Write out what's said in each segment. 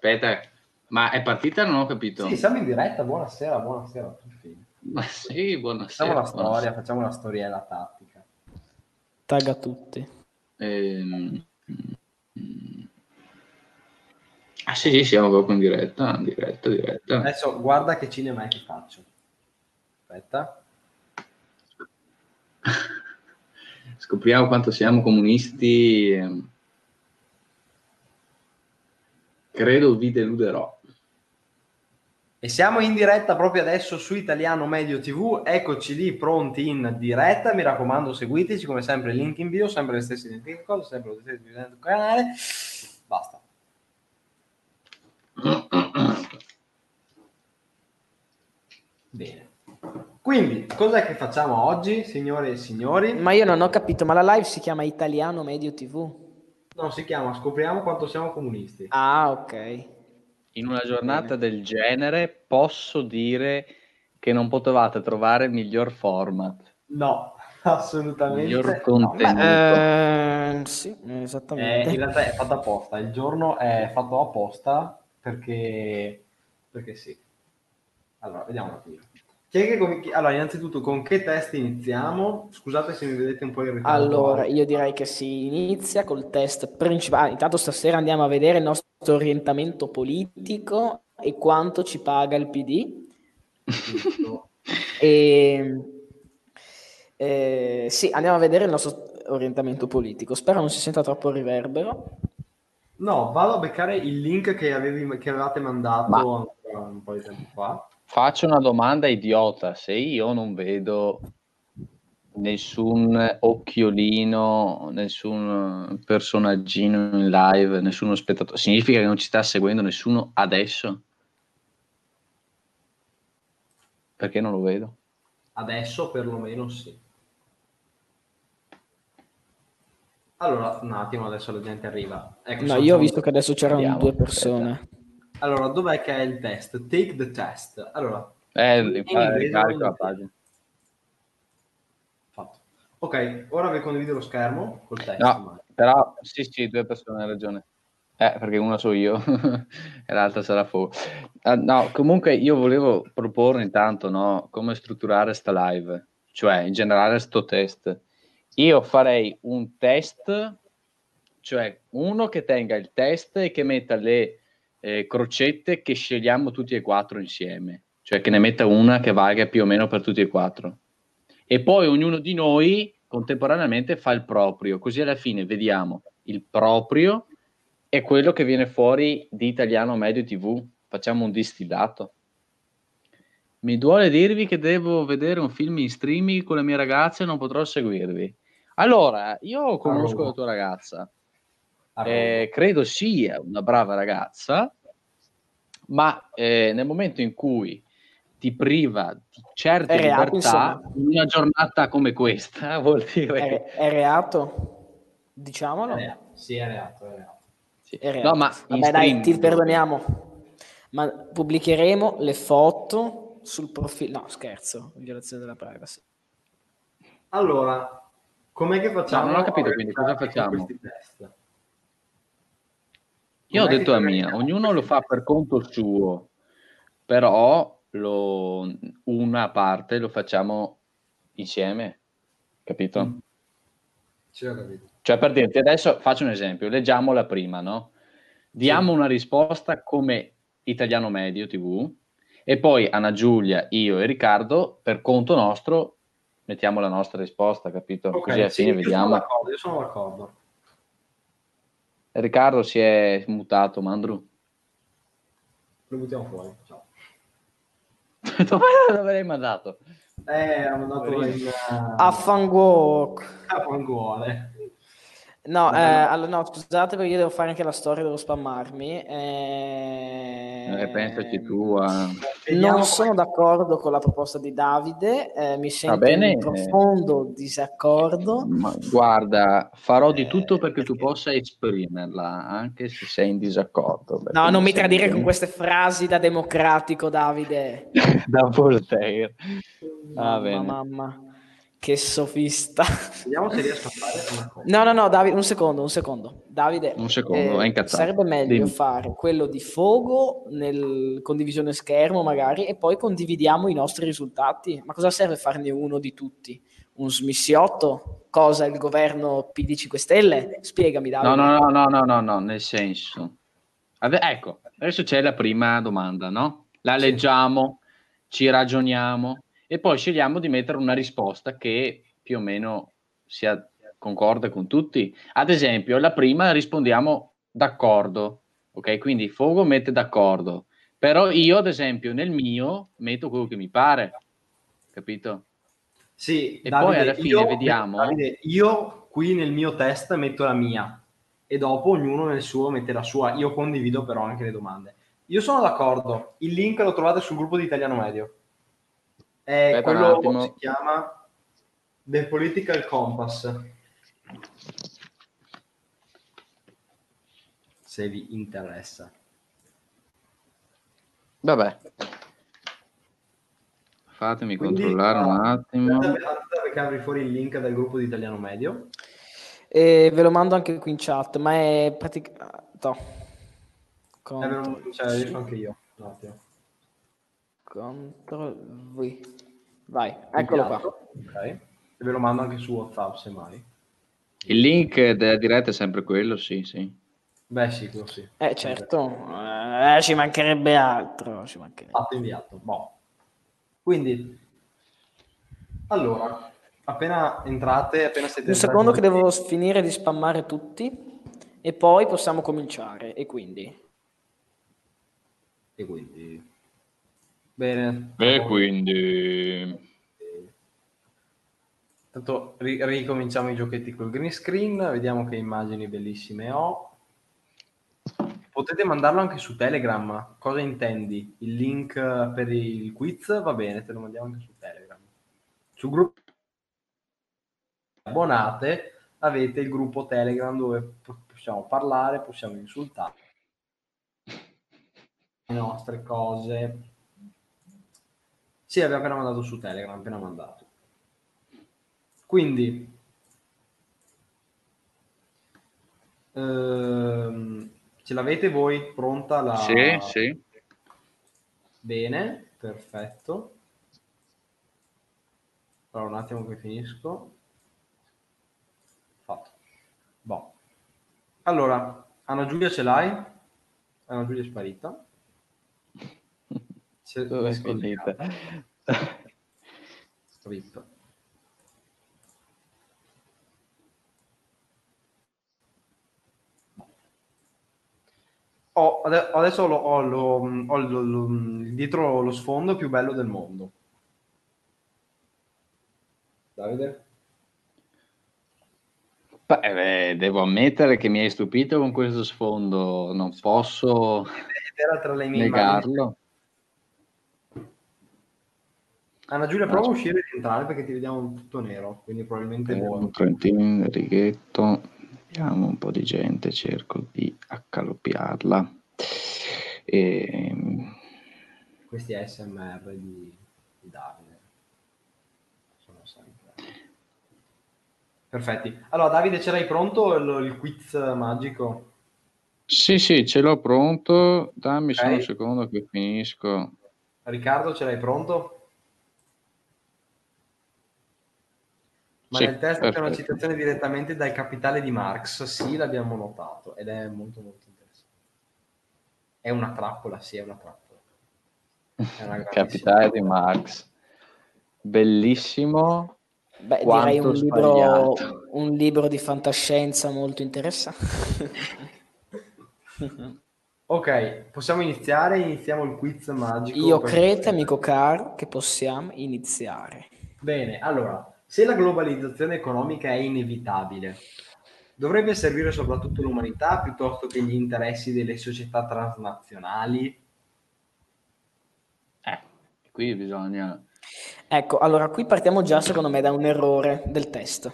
Aspetta, ma è partita? Non ho capito. Sì, siamo in diretta, buonasera a tutti. Ma sì, buonasera. Facciamo una storiella tattica. Tagga tutti. Ah sì, siamo proprio in diretta. Adesso guarda che cinema è che faccio. Aspetta. Scopriamo quanto siamo comunisti. Credo vi deluderò. E siamo in diretta proprio adesso su Italiano Medio TV, eccoci lì pronti in diretta, mi raccomando seguiteci come sempre, link in bio, sempre le stesse identiche cose, sempre lo stesso identico canale, basta. Bene, quindi cos'è che facciamo oggi, signore e signori? Ma io non ho capito, ma la live si chiama Italiano Medio TV? No, si chiama Scopriamo quanto siamo comunisti. Ah, ok. In una giornata del genere posso dire che non potevate trovare miglior format. No, assolutamente. Miglior contenuto. Sì, esattamente. In realtà è fatto apposta, il giorno è fatto apposta perché sì. Allora, vediamo un attimo. Allora, innanzitutto, con che test iniziamo? Scusate se mi vedete un po' in ritardo. Allora, io direi che si inizia col test principale. Intanto stasera andiamo a vedere il nostro orientamento politico e quanto ci paga il PD. Sì, andiamo a vedere il nostro orientamento politico. Spero non si senta troppo riverbero. No, vado a beccare il link che avevate mandato un po' di tempo fa. Faccio una domanda idiota. Se io non vedo nessun occhiolino, nessun personaggino in live, nessuno spettatore, significa che non ci sta seguendo nessuno adesso? Perché non lo vedo? Adesso perlomeno sì. Allora, un attimo, adesso la gente arriva. Ecco, no, io ho visto che adesso c'erano 2 persone. Aspetta. Allora, dov'è che è il test? Take the test. Allora, ricarico la pagina. Fatto. Ok, ora vi condivido lo schermo col test. No, però sì, 2 persone, hai ragione. Perché una so io e l'altra sarà Fo. No, comunque io volevo proporre intanto, no, come strutturare sta live, cioè in generale sto test. Io farei un test, cioè uno che tenga il test e che metta le crocette che scegliamo tutti e 4 insieme, cioè che ne metta una che valga più o meno per tutti e 4. E poi ognuno di noi contemporaneamente fa il proprio, così alla fine vediamo il proprio e quello che viene fuori di Italiano Medio TV. Facciamo un distillato. Mi duole dirvi che devo vedere un film in streaming con le mie ragazze e non potrò seguirvi. Allora, io conosco la tua ragazza, credo sia una brava ragazza, ma nel momento in cui ti priva di certe libertà, in una giornata come questa, vuol dire... È reato? Diciamolo. Sì, è reato. Sì. È reato. No, ma vabbè, dai, ti perdoniamo. Ma pubblicheremo le foto sul profilo... No, scherzo, violazione della privacy. Allora, com'è che facciamo? No, non ho capito, quindi cosa facciamo? Questi test? Io ho detto la mia, ognuno lo fa per conto suo, però una parte lo facciamo insieme, capito? Sì, ho capito. Cioè, per dirti, adesso faccio un esempio, leggiamo la prima, no? Diamo una risposta come Italiano Medio TV e poi Anna Giulia, io e Riccardo, per conto nostro, mettiamo la nostra risposta, capito? Okay, così alla fine vediamo. Io sono d'accordo. Riccardo si è mutato, Mandru. Lo buttiamo fuori, ciao. Dove l'hai mandato? Ha mandato a Fanguok. A Fanguole. No, allora, no, scusate perché io devo fare anche la storia, devo spammarmi. Pensaci tu a... Non sono d'accordo con la proposta di Davide, mi sento in profondo disaccordo. Ma guarda, farò di tutto perché tu possa esprimerla, anche se sei in disaccordo. No, non mi tradire con queste frasi da democratico, Davide. Da Voltaire. Mamma. Che sofista. Vediamo se riesco a fare una cosa. No, Davide, un secondo. Davide, Un secondo, è incazzato. sarebbe meglio Dimmi. fare quello di Fogo nel condivisione schermo magari e poi condividiamo i nostri risultati. Ma cosa serve farne uno di tutti? Un smissiotto? Cosa, il governo PD 5 Stelle? Spiegami, Davide. No, nel senso. Ecco, adesso c'è la prima domanda, no? La leggiamo, ci ragioniamo e poi scegliamo di mettere una risposta che più o meno sia concorde con tutti. Ad esempio, la prima rispondiamo d'accordo, ok? Quindi Fogo mette d'accordo, però io, ad esempio, nel mio metto quello che mi pare, capito? Sì, E Davide, poi alla fine vediamo. Davide, io qui nel mio test metto la mia e dopo ognuno nel suo mette la sua. Io condivido però anche le domande. Io sono d'accordo. Il link lo trovate sul gruppo di Italiano Medio. È Aspetta un quello attimo. si chiama The Political Compass. Se vi interessa. Vabbè. Fatemi controllare un attimo. Andate a beccarvi fuori il link del gruppo di Italiano Medio. E ve lo mando anche qui in chat, ma è praticamente... Riesco anche io. Un attimo. Ctrl V. Vai, eccolo qua. Ok. E ve lo mando anche su WhatsApp, semmai. Il link della diretta è sempre quello, sì. Beh, sì, quello sì. Certo, ci mancherebbe altro. Fatto inviato. Boh. Quindi, allora, appena siete un secondo che devo finire di spammare tutti e poi possiamo cominciare. E quindi? Bene. E quindi... Tanto ricominciamo i giochetti col green screen, vediamo che immagini bellissime ho. Potete mandarlo anche su Telegram. Cosa intendi? Il link per il quiz? Va bene, te lo mandiamo anche su Telegram. Sul gruppo abbonate avete il gruppo Telegram dove possiamo parlare, possiamo insultare le nostre cose. Sì, abbiamo appena mandato su Telegram, appena mandato. Quindi ce l'avete voi pronta la... Sì. Bene, perfetto. Allora, un attimo che finisco. Fatto. Boh. Allora, Anna Giulia ce l'hai? Anna Giulia è sparita. Dove è finita? Rip. Adesso ho dietro lo sfondo più bello del mondo. Davide? Beh, devo ammettere che mi hai stupito con questo sfondo, non posso Era tra le mie negarlo. Anna Giulia, prova a uscire e rientrare perché ti vediamo tutto nero, quindi probabilmente Un Trentino, righetto, vediamo un po' di gente, cerco di accalopiarla. Questi ASMR di Davide sono sempre perfetti. Allora, Davide, ce l'hai pronto il quiz magico? Sì, ce l'ho pronto, dammi solo un Ok. secondo che finisco. Riccardo, ce l'hai pronto? Ma Sì, nel test c'è una perfetto. citazione direttamente dal Capitale di Marx, sì, l'abbiamo notato, ed è molto molto interessante. È una trappola, sì, è una trappola. È una Capitale di Marx, bellissimo. Beh, direi un libro di fantascienza molto interessante. Ok, possiamo iniziare? Iniziamo il quiz magico. Io credo, amico caro, che possiamo iniziare. Bene, allora, se la globalizzazione economica è inevitabile, dovrebbe servire soprattutto l'umanità piuttosto che gli interessi delle società transnazionali? Qui bisogna... Ecco, allora qui partiamo già secondo me da un errore del test.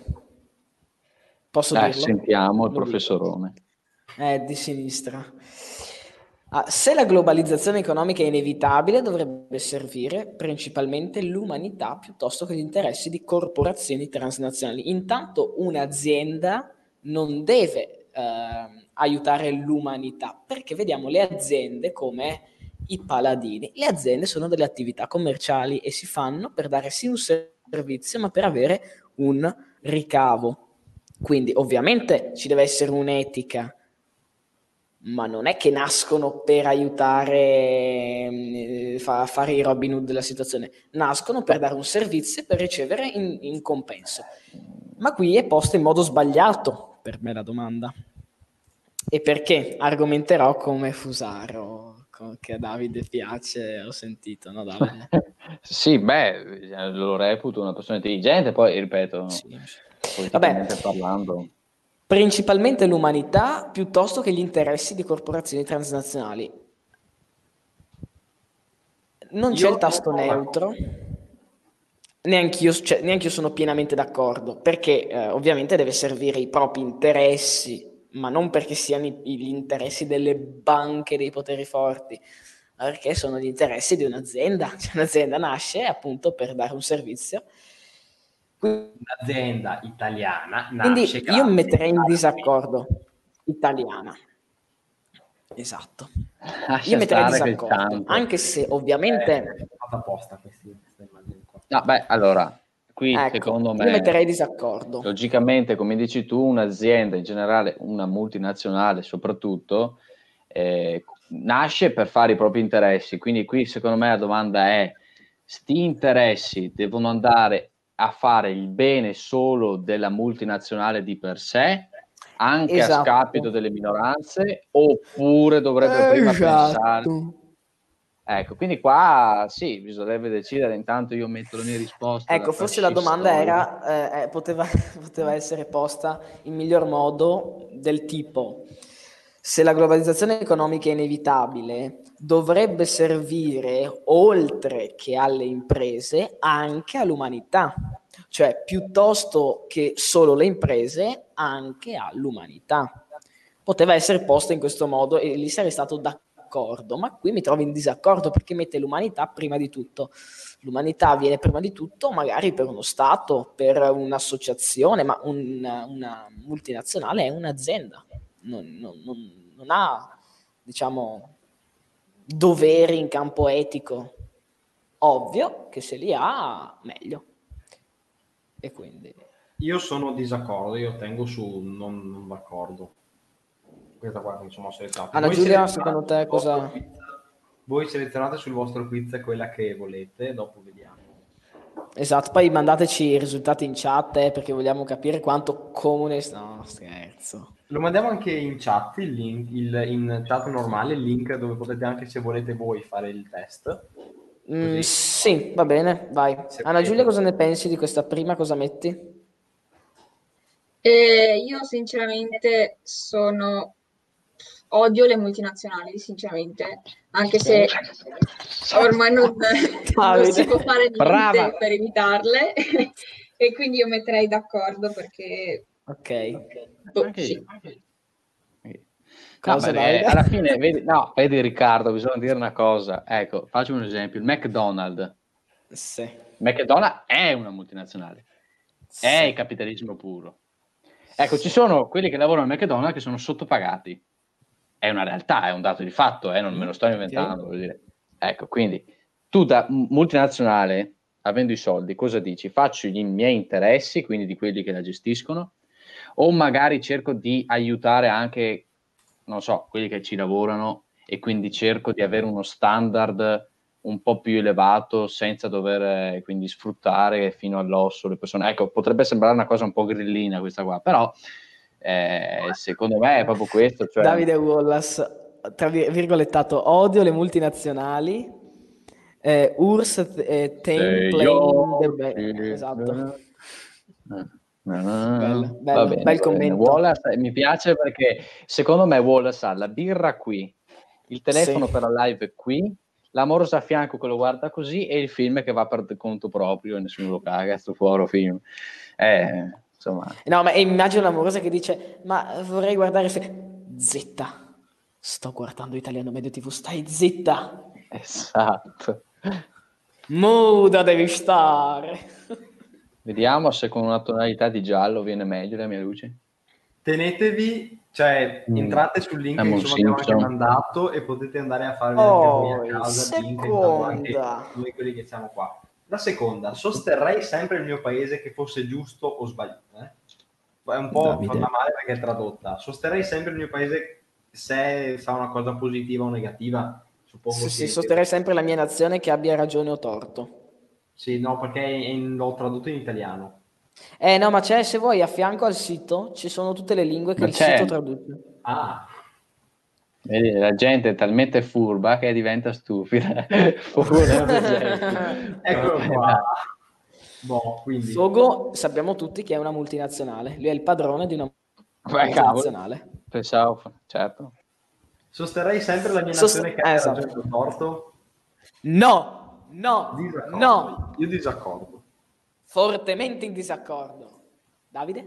Posso dirlo? Sentiamo il professorone. Di sinistra. Se la globalizzazione economica è inevitabile, dovrebbe servire principalmente l'umanità piuttosto che gli interessi di corporazioni transnazionali. Intanto un'azienda non deve aiutare l'umanità, perché vediamo le aziende come i paladini. Le aziende sono delle attività commerciali e si fanno per dare sì un servizio, ma per avere un ricavo. Quindi ovviamente ci deve essere un'etica, ma non è che nascono per aiutare a fare i Robin Hood della situazione, nascono per dare un servizio e per ricevere in compenso. Ma qui è posta in modo sbagliato, per me, la domanda. E perché? Argomenterò come Fusaro, che a Davide piace, ho sentito, no Davide? Sì, beh, lo reputo una persona intelligente, poi ripeto, Sì. politicamente parlando. Principalmente l'umanità piuttosto che gli interessi di corporazioni transnazionali. Non c'è il tasto neutro, neanch'io sono pienamente d'accordo, perché ovviamente deve servire i propri interessi, ma non perché siano gli interessi delle banche dei poteri forti, ma perché sono gli interessi di un'azienda. Cioè, un'azienda nasce appunto per dare un servizio. Un'azienda italiana nasce Quindi io mi metterei in grazie disaccordo. Italiana. Esatto. Lascia Io metterei stare quel disaccordo, tanto. anche se ovviamente... fatto apposta queste immagini qua. No, beh, allora, qui Ecco, secondo me, io metterei disaccordo. logicamente, come dici tu, un'azienda, in generale una multinazionale soprattutto, nasce per fare i propri interessi, quindi qui secondo me la domanda è: sti interessi devono andare a fare il bene solo della multinazionale di per sé, anche a scapito delle minoranze, oppure dovrebbe prima pensare... Ecco, quindi qua sì, bisognerebbe decidere. Intanto io metto le mie risposte da Ecco, forse la domanda fascistoide. era, poteva essere posta in miglior modo, del tipo: se la globalizzazione economica è inevitabile, dovrebbe servire, oltre che alle imprese, anche all'umanità. Cioè, piuttosto che solo le imprese, anche all'umanità. Poteva essere posta in questo modo e lì sarei stato d'accordo, ma qui mi trovo in disaccordo perché mette l'umanità prima di tutto. L'umanità viene prima di tutto magari per uno Stato, per un'associazione, ma una multinazionale è un'azienda, non ha, diciamo, doveri in campo etico. Ovvio che se li ha, meglio. E quindi... Io sono disaccordo, io tengo su non d'accordo. Questa qua che mi sono selezionato. Anna Giulia, secondo te cosa... Voi selezionate sul vostro quiz quella che volete, dopo vediamo. Esatto, poi mandateci i risultati in chat perché vogliamo capire quanto comune... No, scherzo. Lo mandiamo anche in chat, il link, in chat normale, il link dove potete anche, se volete voi, fare il test. Sì, va bene, vai. Anna Giulia, cosa ne pensi di questa prima? Cosa metti? Io sinceramente odio le multinazionali, sinceramente, anche se ormai non si può fare niente per evitarle e quindi io metterei d'accordo perché... Ok. Sì. No, alla fine, vedi Riccardo, bisogna dire una cosa. Ecco, faccio un esempio. Il McDonald's. Sì. McDonald's è una multinazionale. Sì. È il capitalismo puro. Ecco, ci sono quelli che lavorano al McDonald's che sono sottopagati. È una realtà, è un dato di fatto, non me lo sto inventando. Voglio dire. Ecco, quindi tu da multinazionale, avendo i soldi, cosa dici? Faccio i miei interessi, quindi di quelli che la gestiscono, o magari cerco di aiutare anche, non so, quelli che ci lavorano e quindi cerco di avere uno standard un po' più elevato senza dover quindi sfruttare fino all'osso le persone. Ecco, potrebbe sembrare una cosa un po' grillina questa qua, però secondo me è proprio questo. Cioè... Davide Wallace, tra virgolettato, odio le multinazionali, URSS Tame Plane, esatto. Bello, bel commento. Wallace, mi piace perché secondo me Wallace ha la birra qui, il telefono per la live qui, l'amorosa a fianco che lo guarda così e il film che va per conto proprio e nessuno lo caga, sto fuori film. Insomma. No, ma immagino l'amorosa che dice: ma vorrei guardare Z. Sto guardando Italiano Medio TV, stai zitta. Esatto. Muda devi stare. Vediamo se con una tonalità di giallo viene meglio la mia luce. Tenetevi, cioè entrate sul link che insomma abbiamo anche mandato e potete andare a farvi anche voi a casa il link, anche noi quelli che siamo qua. La seconda, sosterrei sempre il mio paese che fosse giusto o sbagliato. È un po' fatta male perché è tradotta. Sosterrei sempre il mio paese se fa una cosa positiva o negativa. Suppongo sì, sosterrei sempre la mia nazione che abbia ragione o torto. Sì, no, perché l'ho tradotto in italiano. No, ma c'è, se vuoi, a fianco al sito ci sono tutte le lingue che il sito traduce. Ah. Vedi, la gente è talmente furba che diventa stupida. Eccolo qua. Boh, quindi. Fogo, sappiamo tutti che è una multinazionale. Lui è il padrone di una multinazionale. Pensavo, certo. Sosterrei sempre la mia nazione che ha ragione o torto? No. Io disaccordo. Fortemente in disaccordo. Davide?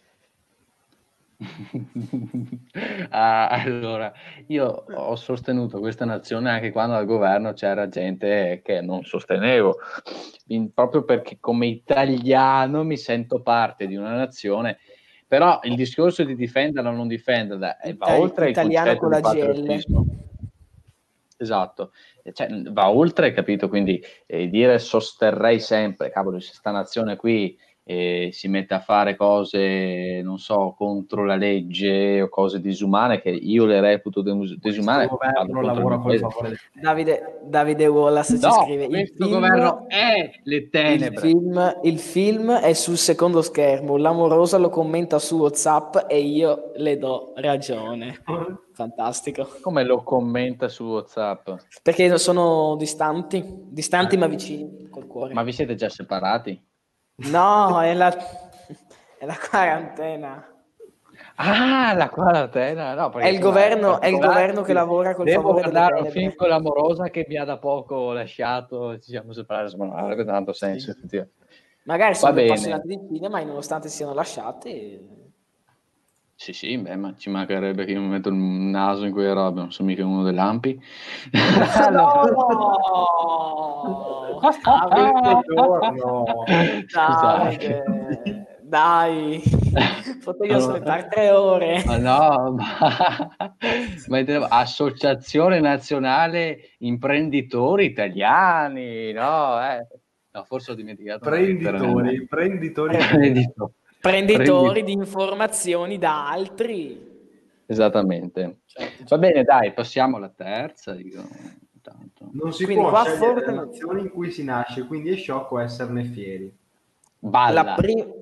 Allora, io ho sostenuto questa nazione anche quando al governo c'era gente che non sostenevo, proprio perché come italiano mi sento parte di una nazione, però il discorso di difenderla o non difenderla va oltre il concetto di patriottismo. Esatto, cioè, va oltre, capito? Quindi dire sosterrei sempre, cavolo, se sta nazione qui si mette a fare cose, non so, contro la legge o cose disumane, che io le reputo disumane. Lavora col favore. Davide Wallace ci scrive: questo governo è le tenebre. Il film è sul secondo schermo, l'amorosa lo commenta su WhatsApp e io le do ragione. Fantastico. Come lo commenta su WhatsApp? Perché sono distanti ma vicini col cuore. Ma vi siete già separati? No, è la quarantena. Ah, la quarantena. No, è il governo che lavora col favore delle tenebre. Un film con l'amorosa che mi ha da poco lasciato, ci siamo separati, ma non avrebbe tanto senso, effettivamente. Magari sono appassionati di cinema e nonostante siano lasciati. Sì, beh, ma ci mancherebbe che io mi metto il naso in quelle robe, non sono mica uno dei lampi. Dai, potevi aspettare 3 ore. Ma Associazione Nazionale Imprenditori Italiani, no, forse ho dimenticato. Prenditori di informazioni da altri. Esattamente. Certo. Va bene, dai, passiamo alla terza. Non si può scegliere le nazioni in cui si nasce, quindi è sciocco esserne fieri. Balla.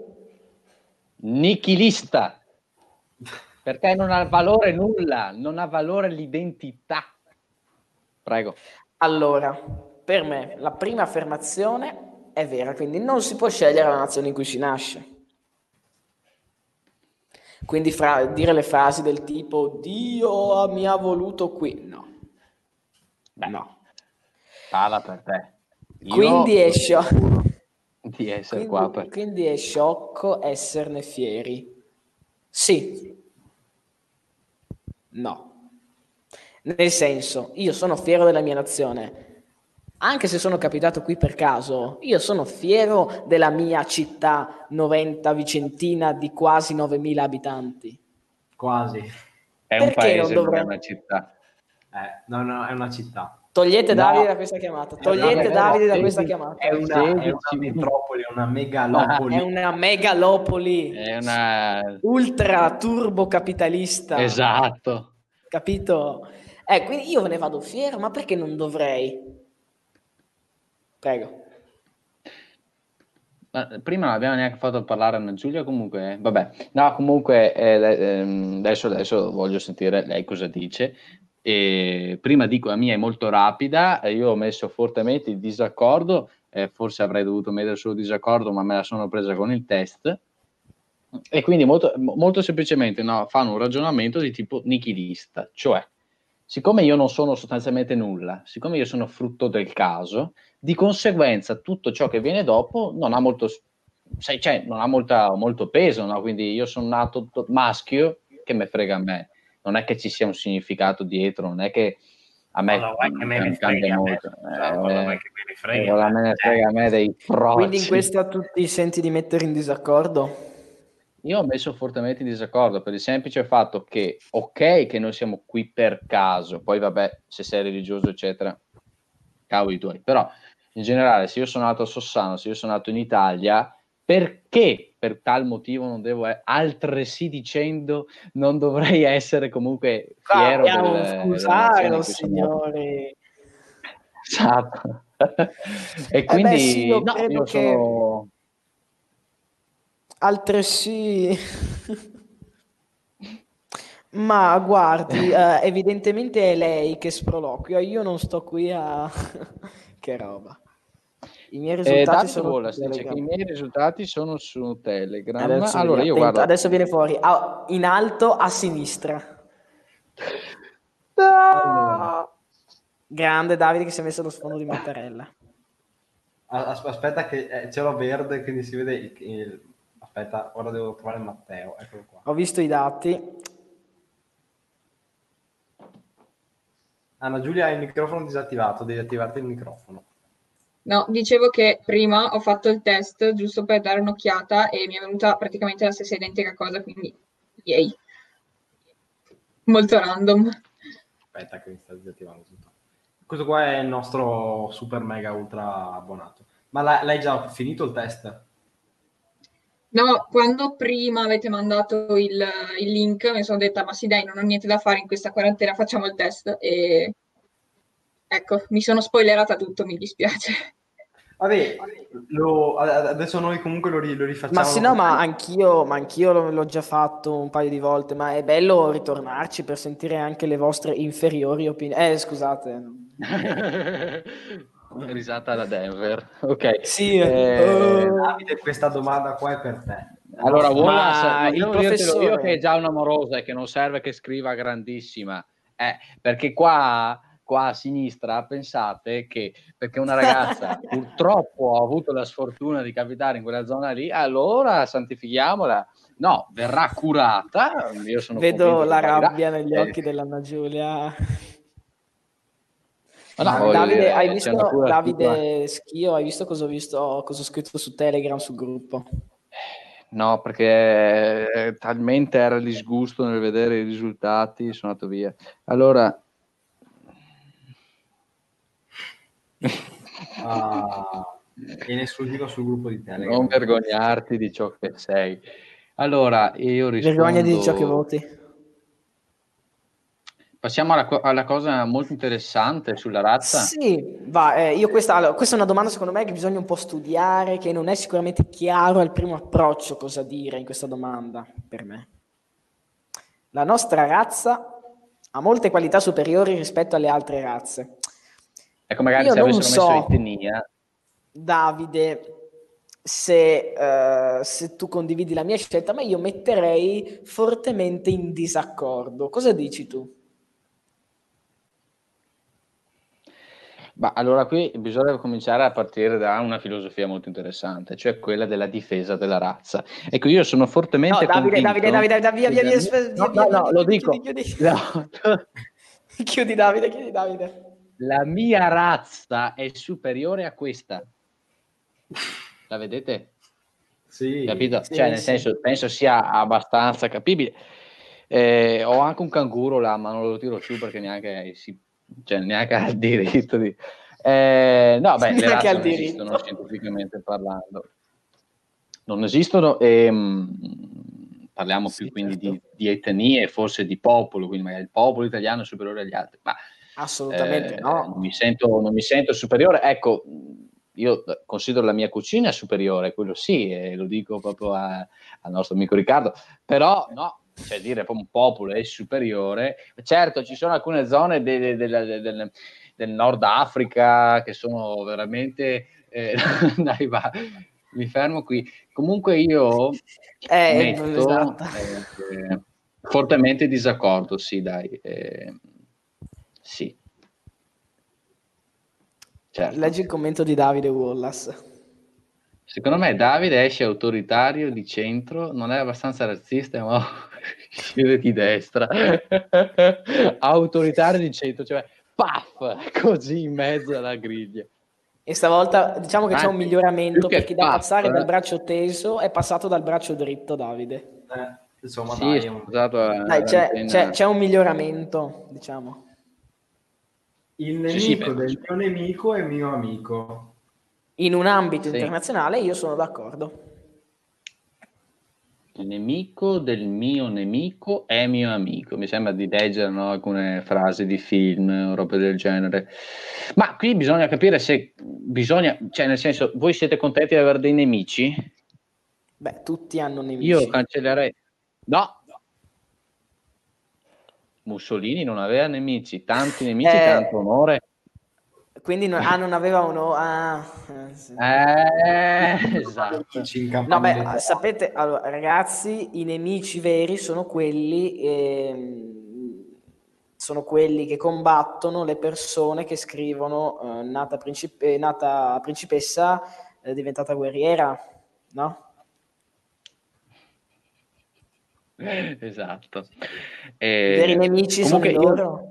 Nichilista. Perché non ha valore nulla, non ha valore l'identità. Prego. Allora, per me, la prima affermazione è vera, quindi non si può scegliere la nazione in cui si nasce. Quindi dire le frasi del tipo Dio mi ha voluto qui, no. Beh, no. Parla per te. Quindi è sciocco. Di essere qua per... Quindi è sciocco esserne fieri. Sì. No. Nel senso, io sono fiero della mia nazione. Anche se sono capitato qui per caso, io sono fiero della mia città 90 vicentina di quasi 9.000 abitanti. Quasi. È un paese, non è una città. No, è una città. Togliete Davide da questa chiamata. Togliete Davide da questa chiamata. È una metropoli, è una megalopoli. È una megalopoli. È una ultra turbo capitalista. Esatto. Capito? Quindi io ve ne vado fiero, ma perché non dovrei? Prego. Ma prima non abbiamo neanche fatto parlare a Giulia, comunque, vabbè. No, comunque adesso voglio sentire lei cosa dice. E prima dico, la mia è molto rapida, io ho messo fortemente il disaccordo, forse avrei dovuto mettere solo disaccordo, ma me la sono presa con il test. E quindi molto, molto semplicemente fanno un ragionamento di tipo nichilista, cioè siccome io non sono sostanzialmente nulla, siccome io sono frutto del caso, di conseguenza tutto ciò che viene dopo non ha molto molto peso, no? Quindi io sono nato maschio, che me frega a me. non è che ci sia un significato dietro, non è che a me, cambia molto. Me ne frega a me dei proci. Quindi in questa tu ti senti di mettere in disaccordo? Io ho messo fortemente in disaccordo per il semplice fatto che, ok, che noi siamo qui per caso, poi vabbè, se sei religioso, eccetera, cavoli tuoi, però in generale, se io sono nato a Sossano, se io sono nato in Italia, perché per tal motivo non devo, altresì dicendo, non dovrei essere comunque fiero scusarlo, signore. Esatto. E quindi sì, io credo io sono... altresì ma guardi, evidentemente è lei che sproloquia, io non sto qui a che roba. I miei risultati sono su dice che i miei risultati sono su Telegram. Adesso allora io guardo, adesso viene fuori in alto a sinistra. Allora. Grande Davide che si è messo allo sfondo di Mattarella. Aspetta che ce l'ho verde, quindi si vede aspetta, ora devo trovare Matteo, eccolo qua. Ho visto i dati. Anna Giulia, hai il microfono disattivato, devi attivarti il microfono. No, dicevo che prima ho fatto il test giusto per dare un'occhiata e mi è venuta praticamente la stessa identica cosa, quindi yay. Molto random. Aspetta che mi sta disattivando tutto. Questo qua è il nostro super mega ultra abbonato. Ma l'hai già finito il test? No, quando prima avete mandato il link mi sono detta ma sì dai, non ho niente da fare in questa quarantena, facciamo il test e ecco, mi sono spoilerata tutto, mi dispiace. Vabbè, adesso noi comunque lo rifacciamo. Ma sì, no, ma anch'io l'ho già fatto un paio di volte, ma è bello ritornarci per sentire anche le vostre inferiori opinioni. Scusate. Risata da Denver. Ok. Sì. Davide, questa domanda qua è per te. Allora, Wallace, il professore... io che è già un'amorosa e che non serve che scriva grandissima, perché qua a sinistra pensate che perché una ragazza purtroppo ha avuto la sfortuna di capitare in quella zona lì, allora santifichiamola. No, verrà curata. Io sono Vedo la rabbia negli occhi dell'Anna Giulia. Davide, hai visto Davide Schio? Hai visto cosa ho scritto su Telegram sul gruppo? No, perché talmente era il disgusto nel vedere i risultati, sono andato via. Allora, in esclusiva sul gruppo di Telegram. Non vergognarti di ciò che sei. Allora, io rispondo... Vergognati di ciò che voti. Passiamo alla cosa molto interessante sulla razza. Sì, va. Questa è una domanda secondo me che bisogna un po' studiare, che non è sicuramente chiaro al primo approccio cosa dire in questa domanda per me. La nostra razza ha molte qualità superiori rispetto alle altre razze. Ecco, magari se avessero messo etnia. Davide, se tu condividi la mia scelta, ma io metterei fortemente in disaccordo. Cosa dici tu? Ma allora qui bisogna cominciare a partire da una filosofia molto interessante, cioè quella della difesa della razza. Ecco, io sono fortemente Davide, via. No, lo dico. Chiudi Davide. La mia razza è superiore a questa. La vedete? Sì. Capito? Sì, cioè, nel senso, penso sia abbastanza capibile. Ho anche un canguro là, ma non lo tiro su perché neanche ha il diritto di... no, beh, le razze non esistono scientificamente parlando. Non esistono e parliamo più quindi di etnie, forse di popolo, quindi magari il popolo italiano è superiore agli altri, ma assolutamente no. Non mi sento superiore. Ecco, io considero la mia cucina superiore, quello sì, e lo dico proprio al nostro amico Riccardo, però no, cioè dire un popolo è superiore. Certo, ci sono alcune zone del Nord Africa che sono veramente dai, va, mi fermo qui. Comunque io metto fortemente disaccordo, sì, dai. Sì. Certo. Leggi il commento di Davide Wallace. Secondo me Davide esce autoritario di centro, non è abbastanza razzista, ma di destra, autoritario di centro, cioè paf, così in mezzo alla griglia. E stavolta diciamo che c'è un miglioramento, più che perché da paf, passare dal braccio teso è passato dal braccio dritto, Davide. Insomma, sì, dai, c'è un miglioramento, diciamo. Il nemico del mio nemico è mio amico. In un ambito internazionale io sono d'accordo. Il nemico del mio nemico è mio amico. Mi sembra di leggere, no, alcune frasi di film, robe del genere. Ma qui bisogna capire se bisogna, cioè nel senso, voi siete contenti di avere dei nemici? Beh, tutti hanno nemici. Io cancellerei. No. Mussolini non aveva nemici, tanti nemici, tanto onore. Quindi non aveva uno. Sì. Esatto. No, beh, sapete, allora, ragazzi, i nemici veri sono quelli che combattono le persone che scrivono nata principessa, diventata guerriera, no? Esatto. I veri nemici sono loro.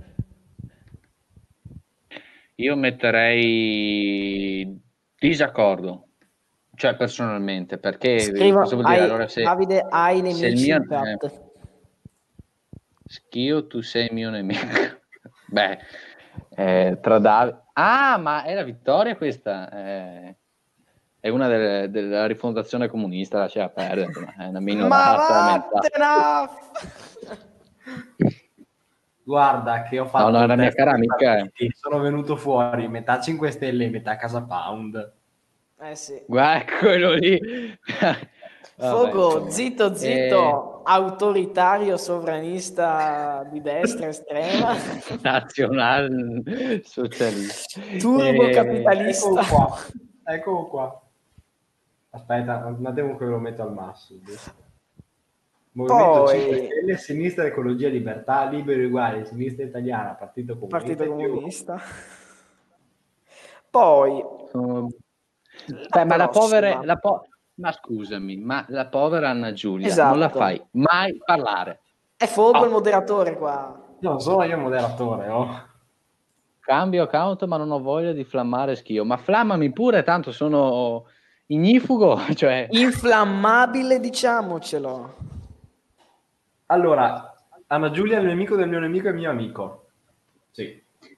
Io metterei disaccordo, cioè personalmente, perché cosa vuol dire? Allora, se Davide, hai nemici in chat. Schio, tu sei mio nemico. Beh, tra Davide... Ah, ma è la vittoria questa? È una della rifondazione comunista, lascia perdere, è una minorata. Guarda che ho fatto no, la mia cara amica sono venuto fuori metà 5 Stelle e metà Casa Pound. Sì. Guarda quello lì. Fogo, zitto, autoritario, sovranista di destra estrema, nazionale socialista, turbo capitalista. Eccolo qua. Aspetta, un attimo che ve lo metto al massimo. Movimento 5 Stelle, Sinistra, Ecologia, Libertà, Liberi Uguali, Sinistra Italiana, Partito Comunista. Poi ma la povera ma scusami, ma la povera Anna Giulia non la fai mai parlare. È Fogo il moderatore qua. No, sono io il moderatore, Cambio account, ma non ho voglia di flammare Schio. Ma flammami pure, tanto sono ignifugo, cioè infiammabile, diciamocelo. Allora, Anna Giulia è il nemico del mio nemico e mio amico. Sì.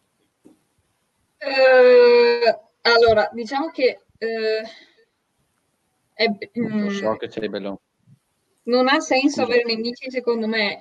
Allora, diciamo che lo so che c'è bello. Non ha senso avere nemici, secondo me.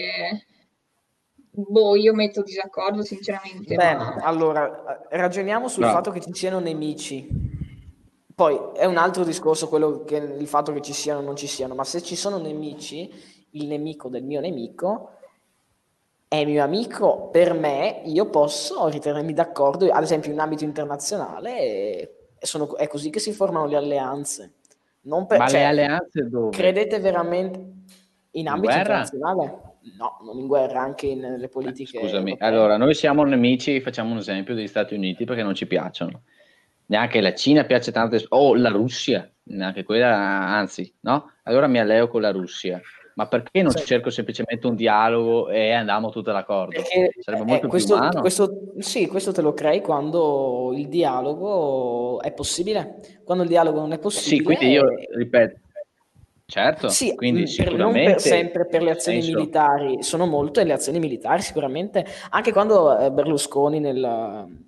Io metto disaccordo, sinceramente. Allora, ragioniamo sul fatto che ci siano nemici. Poi è un altro discorso quello che il fatto che ci siano o non ci siano, ma se ci sono nemici, il nemico del mio nemico è mio amico. Per me, io posso ritenermi d'accordo, ad esempio in ambito internazionale, è così che si formano le alleanze. Le alleanze dove? Credete veramente in ambito internazionale? No, non in guerra, anche nelle politiche. Scusami, europee. allora noi siamo nemici, facciamo un esempio degli Stati Uniti perché non ci piacciono. Neanche la Cina piace tanto, la Russia, neanche quella, anzi, no? Allora mi alleo con la Russia. Ma perché non cerco semplicemente un dialogo e andiamo tutti d'accordo? Sarebbe molto più umano. Questo te lo crei quando il dialogo è possibile. Quando il dialogo non è possibile... Sì, quindi io ripeto, certo, sì, quindi sicuramente... non sempre per le azioni militari, sono molto le azioni militari sicuramente, anche quando Berlusconi nel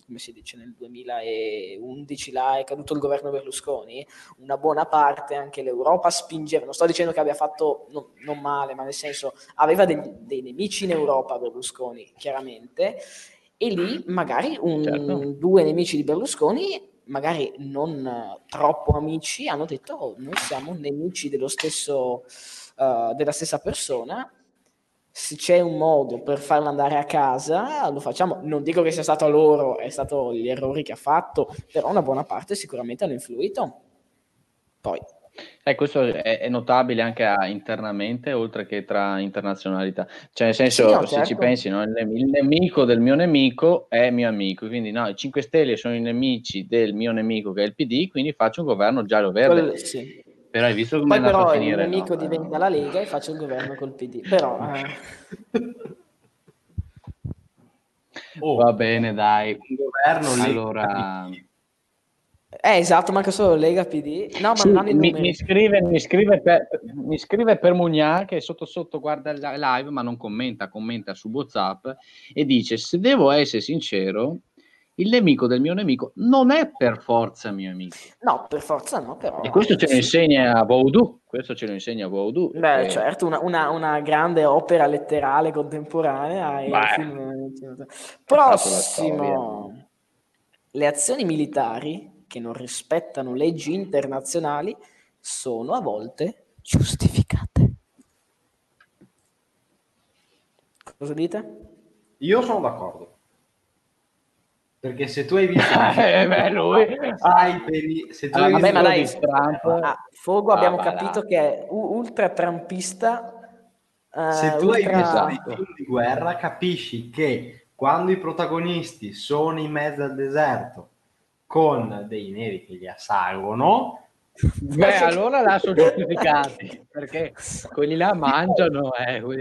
2011 là è caduto il governo Berlusconi, una buona parte anche l'Europa spingeva, non sto dicendo che abbia fatto non male, ma nel senso aveva dei nemici in Europa Berlusconi, chiaramente, e lì magari due nemici di Berlusconi, magari non troppo amici, hanno detto noi siamo nemici della stessa persona, se c'è un modo per farla andare a casa lo facciamo. Non dico che sia stato a loro, è stato gli errori che ha fatto, però una buona parte sicuramente hanno influito. Poi questo è notabile anche internamente, oltre che tra internazionalità. Cioè, nel senso, se ci pensi, no? Il nemico del mio nemico è mio amico. Quindi, no, i 5 Stelle sono i nemici del mio nemico, che è il PD, quindi faccio un governo giallo-verde. Però hai visto come è Poi andato però a il finire? nemico No? diventa la Lega e faccio il governo col PD. Però Va bene, dai. Un governo Lega Allora, PD. esatto, manca solo Lega PD. No, ma sì, non hanno i mi numeri. scrive per Mugnà che sotto sotto guarda il live ma non commenta su WhatsApp e dice: se devo essere sincero, il nemico del mio nemico non è per forza mio amico. No, per forza no, però. E questo ce lo sì. insegna Voodoo. Questo ce lo insegna Voodoo. Beh, certo, una grande opera letterale contemporanea. E Beh, film... fatto la storia. Prossimo. Le azioni militari che non rispettano leggi internazionali sono a volte giustificate. Cosa dite? Io sono d'accordo. Perché se tu hai visto lui. se tu hai Vabbè, visto ma dai, Trump, Fogo abbiamo va, capito che è ultra trumpista. se tu hai visto Esatto. dei film di guerra, capisci che quando i protagonisti sono in mezzo al deserto con dei neri che li assalgono, beh, allora là sono giustificati perché quelli là mangiano,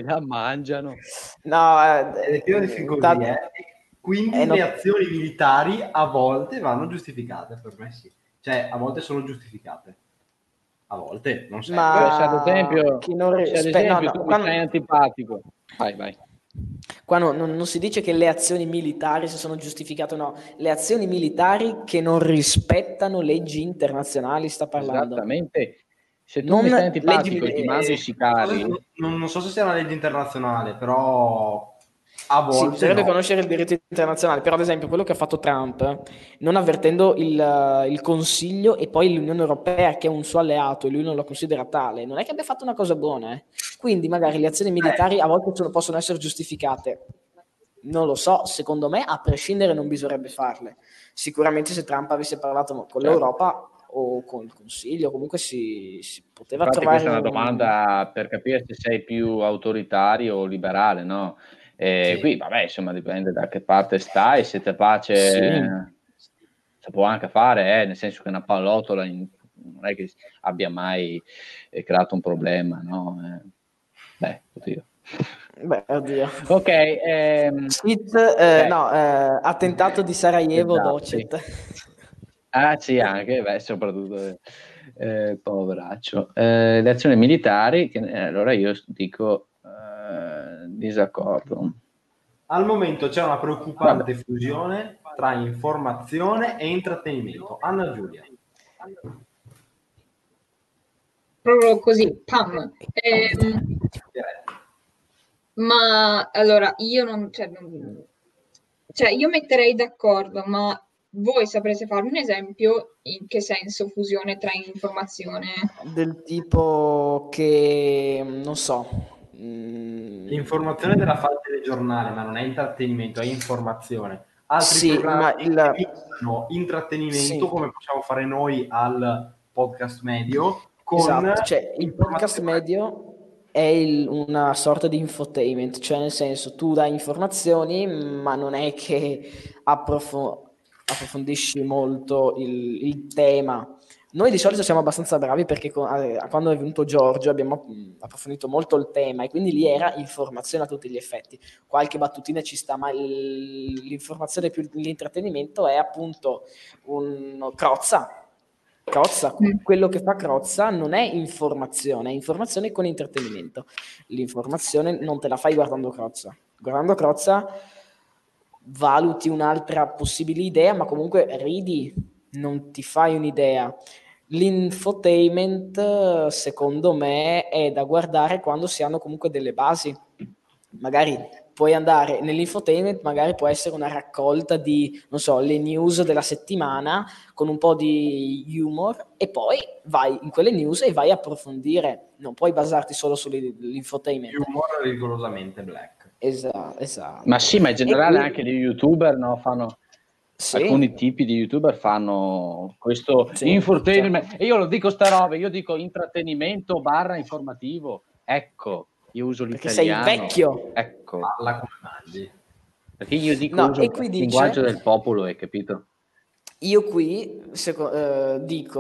No, ed è pieno di film così, quindi le azioni militari a volte vanno giustificate, per me sì. Cioè, a volte sono giustificate. A volte non sempre. Ma se ad esempio, chi non tu mi quando... sei antipatico, vai. Qua non si dice che le azioni militari se sono giustificate o no, le azioni militari che non rispettano leggi internazionali sta parlando. Esattamente. Se tu Non mi stai antipatico leggi- e ti mando i sicari, Non so se sia una legge internazionale, però a Sì, volte bisognerebbe no. conoscere il diritto internazionale, però ad esempio quello che ha fatto Trump, non avvertendo il Consiglio e poi l'Unione Europea che è un suo alleato e lui non lo considera tale, non è che abbia fatto una cosa buona. Quindi magari le azioni militari a volte possono essere giustificate. Non lo so, secondo me a prescindere non bisognerebbe farle. Sicuramente se Trump avesse parlato con l'Europa o con il Consiglio, comunque si poteva infatti trovare questa è una domanda per capire se sei più autoritario o liberale, no? Sì. Qui, vabbè, insomma, dipende da che parte stai, se te pace si può anche fare, nel senso che una pallottola non è che abbia mai creato un problema, no? Beh, oddio. Ok. attentato di Sarajevo, esatto, Docet. Sì. Sì, anche, soprattutto poveraccio. Le azioni militari, allora io dico disaccordo. Al momento c'è una preoccupante fusione tra informazione e intrattenimento. Anna Giulia. Proprio così, pam. Ma allora io cioè io metterei d'accordo, ma voi sapreste farmi un esempio in che senso fusione tra informazione? Del tipo che, non so. L'informazione te la fa il telegiornale, ma non è intrattenimento, è informazione. Altri Sì, programmi ma che mixano intrattenimento, Sì. come possiamo fare noi al podcast medio, con Esatto, cioè il podcast medio è una sorta di infotainment, cioè nel senso tu dai informazioni ma non è che approfondisci molto il tema. Noi di solito siamo abbastanza bravi perché quando è venuto Giorgio abbiamo approfondito molto il tema e quindi lì era informazione a tutti gli effetti. Qualche battutina ci sta, ma l'informazione più l'intrattenimento è appunto un Crozza. Quello che fa Crozza non è informazione, è informazione con intrattenimento. L'informazione non te la fai guardando Crozza. Guardando Crozza valuti un'altra possibile idea, ma comunque ridi, non ti fai un'idea. L'infotainment, secondo me, è da guardare quando si hanno comunque delle basi. Magari puoi andare nell'infotainment, magari può essere una raccolta di, non so, le news della settimana con un po' di humor e poi vai in quelle news e vai a approfondire. Non puoi basarti solo sull'infotainment. Humor rigorosamente black. Esatto. Ma sì, ma in generale anche gli youtuber, no, fanno... Sì. Alcuni tipi di youtuber fanno questo infotainment, e io lo dico sta roba, io dico intrattenimento / informativo, ecco, io uso l'italiano. Perché sei vecchio. Ecco. Parla come mangi. Perché io dico uso il linguaggio del popolo, hai capito? Io qui dico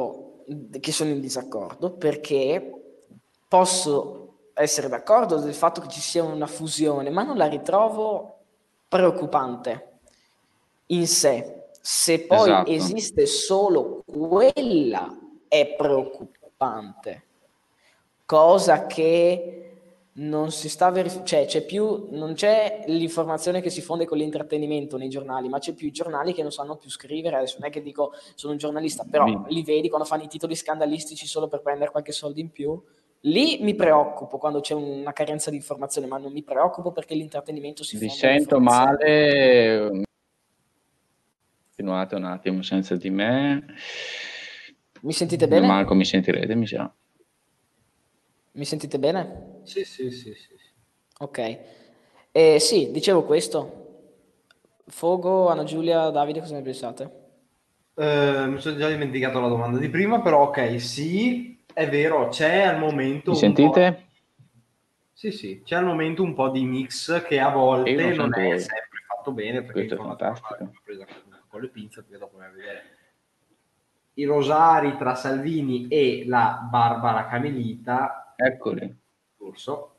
che sono in disaccordo, perché posso essere d'accordo del fatto che ci sia una fusione, ma non la ritrovo preoccupante in sé. Se poi Esatto. esiste solo quella, è preoccupante. Cosa che non si sta cioè c'è più, non c'è l'informazione che si fonde con l'intrattenimento nei giornali, ma c'è più i giornali che non sanno più scrivere. Adesso non è che dico sono un giornalista, però li vedi quando fanno i titoli scandalistici solo per prendere qualche soldo in più. Lì mi preoccupo quando c'è una carenza di informazione, ma non mi preoccupo perché l'intrattenimento si Vi fonda sento male. Continuate un attimo senza di me. Mi sentite bene? Marco, mi sentirete, mi sa. Mi sentite bene? Sì. Ok. Sì, dicevo questo. Fogo, Anna Giulia, Davide, cosa ne pensate? Mi sono già dimenticato la domanda di prima, però ok, sì, è vero, c'è al momento Mi un po'... sentite? Sì, c'è al momento un po' di mix che a Io volte non non sento è voi. sempre fatto bene, perché Questo è l'informazione fantastico. va presa con le pinze, perché dopo vai a vedere i rosari tra Salvini e la Barbara Camelita. Eccoli. Corso.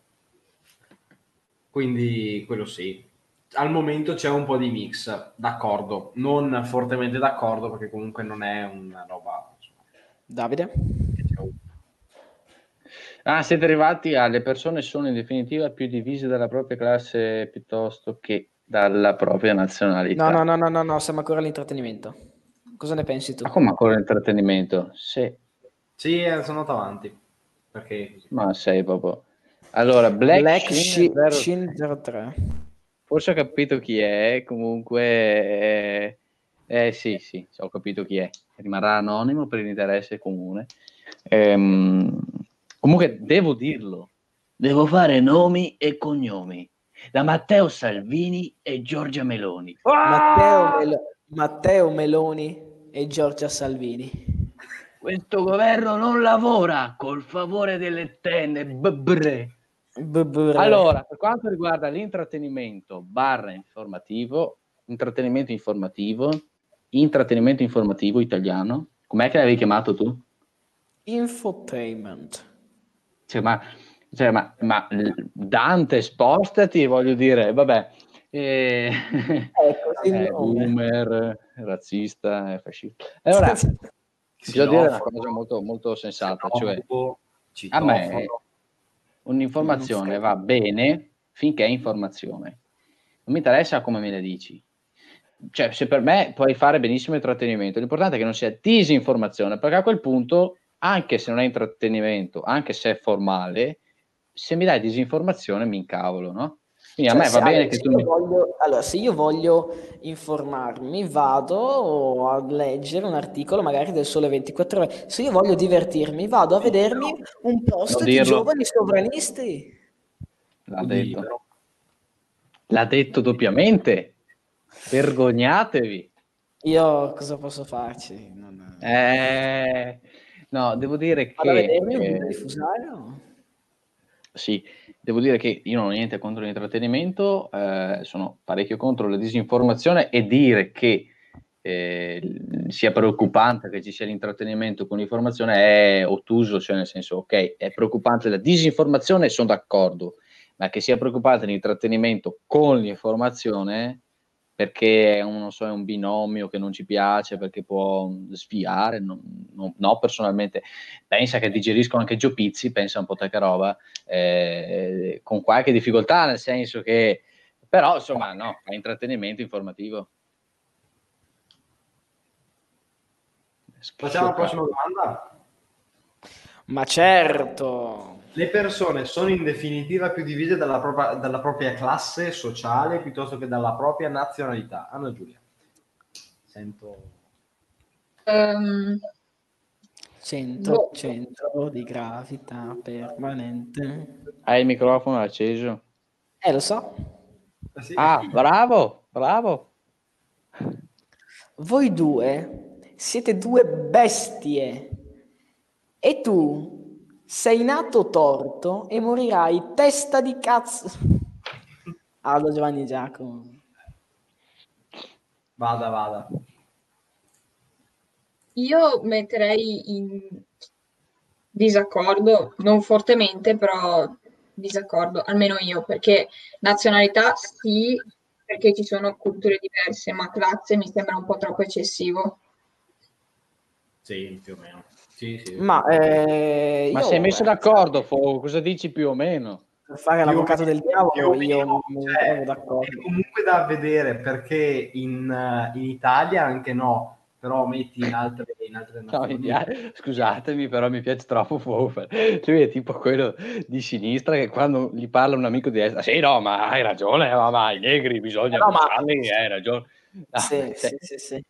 Quindi quello sì. Al momento c'è un po' di mix, d'accordo, non fortemente d'accordo, perché comunque non è una roba... Davide? Ah, siete arrivati alle persone sono in definitiva più divise dalla propria classe piuttosto che dalla propria nazionalità. No, siamo ancora all'intrattenimento. Cosa ne pensi tu? Ma come ancora l'intrattenimento? Sì, Sì, sono andato avanti. Perché... ma sei proprio... Allora, Black Shin 0... Shin 03. Forse ho capito chi è, comunque... sì, ho capito chi è. Rimarrà anonimo per l'interesse comune. Comunque, devo dirlo. Devo fare nomi e cognomi. Da Matteo Salvini e Giorgia Meloni. Matteo Meloni e Giorgia Salvini. Questo governo non lavora col favore delle tende. Allora, per quanto riguarda l'intrattenimento / informativo, intrattenimento informativo italiano, com'è che l'avevi chiamato tu? Infotainment. Ma Dante, spostati, voglio dire, vabbè. Boomer, razzista, fascista. Allora, bisogna dire una cosa molto, molto sensata, cioè a me un'informazione va bene finché è informazione. Non mi interessa come me la dici. Cioè, se per me puoi fare benissimo intrattenimento, l'importante è che non sia disinformazione, perché a quel punto, anche se non è intrattenimento, anche se è formale, se mi dai disinformazione mi incavolo, no? Quindi a me va bene che tu mi... Allora, se io voglio informarmi, vado a leggere un articolo magari del Sole 24 Ore. Se io voglio divertirmi, vado a vedermi un post di giovani sovranisti. L'ha detto doppiamente. Vergognatevi. Io cosa posso farci? No, devo dire Vado a che... vedermi un video di Fusario? Sì, devo dire che io non ho niente contro l'intrattenimento, sono parecchio contro la disinformazione, e dire che sia preoccupante che ci sia l'intrattenimento con l'informazione è ottuso, cioè nel senso, ok, è preoccupante la disinformazione, sono d'accordo, ma che sia preoccupante l'intrattenimento con l'informazione perché è un binomio che non ci piace, perché può sviare, no, personalmente pensa che digeriscono anche Gio Pizzi, pensa un po' te che roba, con qualche difficoltà, nel senso che però insomma no, è intrattenimento informativo. Facciamo la prossima domanda? Ma certo. Le persone sono in definitiva più divise dalla propria classe sociale piuttosto che dalla propria nazionalità. Anna Giulia. Sento... Centro di gravità permanente. Hai il microfono acceso? Lo so. Sì. Ah, bravo. Voi due siete due bestie e tu sei nato torto e morirai testa di cazzo. Aldo Giovanni Giacomo. Vada. io metterei in disaccordo, non fortemente, però disaccordo, almeno io, perché nazionalità sì, perché ci sono culture diverse, ma classe mi sembra un po' troppo eccessivo. Sì, più o meno. Sì, sì. Ma Ma io sei messo d'accordo, Fogo? Cosa dici più o meno? per fare Più o l'avvocato del meno, più o diavolo io meno, mi cioè, trovo d'accordo. è comunque da vedere, perché in Italia anche no, però metti in altre No, nazioni. scusatemi, però mi piace troppo Fogo. Lui è tipo quello di sinistra che quando gli parla un amico di destra, sì, no, ma hai ragione, ma i negri bisogna No, ma bocciarli, hai ragione. No, sì, cioè, sì.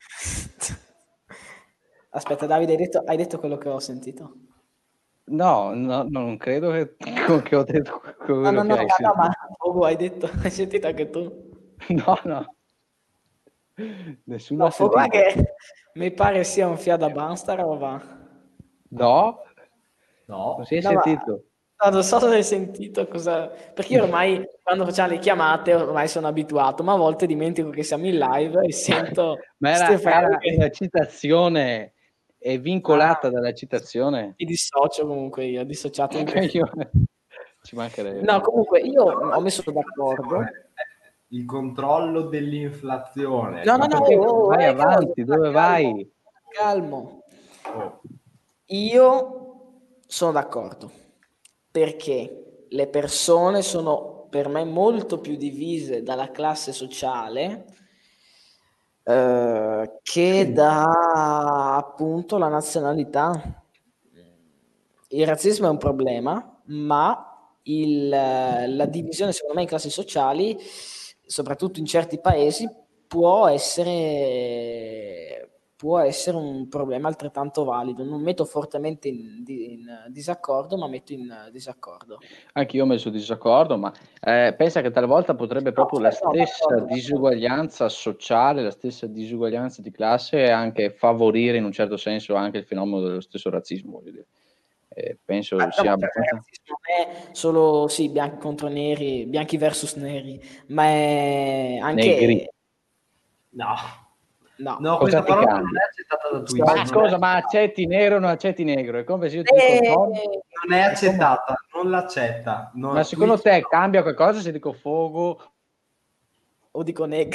Aspetta, Davide, hai detto quello che ho sentito? no, non credo che ho detto quello che No, hai no, ma sentito. hai detto, hai sentito anche tu? No. Nessuno No, ha sentito. che mi pare sia un fiadaban sta roba. No, non No, si è No, ma sentito. no, non so se hai sentito cosa. Perché io ormai, quando facciamo le chiamate, ormai sono abituato, ma a volte dimentico che siamo in live e sento Ma queste frasi era che una citazione, è vincolata dalla citazione. mi dissocio comunque io, dissociato in questo. Io- Ci mancherebbe. No, comunque io ho messo d'accordo. il controllo dell'inflazione. No, Vai avanti, dove vai? calmo. Oh, Io sono d'accordo perché le persone sono per me molto più divise dalla classe sociale che da appunto la nazionalità. Il razzismo è un problema, ma la divisione, secondo me, in classi sociali, soprattutto in certi paesi, può essere un problema altrettanto valido. Non metto fortemente in disaccordo, ma metto in disaccordo. Anche io ho messo disaccordo, ma pensa che talvolta potrebbe No, proprio la no, stessa d'accordo. disuguaglianza sociale, la stessa disuguaglianza di classe anche favorire in un certo senso anche il fenomeno dello stesso razzismo, voglio dire. Penso sia Il abbastanza... razzismo non è solo sì, bianchi contro neri, bianchi versus neri, ma è Negri. anche no. no. No, Cosa questa ti parola non cambia? è accettata da Sì, Twitch. Ma oggi. scusa, ma accetti nero o non accetti negro? È come se io ti dico Tom, Non è è come... accettata, non l'accetta. Ma No, secondo Twitch te cambia qualcosa se dico Fogo? O dico neg.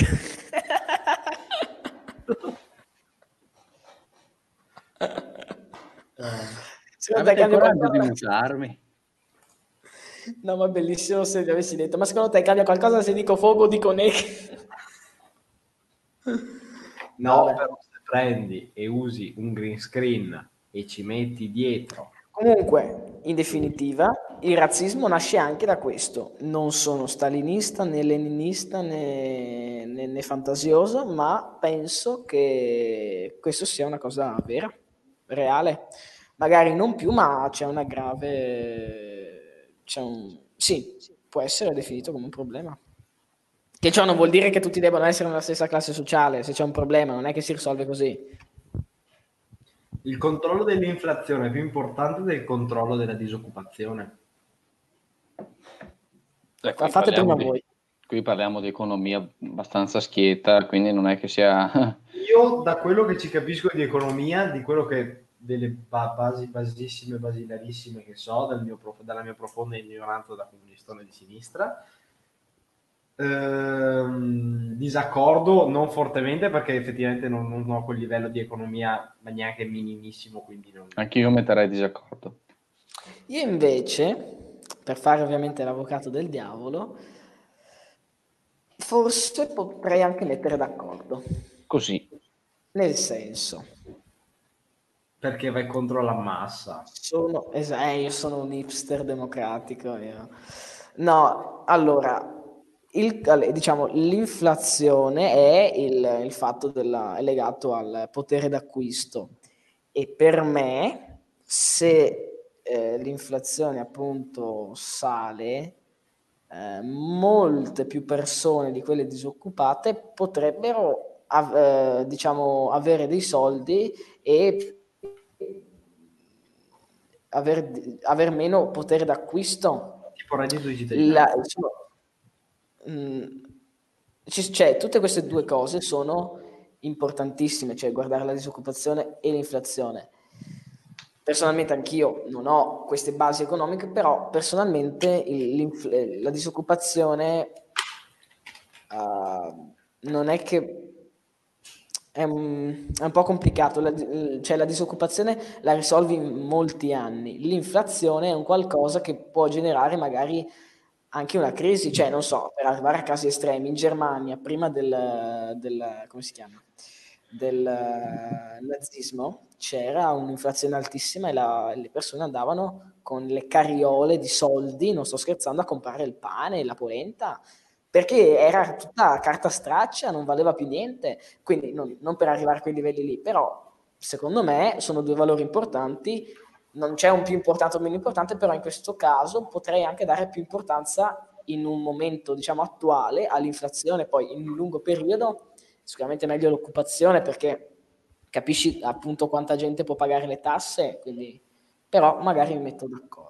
Secondo te Avete il cambia coraggio di qualcosa? mutarmi? No, ma è bellissimo se gli avessi detto, ma secondo te cambia qualcosa se dico fuoco o dico neg? No, Vabbè. però se prendi e usi un green screen e ci metti dietro. Comunque, in definitiva, il razzismo nasce anche da questo. Non sono stalinista né leninista né fantasioso, ma penso che questo sia una cosa vera, reale. Magari non più, ma c'è una grave... Sì, può essere definito come un problema. Che ciò non vuol dire che tutti debbano essere nella stessa classe sociale. Se c'è un problema, non è che si risolve così. Il controllo dell'inflazione è più importante del controllo della disoccupazione. Fate prima voi. Qui parliamo di economia abbastanza schietta, quindi non è che sia... Io, da quello che ci capisco di economia, di quello che delle basi basissime, basilarissime che so, dalla mia profonda ignoranza da comunistone di sinistra, disaccordo non fortemente perché effettivamente non ho quel livello di economia, ma neanche minimissimo, quindi non... Anche io metterei disaccordo. Io invece, per fare ovviamente l'avvocato del diavolo, forse potrei anche mettere d'accordo. Così. Nel senso, Perché vai contro la massa. io sono un hipster democratico. Io. No, allora, diciamo, l'inflazione è il fatto è legato al potere d'acquisto e per me, se l'inflazione appunto sale, molte più persone di quelle disoccupate potrebbero diciamo, avere dei soldi e aver meno potere d'acquisto. Tipo reddito di cittadinanza. Cioè, tutte queste due cose sono importantissime, cioè guardare la disoccupazione e l'inflazione. Personalmente anch'io non ho queste basi economiche, però personalmente la disoccupazione non è che è un po' complicato, cioè la disoccupazione la risolvi in molti anni, l'inflazione è un qualcosa che può generare magari anche una crisi, cioè non so, per arrivare a casi estremi, in Germania prima del come si chiama? Del nazismo c'era un'inflazione altissima e le persone andavano con le carriole di soldi, non sto scherzando, a comprare il pane, la polenta, perché era tutta carta straccia, non valeva più niente, quindi non per arrivare a quei livelli lì, però secondo me sono due valori importanti, non c'è un più importante o meno importante, però in questo caso potrei anche dare più importanza in un momento, diciamo, attuale all'inflazione, poi in un lungo periodo sicuramente meglio l'occupazione perché capisci appunto quanta gente può pagare le tasse, quindi però magari mi metto d'accordo.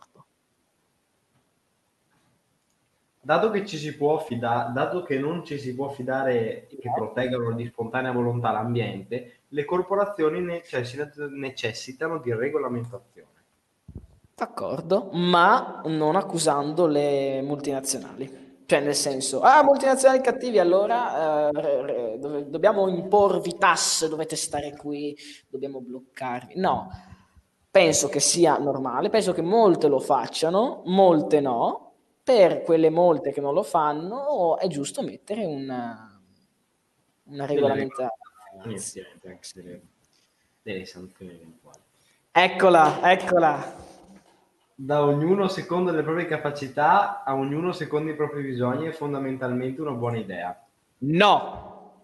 Dato che non ci si può fidare che proteggano di spontanea volontà l'ambiente, le corporazioni necessitano di regolamentazione. D'accordo, ma non accusando le multinazionali. Cioè, nel senso, multinazionali cattivi, allora dobbiamo imporvi tasse, dovete stare qui, dobbiamo bloccarvi. No, penso che sia normale, penso che molte lo facciano, molte no. Per quelle molte che non lo fanno è giusto mettere una regolamentazione. Delle sanzioni eventuali. Eccola. Da ognuno secondo le proprie capacità, a ognuno secondo i propri bisogni è fondamentalmente una buona idea. No.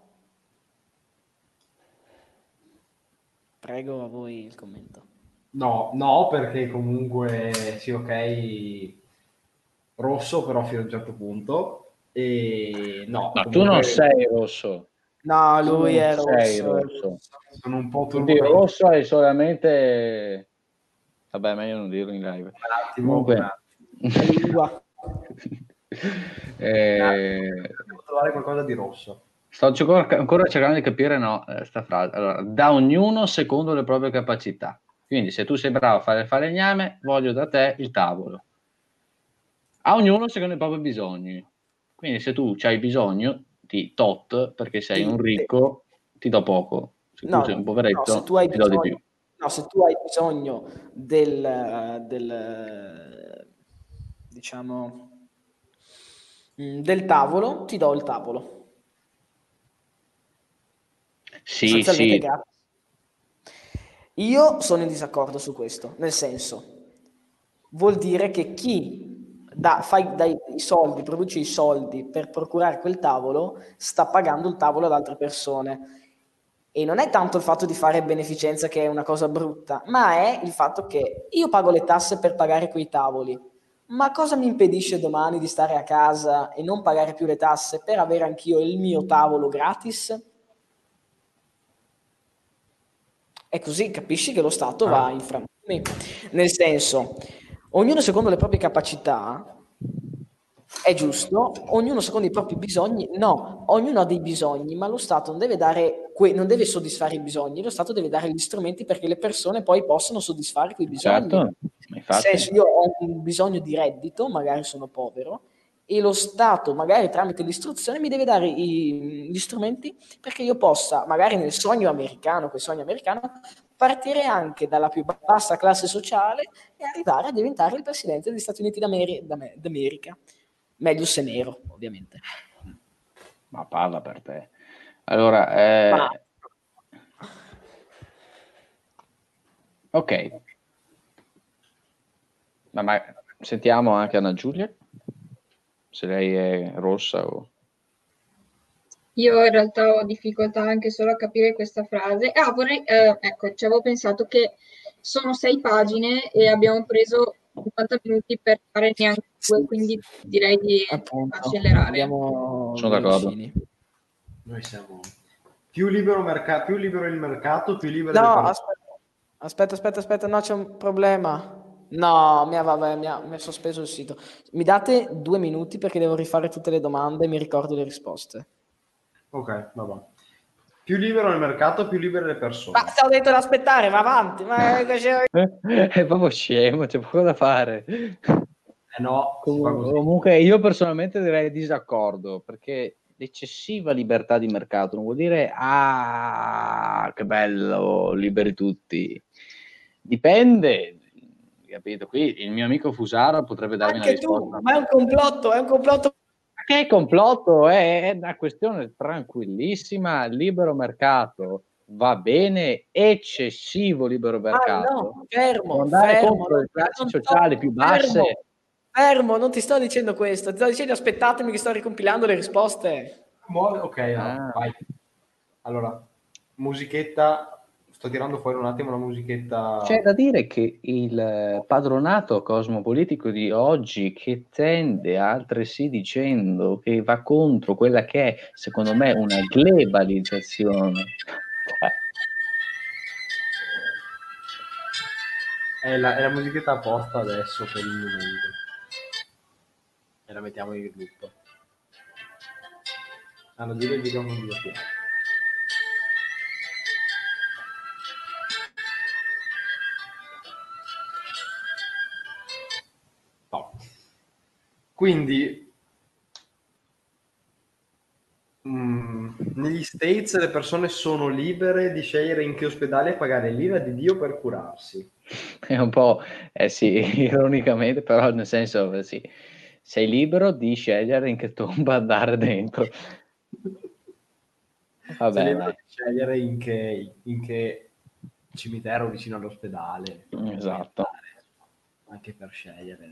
Prego a voi il commento. No, perché comunque sì, ok, rosso però fino a un certo punto. E no, comunque... tu non sei rosso. No, lui è rosso. Sono un po' quindi rosso è solamente... Vabbè, meglio non dirlo in live. Comunque... La lingua. Devo trovare qualcosa di rosso. Sto ancora cercando di capire sta frase. Allora, da ognuno secondo le proprie capacità. Quindi se tu sei bravo a fare falegname, voglio da te il tavolo. A ognuno secondo i propri bisogni. Quindi se tu hai bisogno di tot perché sei un ricco, ti do poco. Se tu sei un poveretto, se tu hai ti do di più. No, se tu hai bisogno diciamo del tavolo, ti do il tavolo. Sì. Gratis. Io sono in disaccordo su questo, nel senso, vuol dire che chi dai soldi, produce i soldi per procurare quel tavolo, sta pagando il tavolo ad altre persone. E non è tanto il fatto di fare beneficenza che è una cosa brutta, ma è il fatto che io pago le tasse per pagare quei tavoli. Ma cosa mi impedisce domani di stare a casa e non pagare più le tasse per avere anch'io il mio tavolo gratis? È così, capisci che lo Stato va in frammenti. Nel senso, ognuno secondo le proprie capacità è giusto, ognuno secondo i propri bisogni, no, ognuno ha dei bisogni, ma lo Stato non deve soddisfare i bisogni, lo Stato deve dare gli strumenti perché le persone poi possano soddisfare quei bisogni. Certo, nel senso, io ho un bisogno di reddito, magari sono povero, e lo Stato, magari tramite l'istruzione, mi deve dare gli strumenti perché io possa, magari nel sogno americano, partire anche dalla più bassa classe sociale e arrivare a diventare il presidente degli Stati Uniti d'America. Meglio se nero, ovviamente. Ma parla per te. Allora, ok. Ma sentiamo anche Anna Giulia, se lei è rossa o... Io in realtà ho difficoltà anche solo a capire questa frase. Ecco, ci avevo pensato che sono 6 pagine e abbiamo preso 50 minuti per fare neanche 2, quindi direi di accelerare. Sono d'accordo. Noi siamo più libero il mercato, più libero No, aspetta, no, c'è un problema. No, mi ha sospeso il sito. Mi date 2 minuti perché devo rifare tutte le domande e mi ricordo le risposte. Ok, vabbè. Più libero il mercato, più libere le persone. Ma stavo detto da aspettare, va avanti. È proprio scemo, c'è poco da fare. No, si fa così. Comunque io personalmente direi disaccordo, perché l'eccessiva libertà di mercato non vuol dire che bello, liberi tutti. Dipende, capito? Qui il mio amico Fusaro potrebbe darmi una Anche tu, risposta. ma è un complotto, è un complotto. Che complotto? È una questione tranquillissima, libero mercato va bene, eccessivo libero mercato. No, fermo, può andare fermo, contro le classi non sociali più basse. Fermo, non ti sto dicendo questo, ti sto dicendo aspettatemi che sto ricompilando le risposte. Ok, vai. Allora, musichetta, sto tirando fuori un attimo la musichetta. C'è da dire che il padronato cosmopolitico di oggi, che tende altresì dicendo che va contro quella che è, secondo me, una globalizzazione. È la musichetta apposta adesso per il momento. E la mettiamo in gruppo. Hanno giro il video con il no. Quindi negli States le persone sono libere di scegliere in che ospedale pagare l'ira di Dio per curarsi. È un po', sì, ironicamente, però nel senso, sì, sei libero di scegliere in che tomba andare dentro. Vabbè, sei libero di scegliere in che cimitero vicino all'ospedale. Esatto. Anche per scegliere.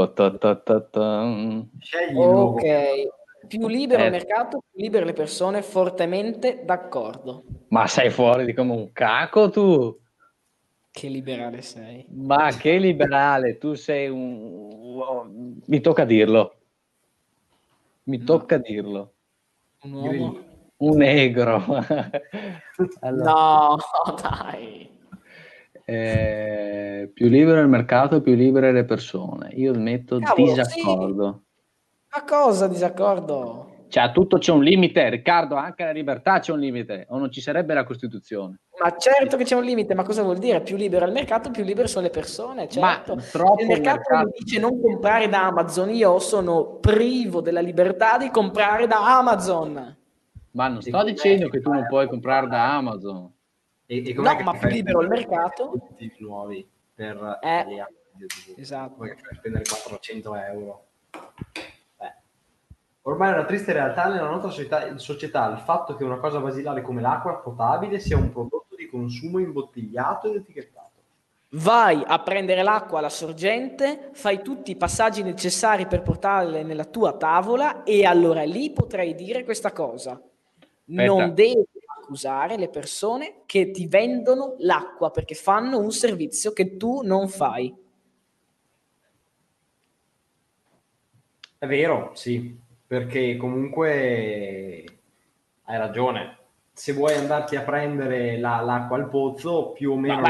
Scegli il luogo. Più libero il mercato, più libere le persone, fortemente d'accordo. Ma sei fuori di come un caco tu? Che liberale sei. Ma che liberale, tu sei un... Mi tocca dirlo. Mi tocca dirlo. Un uomo? Un negro. Allora. No, dai. Più libero il mercato, più libere le persone. Io metto disaccordo. Sì. Ma cosa disaccordo? Cioè, a tutto c'è un limite, Riccardo, anche alla libertà c'è un limite, o non ci sarebbe la Costituzione. Ma certo che c'è un limite, ma cosa vuol dire? Più libero il mercato, più libere sono le persone, certo. Ma troppo il mercato mi dice non comprare da Amazon, io sono privo della libertà di comprare da Amazon. Ma non sto dicendo che tu non puoi comprare da Amazon. E no, ma più libero il mercato. Nuovi per esatto. Poi fai spendere 400 euro. Ormai è una triste realtà nella nostra società il fatto che una cosa basilare come l'acqua potabile sia un prodotto di consumo imbottigliato ed etichettato. Vai a prendere l'acqua alla sorgente, fai tutti i passaggi necessari per portarla nella tua tavola e allora lì potrai dire questa cosa. Aspetta. Non devi accusare le persone che ti vendono l'acqua perché fanno un servizio che tu non fai. È vero, sì. Perché comunque hai ragione. Se vuoi andarti a prendere l'acqua al pozzo, più o meno...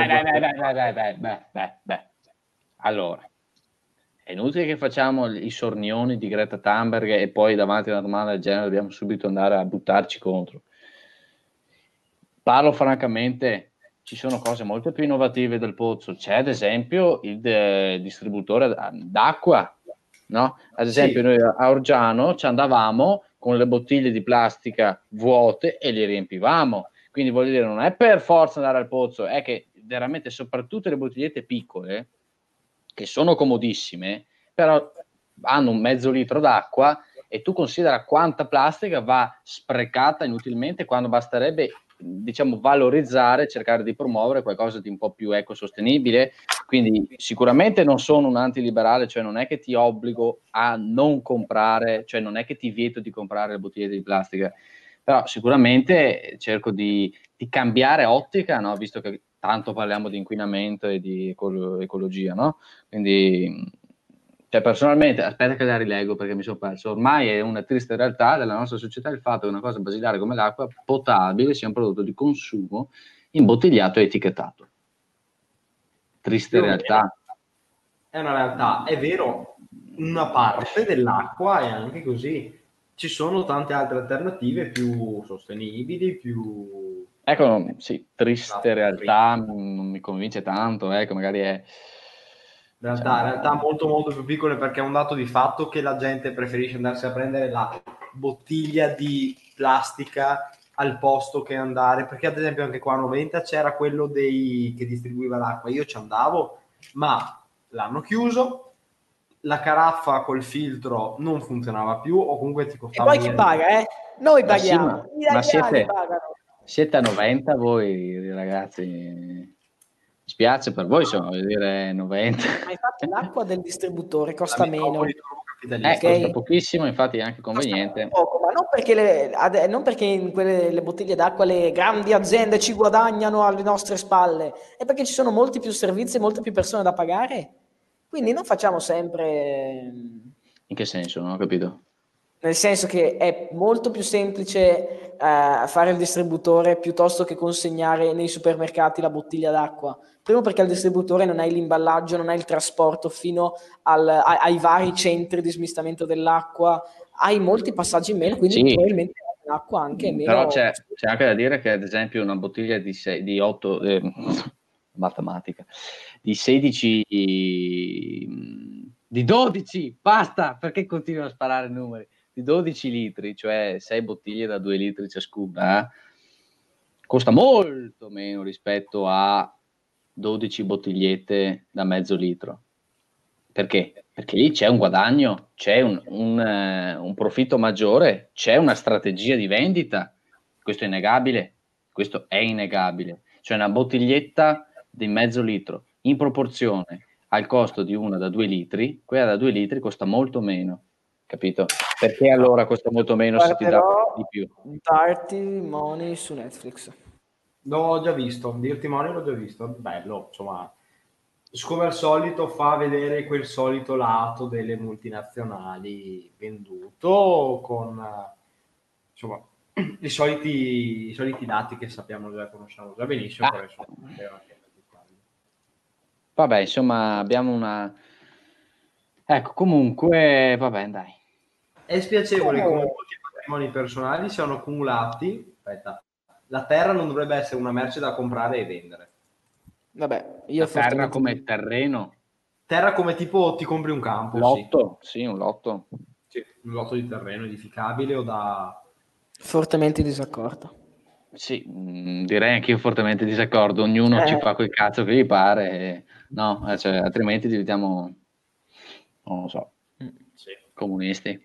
Allora, è inutile che facciamo i sornioni di Greta Thunberg e poi davanti a una domanda del genere dobbiamo subito andare a buttarci contro. Parlo francamente, ci sono cose molto più innovative del pozzo. C'è ad esempio il distributore d'acqua. No? Ad esempio, noi a Orgiano ci andavamo con le bottiglie di plastica vuote e le riempivamo. Quindi voglio dire, non è per forza andare al pozzo, è che veramente soprattutto le bottigliette piccole, che sono comodissime, però hanno un mezzo litro d'acqua e tu considera quanta plastica va sprecata inutilmente quando basterebbe, diciamo, valorizzare, cercare di promuovere qualcosa di un po' più ecosostenibile. Quindi sicuramente non sono un antiliberale, cioè non è che ti obbligo a non comprare, cioè non è che ti vieto di comprare le bottiglie di plastica, però sicuramente cerco di cambiare ottica, no? Visto che tanto parliamo di inquinamento e di ecologia, no? Quindi, cioè personalmente, aspetta che la rilego perché mi sono perso, ormai è una triste realtà della nostra società il fatto che una cosa basilare come l'acqua potabile sia un prodotto di consumo imbottigliato e etichettato. Triste realtà. È una realtà, è vero, una parte dell'acqua è anche così. Ci sono tante altre alternative più sostenibili, più Ecco, sì, triste realtà, non mi convince tanto, ecco, magari è... In realtà molto molto più piccole, perché è un dato di fatto che la gente preferisce andarsi a prendere la bottiglia di plastica al posto che andare, perché ad esempio anche qua a Noventa c'era quello che distribuiva l'acqua, io ci andavo, ma l'hanno chiuso, la caraffa col filtro non funzionava più, o comunque ti E costava... poi chi paga, Noi Ma sì, paghiamo, gli ma italiani pagano. siete a 90 voi, ragazzi? Mi spiace per voi, insomma, voglio dire 90. Ma infatti l'acqua del distributore costa meno. Costa Ok? pochissimo, infatti è anche conveniente. Poco, ma non perché, non perché in quelle le bottiglie d'acqua le grandi aziende ci guadagnano alle nostre spalle, è perché ci sono molti più servizi e molte più persone da pagare. Quindi non facciamo sempre... In che senso? Non ho capito. Nel senso che è molto più semplice fare il distributore piuttosto che consegnare nei supermercati la bottiglia d'acqua. Primo perché al distributore non hai l'imballaggio, non hai il trasporto fino ai vari centri di smistamento dell'acqua, hai molti passaggi in meno, quindi Sì, probabilmente l'acqua anche meno... però c'è anche da dire che ad esempio una bottiglia di 8 matematica di 16 di 12, basta, perché continuano a sparare numeri, di 12 litri, cioè 6 bottiglie da 2 litri ciascuna, costa molto meno rispetto a 12 bottigliette da mezzo litro. Perché? Perché lì c'è un guadagno, c'è un profitto maggiore, c'è una strategia di vendita. Questo è innegabile. Questo è innegabile. Cioè una bottiglietta di mezzo litro in proporzione al costo di una da 2 litri, quella da 2 litri costa molto meno. Capito? Perché allora costa molto meno se ti dà di più? Dirty Money su Netflix. L'ho già visto, Dirty Money l'ho già visto, bello, insomma, come al solito fa vedere quel solito lato delle multinazionali venduto con, insomma, i soliti lati che sappiamo già, conosciamo già benissimo, però insomma, vabbè, insomma, abbiamo una... Ecco, comunque, vabbè, dai. È spiacevole come molti patrimoni personali siano accumulati. Aspetta, la terra non dovrebbe essere una merce da comprare e vendere. Vabbè, io La terra come terreno. Terra come tipo ti compri un campo. Lotto, sì, un lotto. Sì, un lotto di terreno edificabile o da... Fortemente disaccordo. Sì, direi anche io fortemente disaccordo. Ognuno ci fa quel cazzo che gli pare. No, cioè, altrimenti diventiamo, non lo so, comunisti.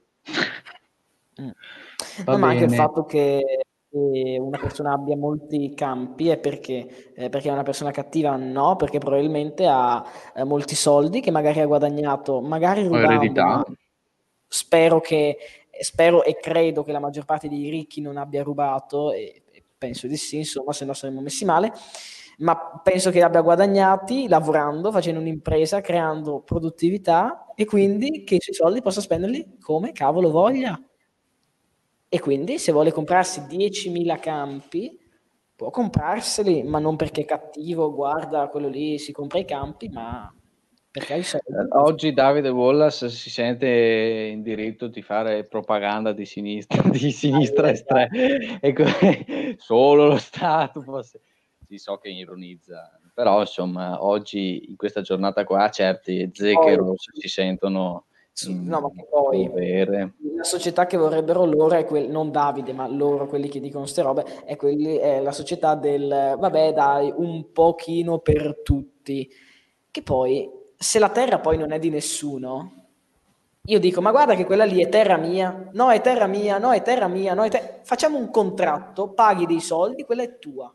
No, ma anche il fatto che una persona abbia molti campi è perché è una persona cattiva? No, perché probabilmente ha molti soldi che magari ha guadagnato, magari rubando, ma spero e credo che la maggior parte dei ricchi non abbia rubato, e penso di sì, insomma, se no saremmo messi male, ma penso che abbia guadagnati lavorando, facendo un'impresa, creando produttività, e quindi che i suoi soldi possa spenderli come cavolo voglia. E quindi se vuole comprarsi 10.000 campi, può comprarseli, ma non perché è cattivo, guarda, quello lì si compra i campi, ma perché ha i soldi. Oggi Davide Wallace si sente in diritto di fare propaganda di sinistra estrema. Solo lo Stato fosse... Sì, so che ironizza, però insomma oggi in questa giornata qua certi zecche rosse si sentono no, ma che poi la società che vorrebbero loro è non Davide, ma loro, quelli che dicono ste robe, è la società del vabbè dai, un pochino per tutti, che poi se la terra poi non è di nessuno, io dico ma guarda che quella lì è terra mia, no è terra mia, no è terra mia, no facciamo un contratto, paghi dei soldi, quella è tua.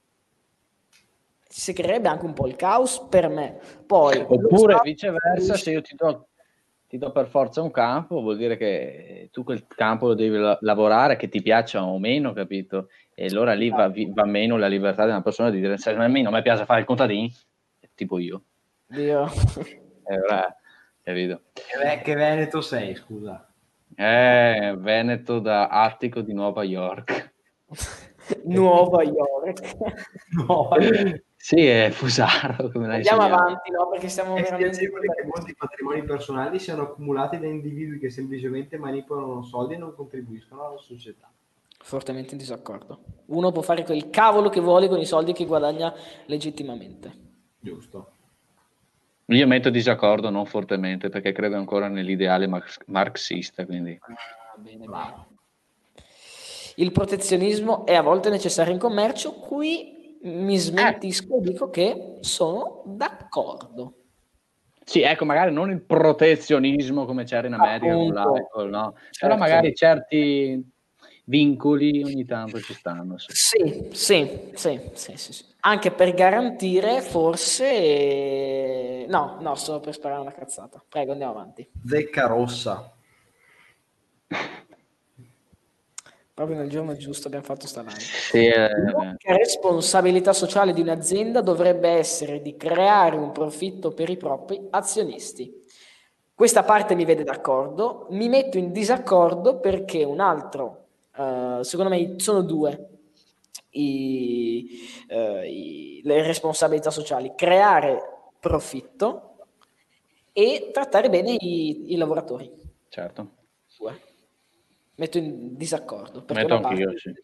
Si creerebbe anche un po' il caos per me. Poi, oppure viceversa, se io ti do per forza un campo, vuol dire che tu quel campo lo devi lavorare, che ti piaccia o meno, capito? E allora lì va meno la libertà di una persona di dire, a me non mi piace fare il contadino, tipo io. Dio. Capito? Che Veneto sei, scusa? Veneto da Attico di Nuova York. Nuova York. Sì, è Fusaro. Come andiamo avanti, no? Perché stiamo veramente... che molti patrimoni personali siano accumulati da individui che semplicemente manipolano soldi e non contribuiscono alla società. fortemente in disaccordo. Uno può fare quel cavolo che vuole con i soldi che guadagna legittimamente. Giusto. Io metto disaccordo non fortemente perché credo ancora nell'ideale marxista, quindi Bene. Il protezionismo è a volte necessario in commercio. Qui mi smentisco e dico che sono d'accordo. Sì, ecco, magari non il protezionismo come c'era in America con l'alcol, no? Certo. Però magari certi vincoli ogni tanto ci stanno. Sì. Anche per garantire forse... No, sto per sparare una cazzata. Prego, andiamo avanti. Zecca rossa. Proprio nel giorno giusto abbiamo fatto sta live. Sì, L'unica responsabilità sociale di un'azienda dovrebbe essere di creare un profitto per i propri azionisti. Questa parte mi vede d'accordo. Mi metto in disaccordo perché un altro, secondo me sono due le responsabilità sociali: creare profitto e trattare bene i lavoratori. certo. Metto in disaccordo perché Metto una parte anch'io, sì.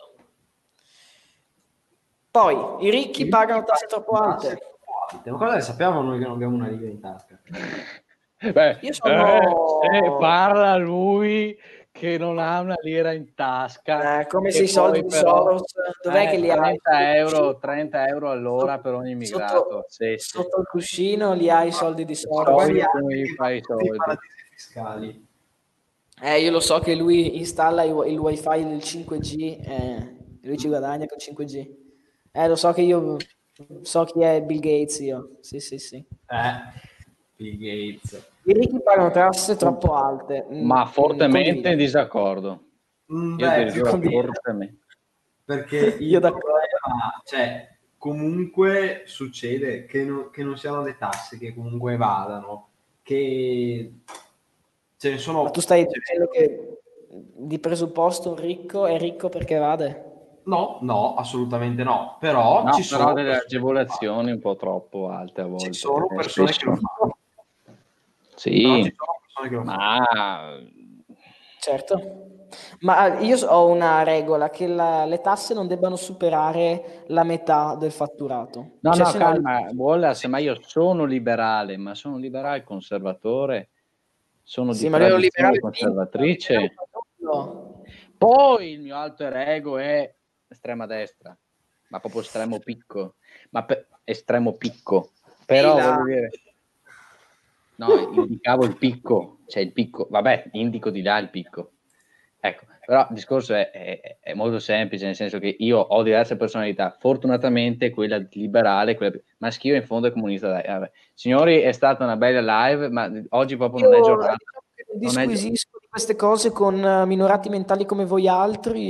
Poi i ricchi pagano tasse troppo alte. Ma cosa ne sappiamo noi che non abbiamo una riga in tasca? Beh, Io sono... parla lui che non ha una lira in tasca, come e se i soldi poi di però Soros, dov'è che li hai? 30 euro all'ora per ogni immigrato. Sotto il cuscino li hai i soldi di Soros. Soldi come gli fai i soldi. Paradisi fiscali. Io lo so che lui installa il wifi del 5G, lui ci guadagna con 5G. Lo so che io so chi è Bill Gates, io. Sì. Bill Gates. I ricchi pagano tasse troppo alte. Ma fortemente in disaccordo. Io addirittura fortemente. Perché io d'accordo. Cioè, comunque succede che non siano le tasse che comunque vadano, che ce ne sono. Ma tu stai dicendo che di presupposto un ricco è ricco perché vade? No, assolutamente no. Però ci sono delle agevolazioni un po' troppo alte a volte. Ci sono persone che lo fanno. Sì, ci sono persone che lo fanno. Certo. Ma io ho una regola che le tasse non debbano superare la metà del fatturato. No, Cioè, se no- calma, ma io sono liberale, ma sono liberale conservatore, sono Sì, di ma lui è un tradizione liberale conservatrice. No. Poi il mio alter ego è estrema destra, ma proprio estremo picco, estremo picco. Però voglio dire, no, indicavo il picco, cioè il picco, vabbè, indico di là il picco. Ecco, però il discorso è molto semplice, nel senso che io ho diverse personalità, fortunatamente quella liberale, quella maschile in fondo è comunista. Vabbè. Signori, è stata una bella live, ma oggi proprio non è giornata. Io disquisisco di queste cose con minorati mentali come voi altri.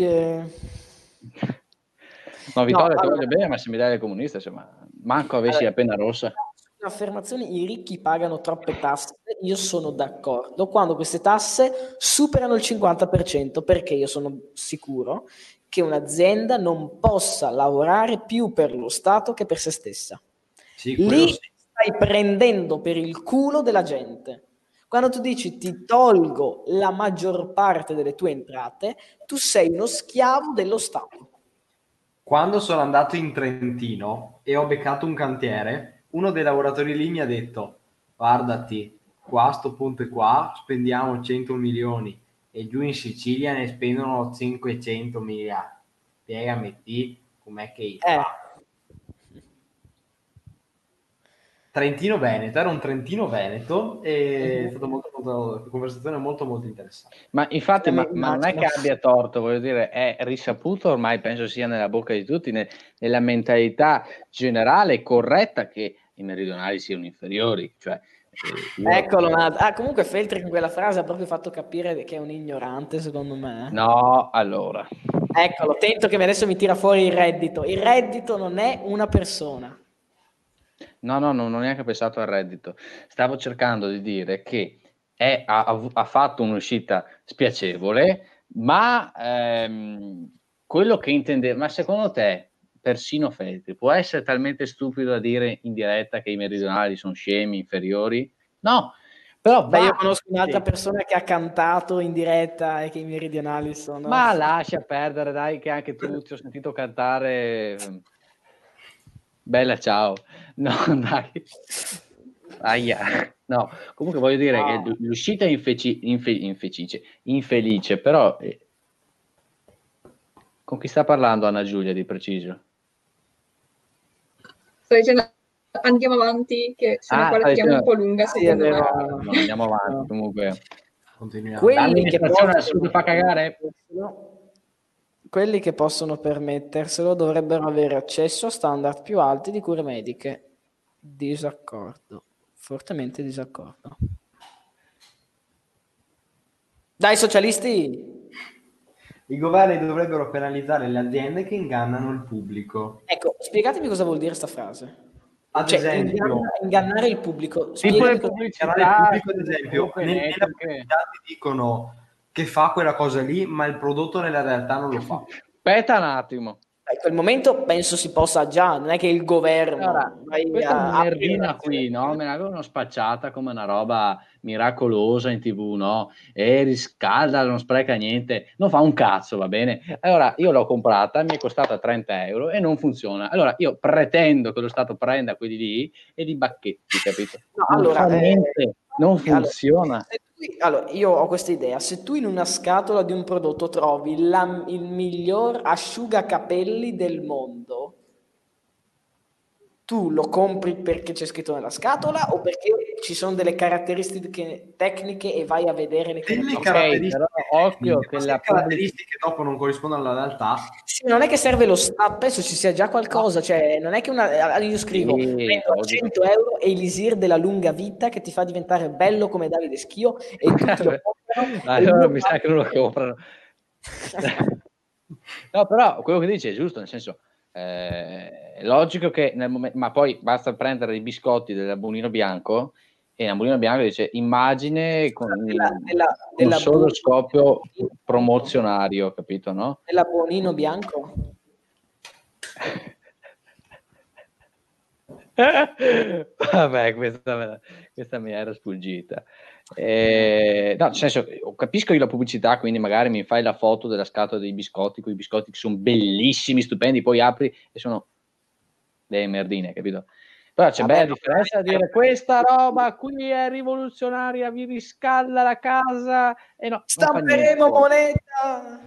No, Vittorio, ti voglio bene, ma se mi dai le comuniste, insomma, manco avessi la penna rossa. Affermazione: i ricchi pagano troppe tasse. Io sono d'accordo quando queste tasse superano il 50%, perché io sono sicuro che un'azienda non possa lavorare più per lo Stato che per se stessa. Lì stai prendendo per il culo della gente. Quando tu dici ti tolgo la maggior parte delle tue entrate, tu sei uno schiavo dello Stato. Quando sono andato in Trentino e ho beccato un cantiere, uno dei lavoratori lì mi ha detto: guardati, qua a sto punto qua spendiamo 100 milioni e giù in Sicilia ne spendono 500 miliardi. Spiegami te com'è che fa. Trentino Veneto, era un Trentino Veneto e è stata una conversazione molto interessante. Ma infatti, ma non è che abbia torto, voglio dire, è risaputo ormai, penso sia nella bocca di tutti, nella mentalità generale corretta che i meridionali siano inferiori. Cioè, Eccolo, comunque Feltri con quella frase ha proprio fatto capire che è un ignorante, secondo me. No, allora. Eccolo, attento che adesso mi tira fuori il reddito. Il reddito non è una persona. No, non ho neanche pensato al reddito. Stavo cercando di dire che ha fatto un'uscita spiacevole, ma quello che intendeva, ma secondo te persino Feltri può essere talmente stupido da dire in diretta che i meridionali sono scemi, inferiori? No, Però Beh, io conosco un'altra persona che ha cantato in diretta e che i meridionali sono... Ma lascia perdere, dai, che anche tu ti ho sentito cantare. Bella, ciao. No, dai. Aia. No, comunque voglio dire che l'uscita è infelice, però con chi sta parlando Anna Giulia di preciso? Sto dicendo andiamo avanti, che sennò qua la tiriamo un po' lunga, secondo me. No, andiamo avanti, comunque. Continuiamo. Quelli che L'amministrazione fa cagare? Quelli che possono permetterselo dovrebbero avere accesso a standard più alti di cure mediche. Disaccordo. Fortemente disaccordo. Dai socialisti! I governi dovrebbero penalizzare le aziende che ingannano il pubblico. Ecco, spiegatemi cosa vuol dire sta frase. Ad esempio, ingannare il pubblico. Tipo le pubblicità, ad esempio, nella pubblicità ti dicono che fa quella cosa lì, ma il prodotto nella realtà non lo fa. Aspetta un attimo. In quel momento penso si possa già, non è che il governo... Allora, questa merdina qui, no? Me l'avevano spacciata come una roba miracolosa in TV, no? E riscalda, non spreca niente, non fa un cazzo, va bene? Allora, io l'ho comprata, mi è costata 30 euro e non funziona. Allora, io pretendo che lo Stato prenda quelli lì e li bacchetti, capito? No, non allora, fa niente, non funziona. Allora, io ho questa idea: se tu in una scatola di un prodotto trovi il miglior asciugacapelli del mondo, tu lo compri perché c'è scritto nella scatola o perché ci sono delle caratteristiche tecniche e vai a vedere le caratteristiche? Però occhio che le caratteristiche dopo non corrispondono alla realtà. Sì, non è che serve lo stop, penso ci sia già qualcosa, cioè non è che io scrivo prendo 100 euro e l'elisir della lunga vita che ti fa diventare bello come Davide Schio e tutti lo comprano. Allora mi sa che non lo comprano. No, però quello che dice è giusto, nel senso è logico che nel momento, ma poi basta prendere i biscotti del Bonino Bianco e nel Bonino Bianco dice immagine con un solo scopo promozionario, capito, no? Della Bonino Bianco? Vabbè, questa mi era sfuggita. No, nel senso, capisco io la pubblicità, quindi magari mi fai la foto della scatola dei biscotti, quei biscotti che sono bellissimi, stupendi, poi apri e sono delle merdine, capito? Però c'è bella differenza a dire questa roba qui è rivoluzionaria, vi riscalda la casa e no, stamperemo moneta.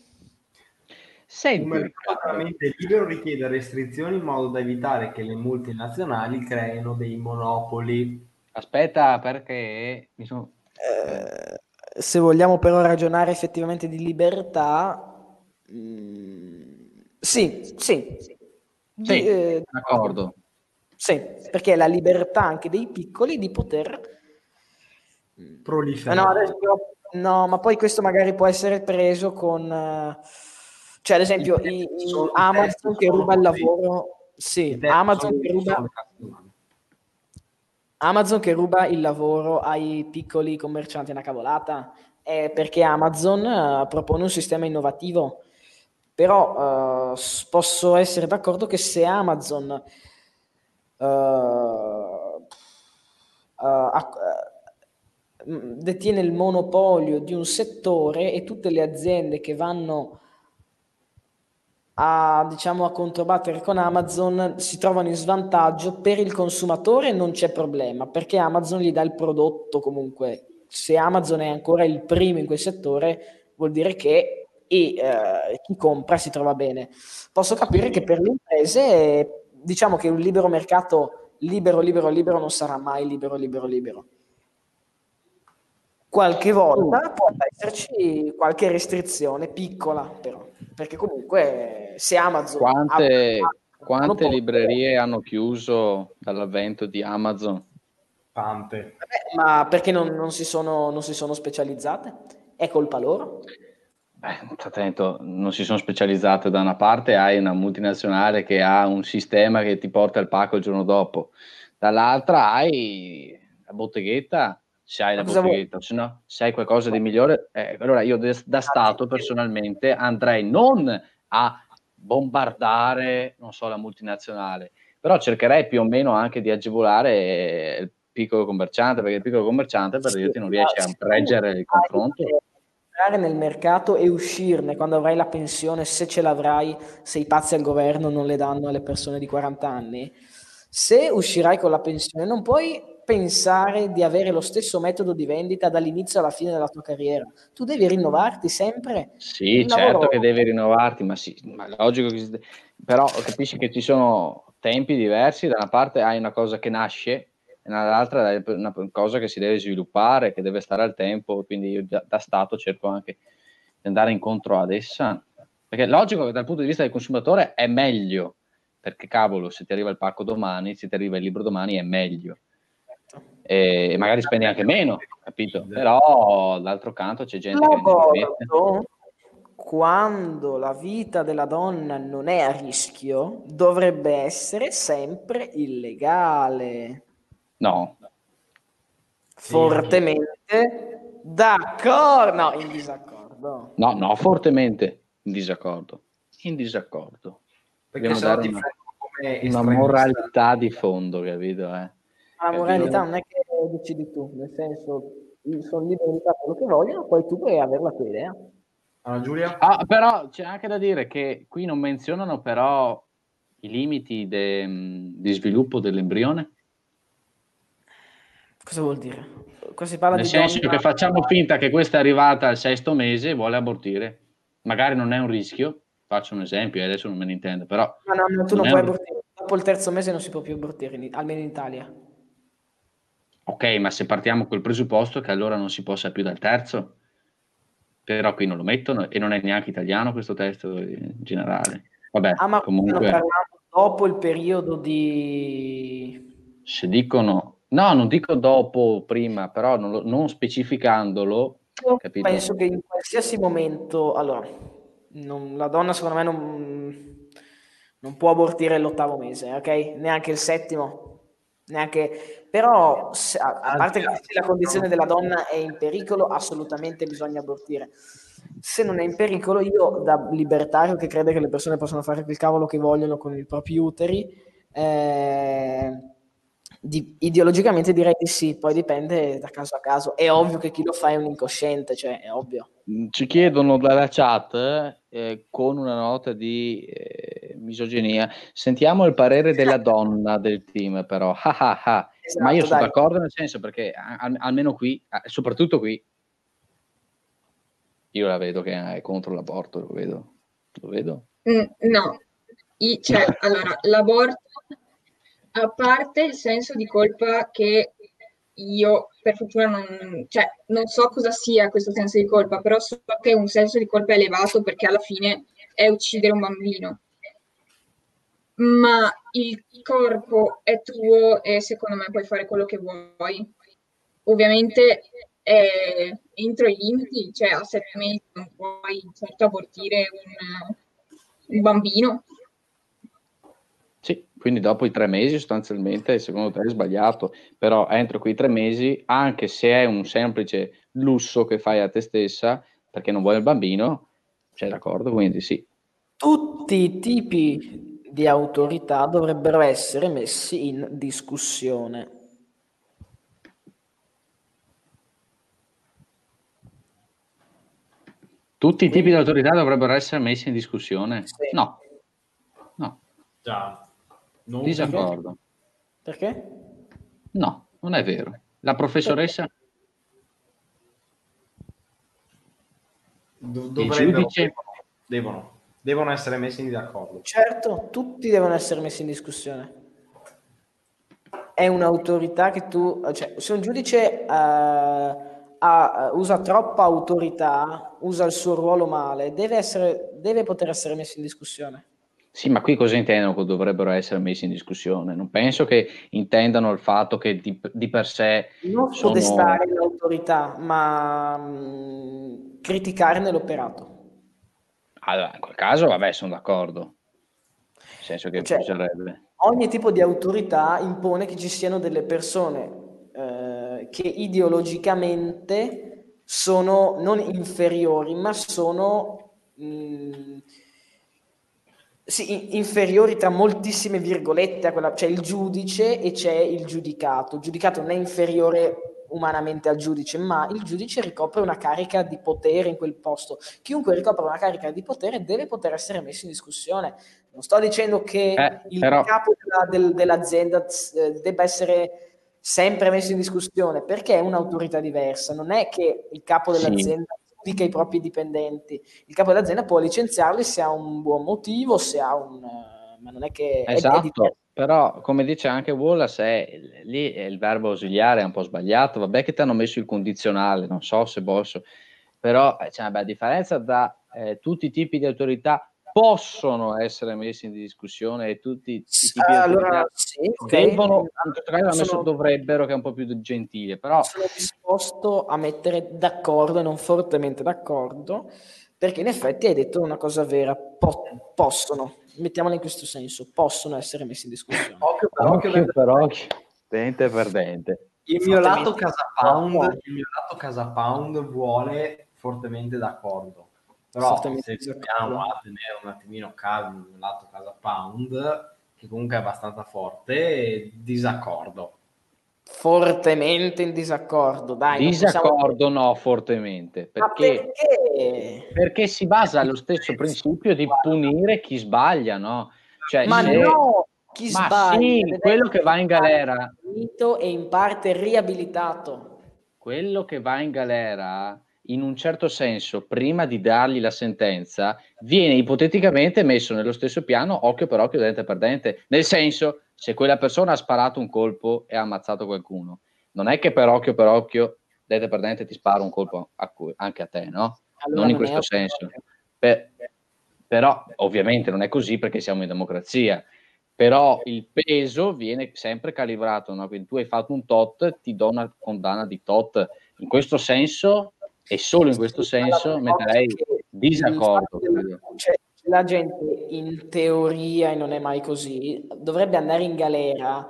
Un mercato veramente libero richiede restrizioni in modo da evitare che le multinazionali creino dei monopoli. Aspetta, perché mi sono... se vogliamo però ragionare effettivamente di libertà, sì, d'accordo. Sì, perché è la libertà anche dei piccoli di poter proliferare. No, ma poi questo magari può essere preso con... cioè, ad esempio, Amazon che ruba il lavoro... Sì, Amazon che ruba il lavoro ai piccoli commercianti è una cavolata, è perché Amazon propone un sistema innovativo, però posso essere d'accordo che se Amazon detiene il monopolio di un settore e tutte le aziende che vanno a controbattere con Amazon si trovano in svantaggio, per il consumatore non c'è problema perché Amazon gli dà il prodotto comunque. Se Amazon è ancora il primo in quel settore vuol dire che chi compra si trova bene. Posso capire che per le imprese diciamo che un libero mercato libero non sarà mai libero. Qualche volta può esserci qualche restrizione piccola, però, perché comunque se Amazon... Quante librerie hanno chiuso dall'avvento di Amazon? Tante. Ma perché non si sono specializzate? È colpa loro? Attento, non si sono specializzate. Da una parte hai una multinazionale che ha un sistema che ti porta il pacco il giorno dopo, dall'altra hai la botteghetta. Se hai la botteghetta, se no, se hai qualcosa di migliore, allora io da Stato personalmente andrei non a bombardare, non so, la multinazionale, però cercherei più o meno anche di agevolare piccolo commerciante, perché il piccolo commerciante per dirti non riesce a reggere il confronto. Entrare nel mercato e uscirne quando avrai la pensione, se ce l'avrai, se i pazzi al governo non le danno alle persone di 40 anni, se uscirai con la pensione non puoi pensare di avere lo stesso metodo di vendita dall'inizio alla fine della tua carriera. Tu devi rinnovarti sempre. Sì, Il certo lavoro... che devi rinnovarti, ma sì, ma è logico che però capisci che ci sono tempi diversi, da una parte hai una cosa che nasce e dall'altra hai una cosa che si deve sviluppare, che deve stare al tempo, quindi io da Stato cerco anche di andare incontro ad essa, perché è logico che dal punto di vista del consumatore è meglio, perché cavolo, se ti arriva il pacco domani, se ti arriva il libro domani è meglio. E magari spendi anche meno, capito? Però d'altro canto c'è gente che ne L'aborto, quando la vita della donna non è a rischio, dovrebbe essere sempre illegale. No. Fortemente d'accordo. No, in disaccordo. No, fortemente in disaccordo. In disaccordo. Perché dobbiamo dare una moralità di fondo, capito? La moralità non è che decidi tu, nel senso, sono liberi di fare quello che vogliono, poi tu puoi avere la tua idea. Allora, Giulia? Però c'è anche da dire che qui non menzionano però i limiti di sviluppo dell'embrione. Cosa vuol dire? Qua si parla Nel di senso donna... che facciamo finta che questa è arrivata al 6° mese e vuole abortire. Magari non è un rischio, faccio un esempio, adesso non me ne intendo, però... No, tu non puoi abortire. Dopo il 3° mese non si può più abortire, almeno in Italia. Ok, ma se partiamo col presupposto che allora non si possa più dal 3°, però qui non lo mettono e non è neanche italiano questo testo in generale. Vabbè, ma comunque... stanno parlando dopo il periodo di... Se dicono... No, non dico dopo, prima, però non specificandolo, Io capito? penso che in qualsiasi momento... Allora, la donna secondo me non può abortire l'8° mese, ok? Neanche il 7°. Neanche... Però, a parte che se la condizione della donna è in pericolo, assolutamente bisogna abortire. Se non è in pericolo, io da libertario che crede che le persone possano fare quel cavolo che vogliono con i propri uteri, ideologicamente direi di sì, poi dipende da caso a caso. È ovvio che chi lo fa è un incosciente, cioè è ovvio. Ci chiedono dalla chat con una nota di misoginia, sentiamo il parere della donna del team, però Esatto, ma io sono dai. d'accordo, nel senso, perché almeno qui, soprattutto qui, io la vedo che è contro l'aborto, lo vedo. No, allora, l'aborto, a parte il senso di colpa che io per fortuna non so cosa sia questo senso di colpa, però so che è un senso di colpa elevato perché alla fine è uccidere un bambino. Ma il corpo è tuo e secondo me puoi fare quello che vuoi. Ovviamente entro i limiti, cioè a 7 mesi non puoi certo abortire un bambino. Sì, quindi dopo i 3 mesi sostanzialmente secondo te è sbagliato, però entro quei 3 mesi, anche se è un semplice lusso che fai a te stessa perché non vuoi il bambino, sei d'accordo? Quindi sì. Tutti i tipi di autorità dovrebbero essere messi in discussione. Tutti i tipi di autorità dovrebbero essere messi in discussione? Sì. No. Già. Non Disaccordo. Perché? No, non è vero. La professoressa? Il giudice? Devono essere messi d'accordo. Certo, tutti devono essere messi in discussione. È un'autorità che cioè, se un giudice usa troppa autorità, usa il suo ruolo male, deve poter essere messo in discussione. Sì, ma qui cosa intendono che dovrebbero essere messi in discussione? Non penso che intendano il fatto che di per sé non contestare l'autorità, ma criticarne l'operato. Allora, in quel caso, vabbè, sono d'accordo. Nel senso che bisognerebbe... Ogni tipo di autorità impone che ci siano delle persone che ideologicamente sono non inferiori, ma sono Sì, inferiori tra moltissime virgolette a quella, c'è il giudice e c'è il giudicato. Il giudicato non è inferiore umanamente al giudice, ma il giudice ricopre una carica di potere in quel posto. Chiunque ricopre una carica di potere deve poter essere messo in discussione. Non sto dicendo che il Però capo dell'azienda debba essere sempre messo in discussione, perché è un'autorità diversa. Non è che il capo sì, dell'azienda giudica i propri dipendenti. Il capo dell'azienda può licenziarli se ha un buon motivo, se ha un... ma non è che... è esatto, diverso. però come dice anche Wallace, lì è il verbo ausiliare è un po' sbagliato, vabbè che ti hanno messo il condizionale, non so se posso, però c'è una bella differenza da tutti i tipi di autorità possono essere messi in discussione e tutti i tipi di Allora, autorità sì, ok. devono, in questo caso hanno messo Sono, dovrebbero, che è un po' più gentile, però sono disposto a mettere d'accordo e non fortemente d'accordo, perché in effetti hai detto una cosa vera, possono, mettiamola in questo senso, possono essere messi in discussione. occhio per occhio, dente per dente. Il mio lato Fortemente Casa Pound vuole fortemente d'accordo, però fortemente se proviamo d'accordo. a tenere un attimino calmo il mio lato Casa Pound, che comunque è abbastanza forte, disaccordo. Fortemente in disaccordo, dai, non possiamo... Disaccordo no, fortemente, Ma perché? perché si basa allo stesso principio di punire chi sbaglia, no? Cioè, Ma se... no, chi Ma sbaglia sì, deve quello che essere va in in parte galera, punito e in parte riabilitato. quello che va in galera, in un certo senso, prima di dargli la sentenza, viene ipoteticamente messo nello stesso piano, occhio per occhio, dente per dente. Nel senso, se quella persona ha sparato un colpo e ha ammazzato qualcuno, non è che per occhio, dente per dente ti spara un colpo anche a te, no? Allora Non in non è questo senso. Però, ovviamente, non è così perché siamo in democrazia. Però il peso viene sempre calibrato, no? Quindi tu hai fatto un tot, ti do una condanna di tot. In questo senso, e solo in questo Sì, alla senso, occhio metterei che il fatto disaccordo. cioè, la gente in teoria, e non è mai così, dovrebbe andare in galera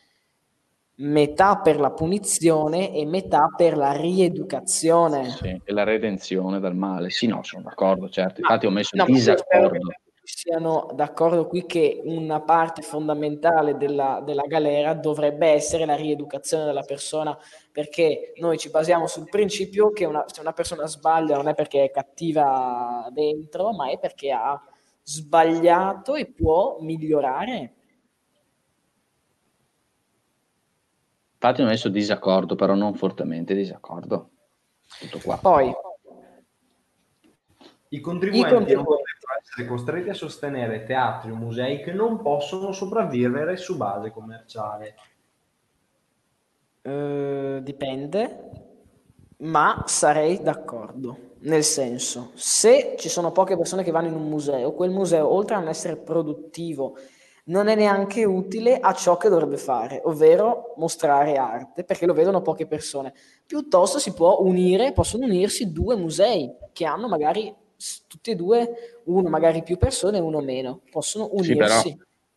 metà per la punizione e metà per la rieducazione. Sì, e la redenzione dal male. Sì, no, sono d'accordo, certo. Ma, Infatti ho messo no, ma io spero che disaccordo. tutti siano d'accordo qui che una parte fondamentale della galera dovrebbe essere la rieducazione della persona, perché noi ci basiamo sul principio che se una persona sbaglia non è perché è cattiva dentro, ma è perché ha sbagliato e può migliorare. Infatti ho messo disaccordo, però non fortemente disaccordo. Tutto qua. Poi, I contribuenti non dovrebbero essere costretti a sostenere teatri o musei che non possono sopravvivere su base commerciale. dipende, ma sarei d'accordo. Nel senso, se ci sono poche persone che vanno in un museo, quel museo, oltre a non essere produttivo, non è neanche utile a ciò che dovrebbe fare, ovvero mostrare arte, perché lo vedono poche persone. Piuttosto possono unirsi due musei che hanno magari tutti e due, uno magari più persone e uno meno, possono Sì, però unirsi.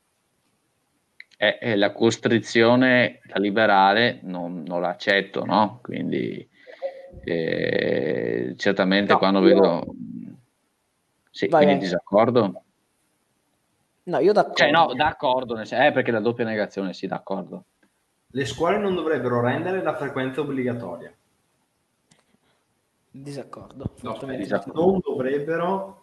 è la costrizione, la liberale, non l'accetto, no? Quindi certamente No, quando vedo... Sì, vai, quindi vai. disaccordo. No, io Cioè, no, d'accordo. d'accordo, perché la doppia negazione, sì, d'accordo. Le scuole non dovrebbero rendere la frequenza obbligatoria. Disaccordo, No, fortemente disaccordo. non dovrebbero.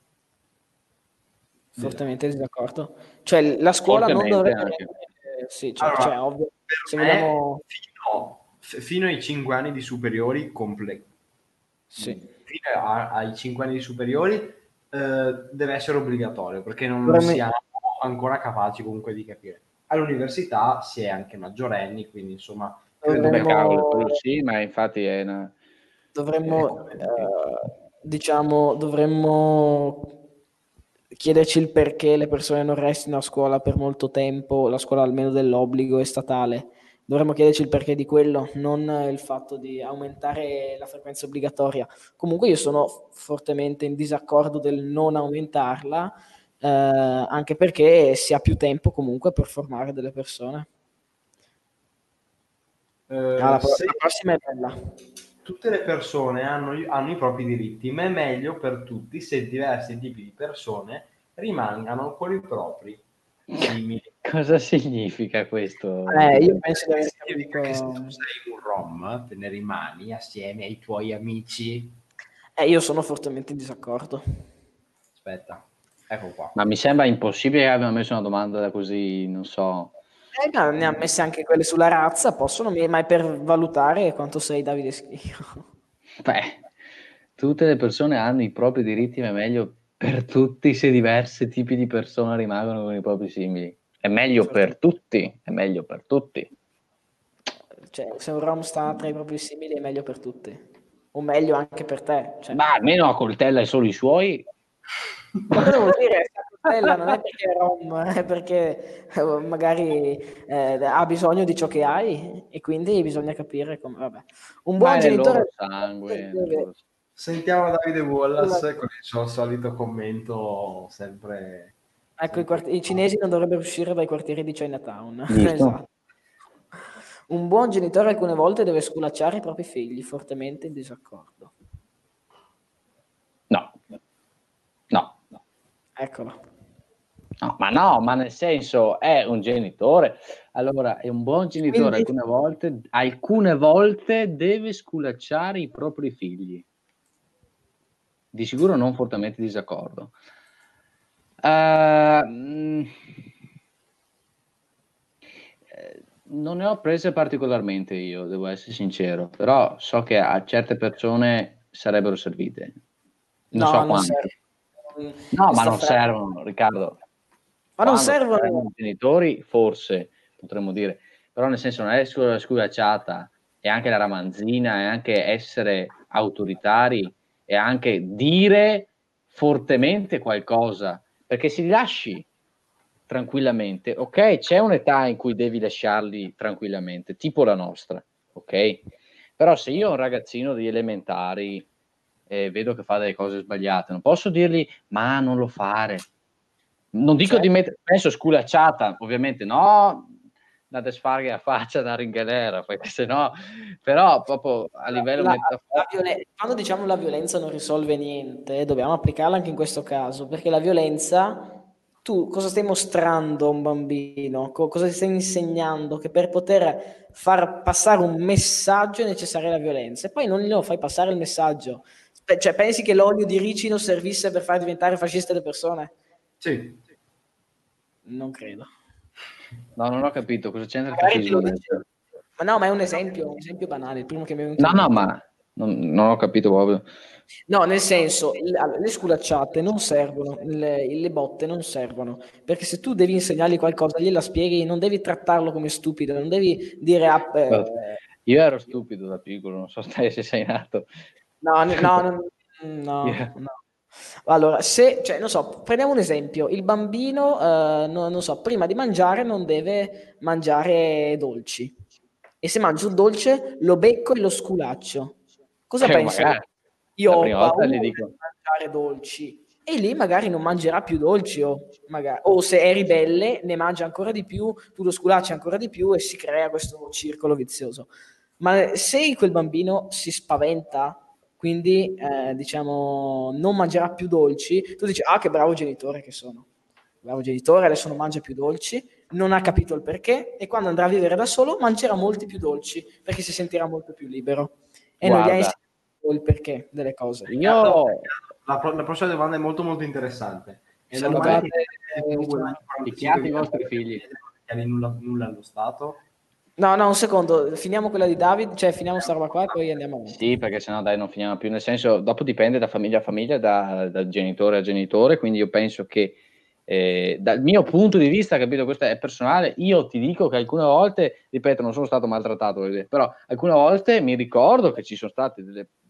fortemente disaccordo. Cioè, la scuola non Fortemente dovrebbe... anche. sì, Allora, cioè, ovvio, se per me, vogliamo... fino ai 5 anni di superiori completi. Sì. Fino ai 5 anni di superiori deve essere obbligatorio perché non Dovremmo- siamo ancora capaci comunque di capire. All'università si è anche maggiorenni, quindi insomma credo Beh, che cavolo, Dovremmo, quello sì, ma infatti è una... dovremmo chiederci il perché le persone non restino a scuola per molto tempo, la scuola almeno dell'obbligo è statale. Dovremmo chiederci il perché di quello, non il fatto di aumentare la frequenza obbligatoria. Comunque io sono fortemente in disaccordo del non aumentarla, anche perché si ha più tempo comunque per formare delle persone. La se prossima è bella. tutte le persone hanno i propri diritti, ma è meglio per tutti se diversi tipi di persone rimangano con i propri simili. Cosa significa questo? Io penso di aver Significa che se tu capito. sei un rom, te ne rimani assieme ai tuoi amici. Io sono fortemente in disaccordo. Aspetta, ecco qua. Ma mi sembra impossibile che abbiano messo una domanda da così, non so. Ma ne ha messe anche quelle sulla razza, possono, ma è per valutare quanto sei Davide Schio. Beh, tutte le persone hanno i propri diritti, ma è meglio per tutti se diversi tipi di persone rimangono con i propri simili. È meglio per tutti, è meglio per tutti. Cioè, se un rom sta tra i propri simili è meglio per tutti. O meglio anche per te. Cioè. Ma almeno accoltella solo i suoi. Ma cosa vuol dire? Quella non è perché è rom, è perché magari ha bisogno di ciò che hai e quindi bisogna capire come. Vabbè. Un buon Ma è nel loro genitore sangue. Sentiamo Davide Wallace con il suo solito commento sempre. Ecco, i cinesi non dovrebbero uscire dai quartieri di Chinatown. Giusto. Esatto. Un buon genitore alcune volte deve sculacciare i propri figli, fortemente in disaccordo. No. Eccola. No, ma nel senso è un genitore. Allora, è un buon genitore. Quindi, alcune volte deve sculacciare i propri figli. Di sicuro non fortemente in disaccordo. Non ne ho prese particolarmente io, devo essere sincero, però so che a certe persone sarebbero servite. Non so quanto. No, ma non servono, Riccardo. Ma non servono. I genitori, forse, potremmo dire. Però nel senso non è solo la sculacciata, è anche la ramanzina, è anche essere autoritari, è anche dire fortemente qualcosa, perché se li lasci tranquillamente, ok, c'è un'età in cui devi lasciarli tranquillamente, tipo la nostra, ok? Però se io ho un ragazzino di elementari vedo che fa delle cose sbagliate, non posso dirgli ma non lo fare. Non dico di mettere, penso sculacciata, ovviamente no, da desfare a faccia da ringalera, perché sennò, però proprio a livello quando diciamo la violenza non risolve niente, dobbiamo applicarla anche in questo caso, perché la violenza, tu cosa stai mostrando a un bambino? Cosa stai insegnando? Che per poter far passare un messaggio è necessaria la violenza, e poi non glielo fai passare il messaggio. Cioè, pensi che l'olio di ricino servisse per far diventare fasciste le persone? Sì. Non credo. No, non ho capito cosa c'entra il fascismo. Ma no, ma è un esempio banale, il primo che mi è venuto in mente. No, ma non ho capito proprio. No, nel senso, le sculacciate non servono, le botte non servono, perché se tu devi insegnargli qualcosa, gliela spieghi, non devi trattarlo come stupido, non devi dire... Io ero stupido da piccolo, non so se sei nato. No. Allora, non so, prendiamo un esempio, il bambino, non so, prima di mangiare non deve mangiare dolci, e se mangia un dolce lo becco e lo sculaccio. Cosa penso? Io ho paura di mangiare dolci, e lì magari non mangerà più dolci, o se è ribelle ne mangia ancora di più, tu lo sculacci ancora di più e si crea questo circolo vizioso. Ma se quel bambino si spaventa, quindi diciamo non mangerà più dolci, tu dici che bravo genitore che sono, bravo genitore, adesso non mangia più dolci, non ha capito il perché, e quando andrà a vivere da solo mangerà molti più dolci perché si sentirà molto più libero, e non gli hai insegnato il perché delle cose. La prossima domanda è molto molto interessante. È normale picchiate i vostri figli. Nulla allo Stato. No, un secondo, finiamo quella di David, cioè finiamo sta roba qua e poi andiamo avanti. Sì, perché sennò dai non finiamo più, nel senso dopo dipende da famiglia a famiglia, da genitore a genitore, quindi io penso che dal mio punto di vista, capito, questo è personale, io ti dico che alcune volte, ripeto, non sono stato maltrattato, però alcune volte mi ricordo che ci sono stati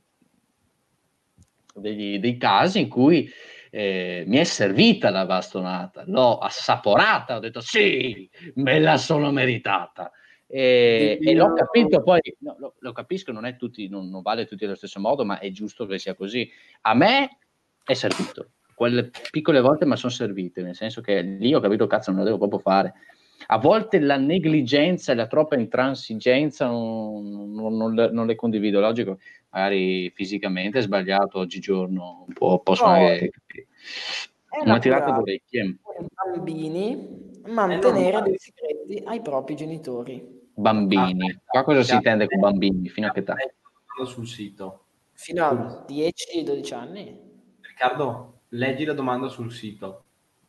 dei casi in cui mi è servita la bastonata, l'ho assaporata, ho detto sì, me la sono meritata. E l'ho capito poi, lo capisco, non è tutti, non vale tutti allo stesso modo, ma è giusto che sia così. A me è servito, quelle piccole volte ma sono servite, nel senso che lì ho capito, cazzo, non lo devo proprio fare. A volte la negligenza e la troppa intransigenza non le condivido, logico, magari fisicamente è sbagliato oggigiorno, possono anche capire. Una tirata d'orecchie. ai bambini mantenere dei segreti ai propri genitori. Bambini. Qua cosa si intende con bambini? Fino a che età? Sul sito. Fino a 10-12 anni. Riccardo, leggi la domanda sul sito.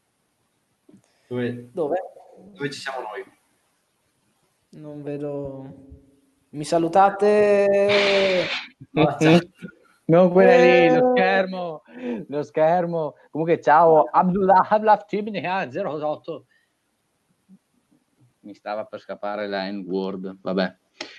Dove ci siamo noi? Non vedo. Mi salutate? Non quella lì, lo schermo. Comunque ciao, Abdullah Tibni 08. Mi stava per scappare la N-word, vabbè.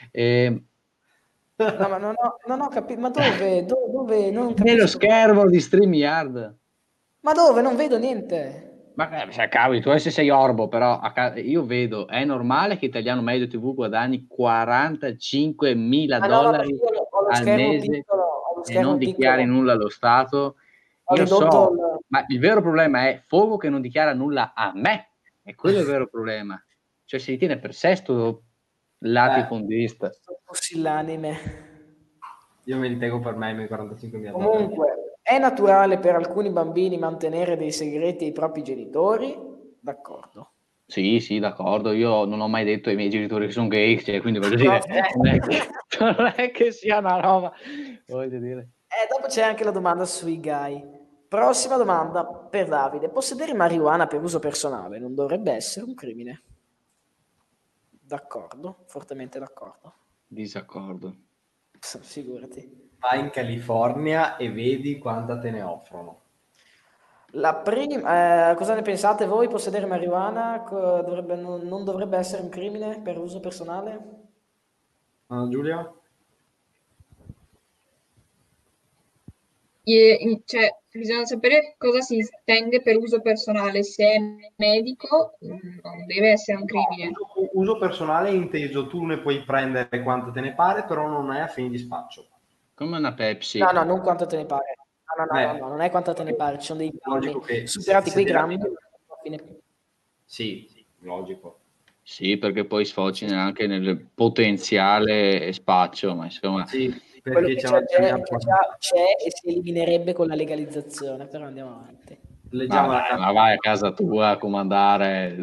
No, ma non ho capito. Ma dove? Non capisco. Nello schermo di StreamYard. Ma dove? Non vedo niente. Ma cavoli, tu adesso sei orbo, però io vedo, è normale che Italiano Medio TV guadagni $45.000 al mese e non dichiari nulla allo Stato? Io so, ma il vero problema è Fogo che non dichiara nulla a me, è quello il vero problema. Cioè si ritiene per sé sto latifondista. Sto pusillanime. Io me li tengo per me i miei $45.000. Comunque, è naturale per alcuni bambini mantenere dei segreti ai propri genitori? D'accordo. Sì, d'accordo. Io non ho mai detto ai miei genitori che sono gay, cioè, quindi voglio dire, non è che sia una roba, voglio dire. Dopo c'è anche la domanda sui gay. Prossima domanda per Davide. Possedere marijuana per uso personale non dovrebbe essere un crimine? D'accordo, fortemente d'accordo. Disaccordo. Figurati. Vai in California e vedi quanta te ne offrono. La prima, cosa ne pensate voi? Possedere marijuana non dovrebbe essere un crimine per uso personale? Giulia? Cioè, bisogna sapere cosa si intende per uso personale. Se è medico, non deve essere un crimine. Uso personale inteso, tu ne puoi prendere quanto te ne pare, però non è a fini di spaccio. Come una Pepsi. No, non quanto te ne pare. No, non è quanto te ne pare, ci sono dei grammi. Superati quei grammi, Sì, logico. Sì, perché poi sfoci anche nel potenziale spaccio, ma insomma... Sì, quello perché che c'è e si eliminerebbe con la legalizzazione, però andiamo avanti. Ma vai a casa tua a comandare...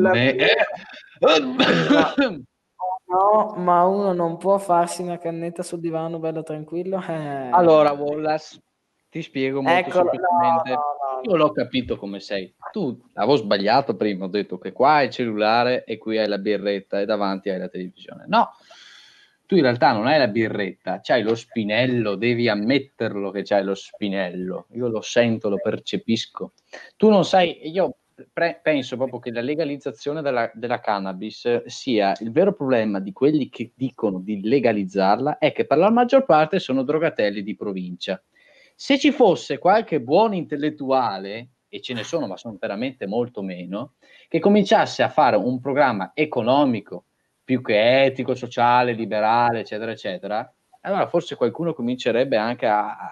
No, ma uno non può farsi una cannetta sul divano bello tranquillo. Allora, Wallace, ti spiego molto semplicemente. No. Io l'ho capito come sei. Tu avevo sbagliato prima, ho detto che qua hai il cellulare e qui hai la birretta e davanti hai la televisione. No, tu in realtà non hai la birretta, c'hai lo spinello, devi ammetterlo che c'hai lo spinello. Io lo sento, lo percepisco. Tu non sai, io penso proprio che la legalizzazione della cannabis sia il vero problema di quelli che dicono di legalizzarla, è che per la maggior parte sono drogatelli di provincia. Se ci fosse qualche buon intellettuale, e ce ne sono, ma sono veramente molto meno, che cominciasse a fare un programma economico più che etico, sociale, liberale, eccetera, eccetera, allora forse qualcuno comincerebbe anche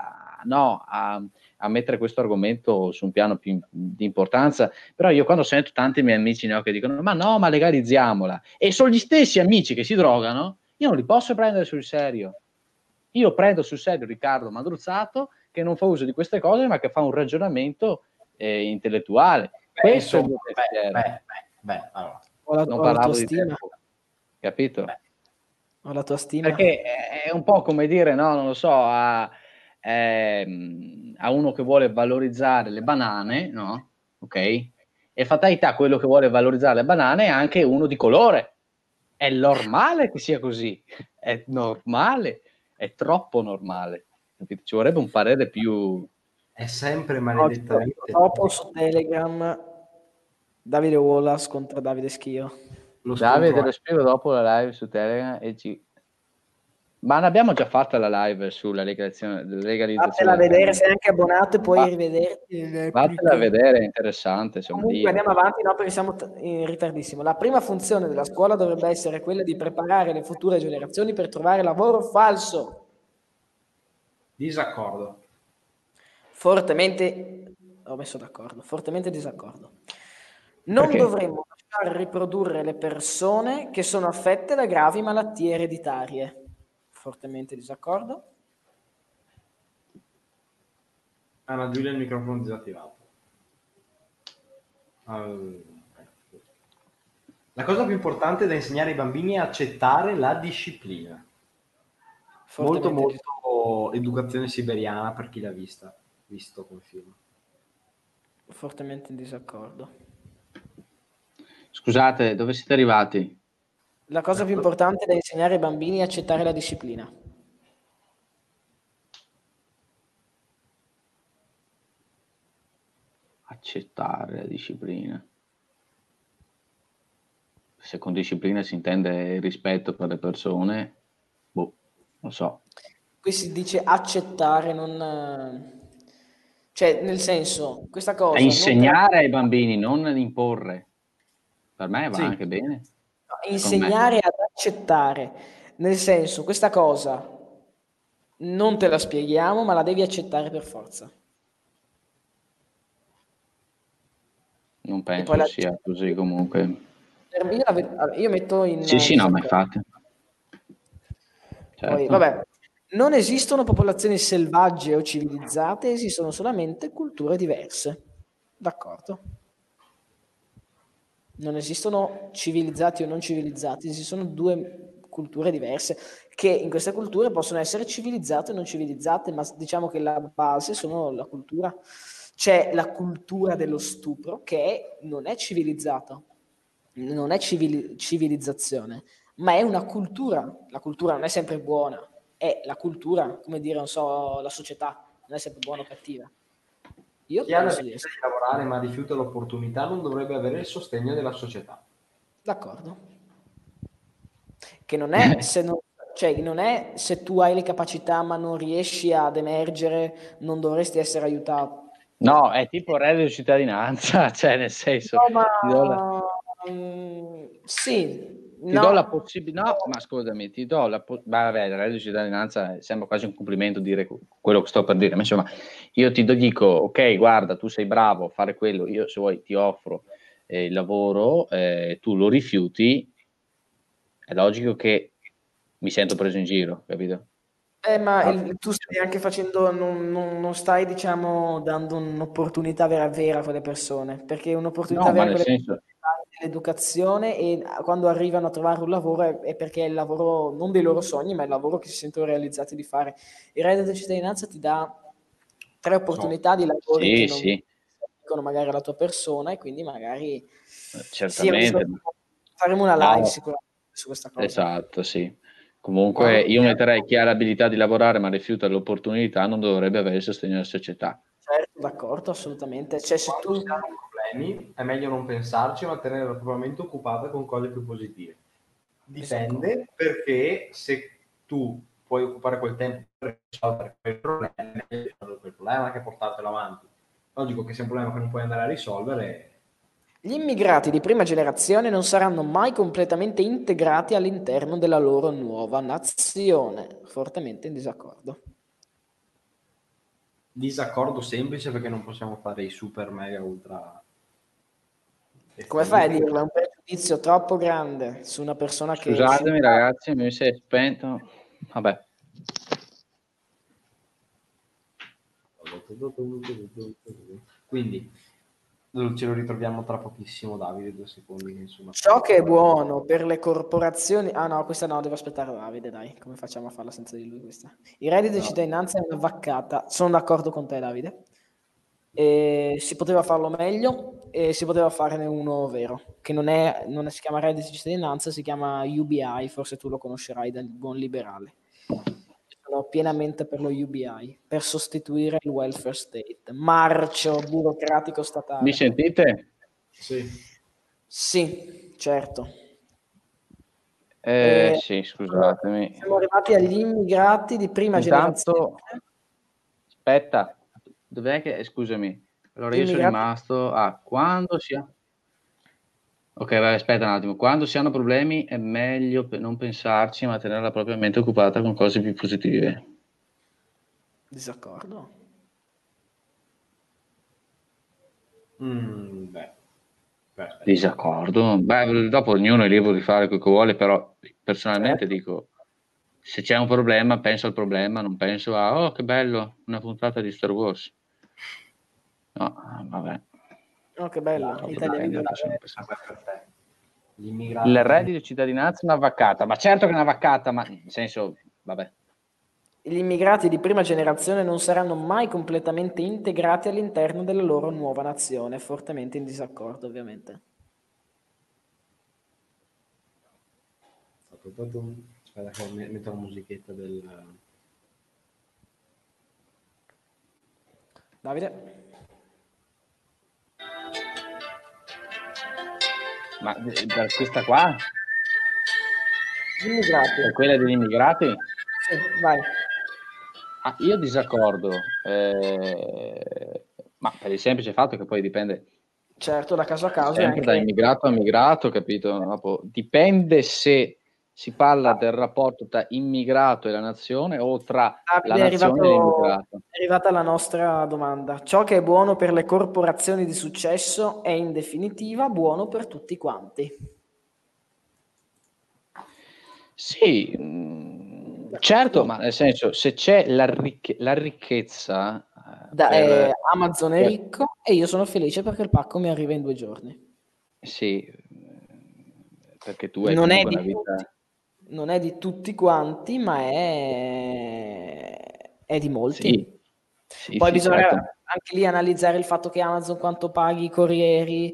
a mettere questo argomento su un piano più di importanza. Però io quando sento tanti miei amici che dicono ma legalizziamola, e sono gli stessi amici che si drogano, io non li posso prendere sul serio. Io prendo sul serio Riccardo Madruzzato, che non fa uso di queste cose, ma che fa un ragionamento intellettuale. Questo è il mio pensiero. Allora. Non parlavo di te, capito? Ho la tua stima. Perché è un po' come dire, no, non lo so, a uno che vuole valorizzare le banane, no? Ok? E fatalità quello che vuole valorizzare le banane è anche uno di colore. È normale che sia così. È normale. È troppo normale. Capito? Ci vorrebbe un parere più... È sempre maledettamente... Dopo su Telegram Davide Wallace contro Davide Schio. Davide lo scrivo dopo la live su Telegram e ma ne abbiamo già fatta la live sulla legalizzazione. Fatela vedere, sei anche abbonato e puoi rivederti. Fatela vedere, è interessante. Comunque andiamo avanti, no, perché siamo in ritardissimo. La prima funzione della scuola dovrebbe essere quella di preparare le future generazioni per trovare lavoro falso. Disaccordo. Fortemente disaccordo. Non dovremmo lasciare riprodurre le persone che sono affette da gravi malattie ereditarie. Fortemente disaccordo. Anna Giulia, il microfono disattivato. La cosa più importante da insegnare ai bambini è accettare la disciplina. Molto molto educazione siberiana per chi l'ha visto come film. Fortemente in disaccordo. Scusate, dove siete arrivati? La cosa più importante da insegnare ai bambini è accettare la disciplina. Accettare la disciplina. Se con disciplina si intende il rispetto per le persone, boh, non so. Qui si dice accettare, non... Cioè, nel senso, questa cosa... È insegnare ai bambini, non imporre. Per me va Sì. anche bene. No, insegnare ad accettare. Nel senso, questa cosa non te la spieghiamo, ma la devi accettare per forza. Non penso sia così comunque. Io metto in... Sì, no, ma infatti. Poi, Certo. vabbè, non esistono popolazioni selvagge o civilizzate, esistono solamente culture diverse. D'accordo. Non esistono civilizzati o non civilizzati, esistono due culture diverse, che in queste culture possono essere civilizzate o non civilizzate, ma diciamo che la base sono la cultura. C'è la cultura dello stupro che non è civilizzata, non è civilizzazione, ma è una cultura. La cultura non è sempre buona, è la cultura, come dire, non so, la società, non è sempre buona o cattiva. Io Chi ha la penso di voglia essere di lavorare ma rifiuta l'opportunità non dovrebbe avere il sostegno della società. d'accordo. Che non è se non, cioè, non è se tu hai le capacità ma non riesci ad emergere, non dovresti essere aiutato. No, è tipo reddito di cittadinanza, cioè nel senso... No, ma sì, Ti do la no. possibilità, no, ma scusami, ti do la vabbè, il reddito di cittadinanza sembra quasi un complimento dire quello che sto per dire, ma insomma, io ti dico, ok, guarda, tu sei bravo a fare quello, io se vuoi ti offro il lavoro, tu lo rifiuti, è logico che mi sento preso in giro, capito? Ma tu stai anche facendo, non stai, diciamo, dando un'opportunità vera a quelle persone, perché un'opportunità No, ma vera a nel quelle senso, persone è l'educazione e quando arrivano a trovare un lavoro è perché è il lavoro non dei loro sogni, ma è il lavoro che si sentono realizzati di fare. Il reddito di cittadinanza ti dà 3 opportunità di lavori che sì, non sì, dicono magari alla tua persona e quindi magari certamente, faremo una live no, sicuramente su questa cosa. esatto, sì. Comunque io metterei chi ha l'abilità di lavorare ma rifiuta l'opportunità non dovrebbe avere il sostegno della società. Certo, d'accordo, assolutamente. Cioè, se Quando tu... si hanno problemi è meglio non pensarci ma tenere la propria mente occupata con cose più positive. Dipende, perché se tu puoi occupare quel tempo per risolvere quel problema, è meglio risolvere quel problema che portartelo avanti. Logico che se è un problema che non puoi andare a risolvere. Gli immigrati di prima generazione non saranno mai completamente integrati all'interno della loro nuova nazione. Fortemente in disaccordo. Disaccordo semplice perché non possiamo fare i super mega ultra. Come fai a dirlo? È un pregiudizio troppo grande su una persona che... Scusatemi ragazzi, mi si è spento. Vabbè. Quindi ce lo ritroviamo tra pochissimo, Davide, 2 secondi. Insomma. Ciò che è buono per le corporazioni... Ah no, questa no, devo aspettare Davide, dai. Come facciamo a farla senza di lui questa? Il reddito di cittadinanza è una vaccata. Sono d'accordo con te, Davide. Si poteva farlo meglio e si poteva farne uno vero, che non si chiama reddito di cittadinanza, si chiama UBI, forse tu lo conoscerai dal buon liberale. Sono pienamente per lo UBI, per sostituire il welfare state, marcio burocratico statale. Mi sentite? Sì, certo. Sì, scusatemi. Siamo arrivati agli immigrati di prima generazione. Aspetta, dov'è che... Scusami. Allora io sono rimasto a quando si ha... Ok, vai, aspetta un attimo. Quando si hanno problemi è meglio non pensarci, ma tenere la propria mente occupata con cose più positive. Disaccordo. Disaccordo. Beh, dopo ognuno è libero di fare quel che vuole, però personalmente dico, se c'è un problema, penso al problema, non penso a, oh che bello, una puntata di Star Wars. No, vabbè. Oh, che bello. Italia dipende libera. Per te. Gli immigrati. Il reddito di cittadinanza è una vaccata, ma certo che è una vaccata, ma nel senso, vabbè. Gli immigrati di prima generazione non saranno mai completamente integrati all'interno della loro nuova nazione, fortemente in disaccordo, ovviamente. Aspetta che metto la musichetta del... Davide? Ma per questa qua? Gli immigrati. Per quella degli immigrati? Sì, vai. Ah, io disaccordo, ma per il semplice fatto che poi dipende Certo, da caso a caso. sempre da immigrato a immigrato, capito? Dopo, dipende se si parla del rapporto tra immigrato e la nazione o tra la Davide, nazione e l'immigrato. è arrivata la nostra domanda. Ciò che è buono per le corporazioni di successo è in definitiva buono per tutti quanti. Sì, certo, ma nel senso, se c'è la ricchezza... Amazon è ricco e io sono felice perché il pacco mi arriva in 2 giorni. Sì, perché tu hai comunque una vita... Non è di tutti quanti, ma è di molti. Sì, Poi sì, bisogna certo. anche lì analizzare il fatto che Amazon quanto paghi i corrieri,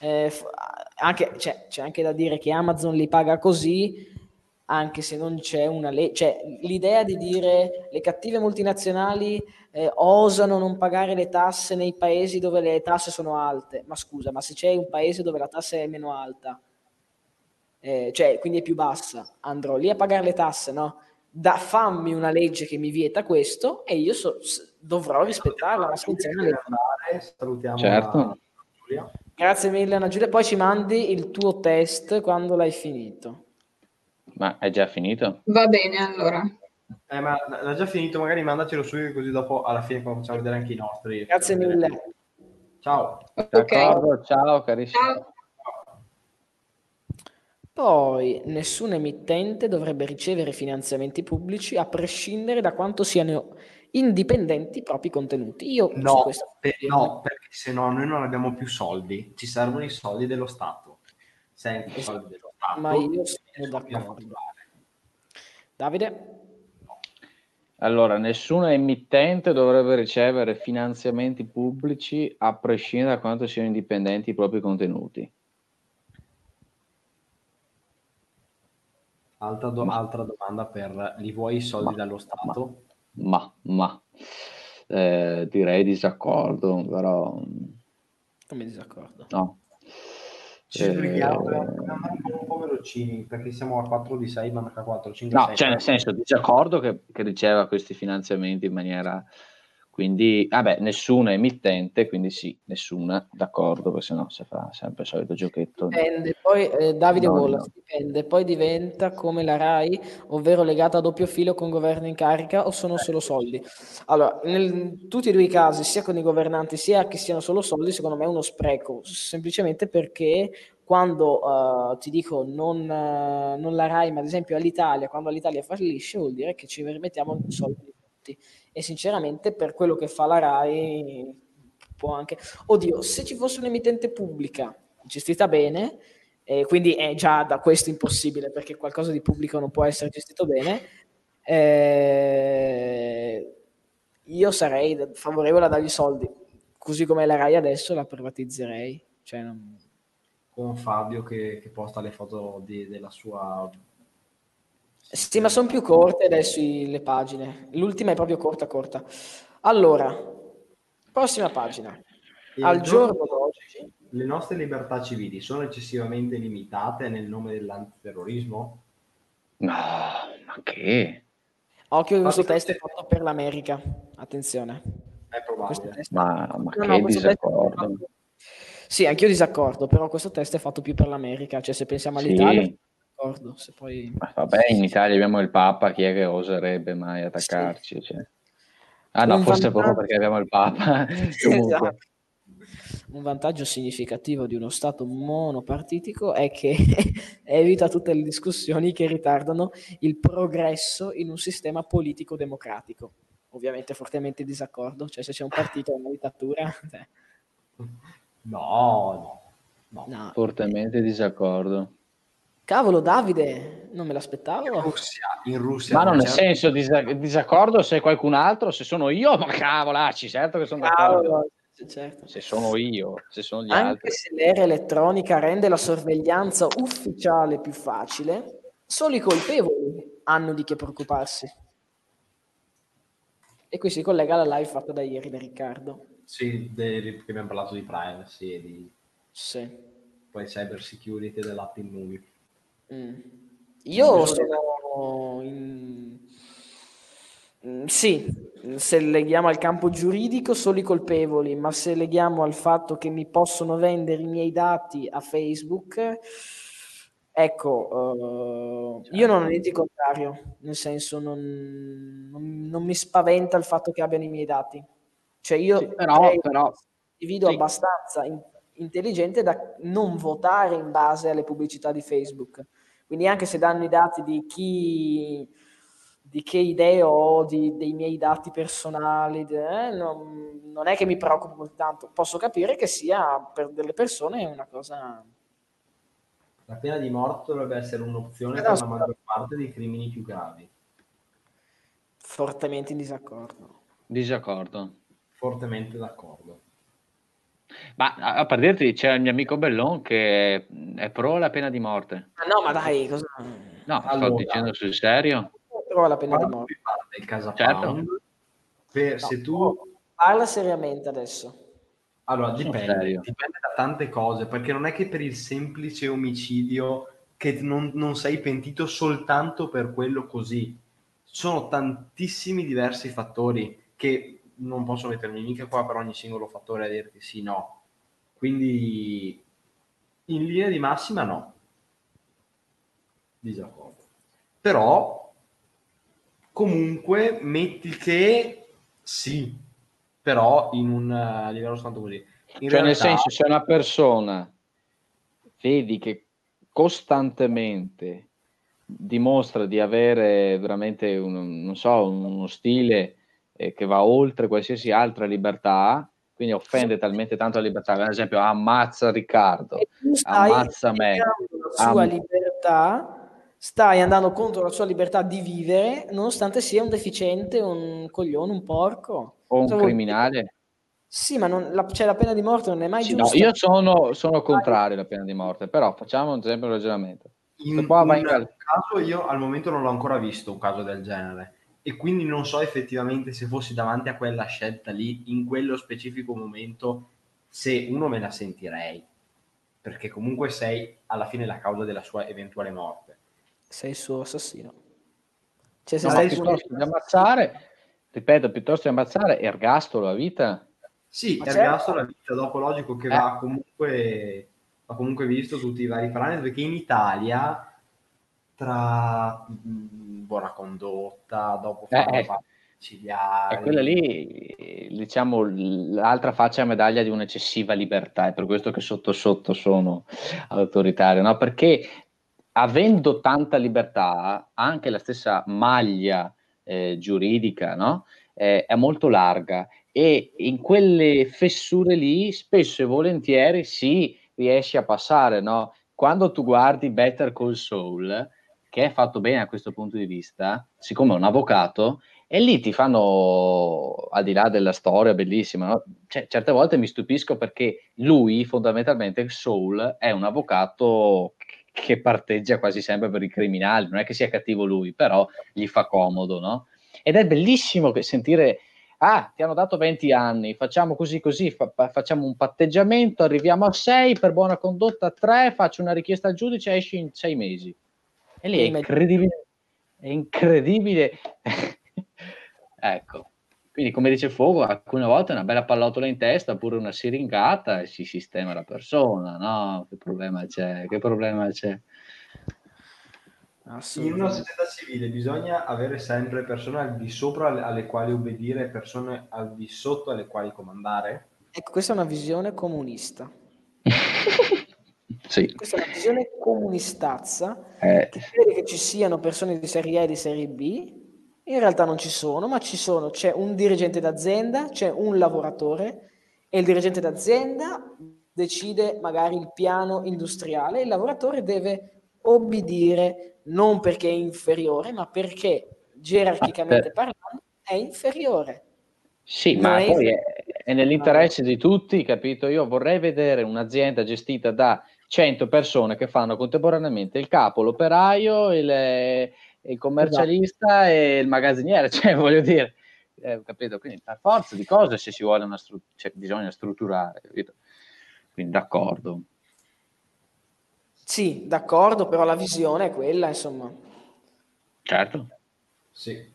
c'è anche da dire che Amazon li paga così, anche se non c'è una legge. Cioè, l'idea di dire le cattive multinazionali osano non pagare le tasse nei paesi dove le tasse sono alte. Ma scusa, ma se c'è un paese dove la tassa è meno alta, cioè quindi è più bassa, andrò lì a pagare le tasse, no? Fammi una legge che mi vieta questo e io dovrò rispettarla. Ma Salutiamo certo. Giulia. Grazie mille Anna Giulia, poi ci mandi il tuo test quando l'hai finito. Ma è già finito? Va bene, allora. Ma l'ha già finito, magari mandacelo su così dopo alla fine quando facciamo vedere anche i nostri. Grazie mille. Ciao. D'accordo, ciao carissimo. Ciao. Poi nessun emittente dovrebbe ricevere finanziamenti pubblici a prescindere da quanto siano indipendenti i propri contenuti. Io su questo no, perché se no noi non abbiamo più soldi, ci servono i soldi dello Stato. Senza i soldi dello Stato, ma io sono d'accordo. Davide? Allora, nessun emittente dovrebbe ricevere finanziamenti pubblici a prescindere da quanto siano indipendenti i propri contenuti. Altra domanda per li vuoi i soldi dallo Stato? Direi disaccordo, però... Come disaccordo? No. Ci sbrighiamo, dobbiamo andare un po' velocini, perché siamo a 4 di 6, manca 4, 5, No, 6. cioè nel senso, disaccordo che riceva questi finanziamenti in maniera... Quindi, nessuna emittente, quindi sì, nessuna, d'accordo, perché sennò si fa sempre il solito giochetto. Dipende, poi Davide Wallace, dipende, poi diventa come la RAI, ovvero legata a doppio filo con governo in carica o sono solo soldi? Allora, in tutti e due i casi, sia con i governanti sia che siano solo soldi, secondo me è uno spreco, semplicemente perché quando ti dico non la RAI, ma ad esempio all'Italia, quando l'Italia fallisce vuol dire che ci rimettiamo soldi di tutti. E sinceramente per quello che fa la RAI può anche... Oddio, se ci fosse un'emittente pubblica gestita bene, quindi è già da questo impossibile perché qualcosa di pubblico non può essere gestito bene, io sarei favorevole a dargli soldi, così come la RAI adesso la privatizzerei. Cioè, con Fabio che posta le foto della sua... Sì, ma sono più corte adesso le pagine. L'ultima è proprio corta. Allora, prossima pagina. Al giorno d'oggi le nostre libertà civili sono eccessivamente limitate nel nome dell'antiterrorismo? No, ma che? Occhio che questo test è fatto per l'America. Attenzione. È probabile. Ma che disaccordo. Sì, anch'io disaccordo, però questo test è fatto più per l'America. Cioè, se pensiamo all'Italia... Sì. Se poi... Ma vabbè, in Italia abbiamo il Papa, chi è che oserebbe mai attaccarci? Sì. Cioè. Ah no, forse proprio perché abbiamo il Papa. Comunque. Esatto. Un vantaggio significativo di uno Stato monopartitico è che evita tutte le discussioni che ritardano il progresso in un sistema politico democratico. Ovviamente fortemente in disaccordo, cioè se c'è un partito è una dittatura. No. No. Fortemente disaccordo. Cavolo, Davide, non me l'aspettavo. In Russia Ma non nel c'è senso disaccordo se qualcun altro, se sono io, ma cavolacci, certo che sono d'accordo. Cavolo, certo. Se sono io, se sono gli Anche altri. se l'era elettronica rende la sorveglianza ufficiale più facile, solo i colpevoli hanno di che preoccuparsi. E qui si collega alla live fatta da ieri da Riccardo. Sì, che abbiamo parlato di privacy e di Sì. poi cyber security dell'app in movie. Io sono sì, se leghiamo al campo giuridico solo i colpevoli, ma se leghiamo al fatto che mi possono vendere i miei dati a Facebook, ecco, io non ho niente di contrario, nel senso non mi spaventa il fatto che abbiano i miei dati. Cioè io Sì, però individuo sì. abbastanza intelligente da non votare in base alle pubblicità di Facebook. Quindi anche se danno i dati di che idee ho, dei miei dati personali, non è che mi preoccupo così tanto. Posso capire che sia per delle persone una cosa... La pena di morte dovrebbe essere un'opzione per la maggior parte dei crimini più gravi. Fortemente in disaccordo. Disaccordo. Fortemente d'accordo. Ma per dirti, c'è il mio amico Bellon che è pro la pena di morte. Ma no, ma dai, cosa... No, sto dicendo sul serio. Però la pena di morte. Il Casa Certo. Pound, se tu... Parla seriamente adesso. Allora, dipende da tante cose, perché non è che per il semplice omicidio che non sei pentito soltanto per quello così. Sono tantissimi diversi fattori che non posso mettermi mica qua per ogni singolo fattore a dirti sì, no. Quindi in linea di massima no. Disaccordo. Però comunque metti che sì, però in un livello soltanto così. In Cioè, realtà, nel senso, se una persona vedi che costantemente dimostra di avere veramente non so, uno stile che va oltre qualsiasi altra libertà, quindi offende talmente tanto la libertà, ad esempio ammazza Riccardo, ammazza me, la sua libertà, stai andando contro la sua libertà di vivere, nonostante sia un deficiente, un coglione, un porco. o un criminale. Sì, ma c'è la pena di morte, non è mai Sì, giusta. no, io sono contrario alla pena di morte, però facciamo un esempio di ragionamento. In un caso io al momento non l'ho ancora visto un caso del genere e quindi non so effettivamente se fossi davanti a quella scelta lì in quello specifico momento se uno me la sentirei, perché comunque sei alla fine la causa della sua eventuale morte. Sei il suo assassino. Cioè, No, ma piuttosto di ammazzare, ripeto, piuttosto di ammazzare, ergastolo a vita. Sì, ergastolo a vita, dopo logico che va comunque visto tutti i vari parametri, perché in Italia tra buona condotta, dopo fare e quella lì, diciamo, l'altra faccia medaglia di un'eccessiva libertà, è per questo che sotto sotto sono autoritario, no? Perché avendo tanta libertà, anche la stessa maglia giuridica, no? È molto larga e in quelle fessure lì spesso e volentieri si riesce a passare, no? Quando tu guardi Better Call Saul, che è fatto bene a questo punto di vista, siccome è un avvocato, e lì ti fanno, al di là della storia bellissima, no? Cioè, certe volte mi stupisco perché lui, fondamentalmente, Saul, è un avvocato che parteggia quasi sempre per i criminali, non è che sia cattivo lui, però gli fa comodo, no? Ed è bellissimo sentire, ti hanno dato 20 anni, facciamo così, facciamo un patteggiamento, arriviamo a 6, per buona condotta 3, faccio una richiesta al giudice, esci in 6 mesi. E lì è incredibile. Ecco, quindi come dice Fogo, alcune volte una bella pallottola in testa oppure una siringata e si sistema la persona, no? Che problema c'è? In una società civile bisogna avere sempre persone al di sopra alle quali obbedire e persone al di sotto alle quali comandare? Ecco, questa è una visione comunista. Sì. Questa è una visione comunistazza che crede che ci siano persone di serie A e di serie B. In realtà non ci sono, ma c'è un dirigente d'azienda, c'è un lavoratore e il dirigente d'azienda decide magari il piano industriale, il lavoratore deve obbedire non perché è inferiore, ma perché gerarchicamente parlando è inferiore. Sì, Non ma è poi inferiore. è nell'interesse di tutti, capito? Io vorrei vedere un'azienda gestita da 100 persone che fanno contemporaneamente il capo, l'operaio, il commercialista e il magazziniere, cioè voglio dire, capito? Quindi per forza di cose se si vuole bisogna strutturare, capito? Quindi d'accordo. Sì, d'accordo, però la visione è quella, insomma. Certo. Sì.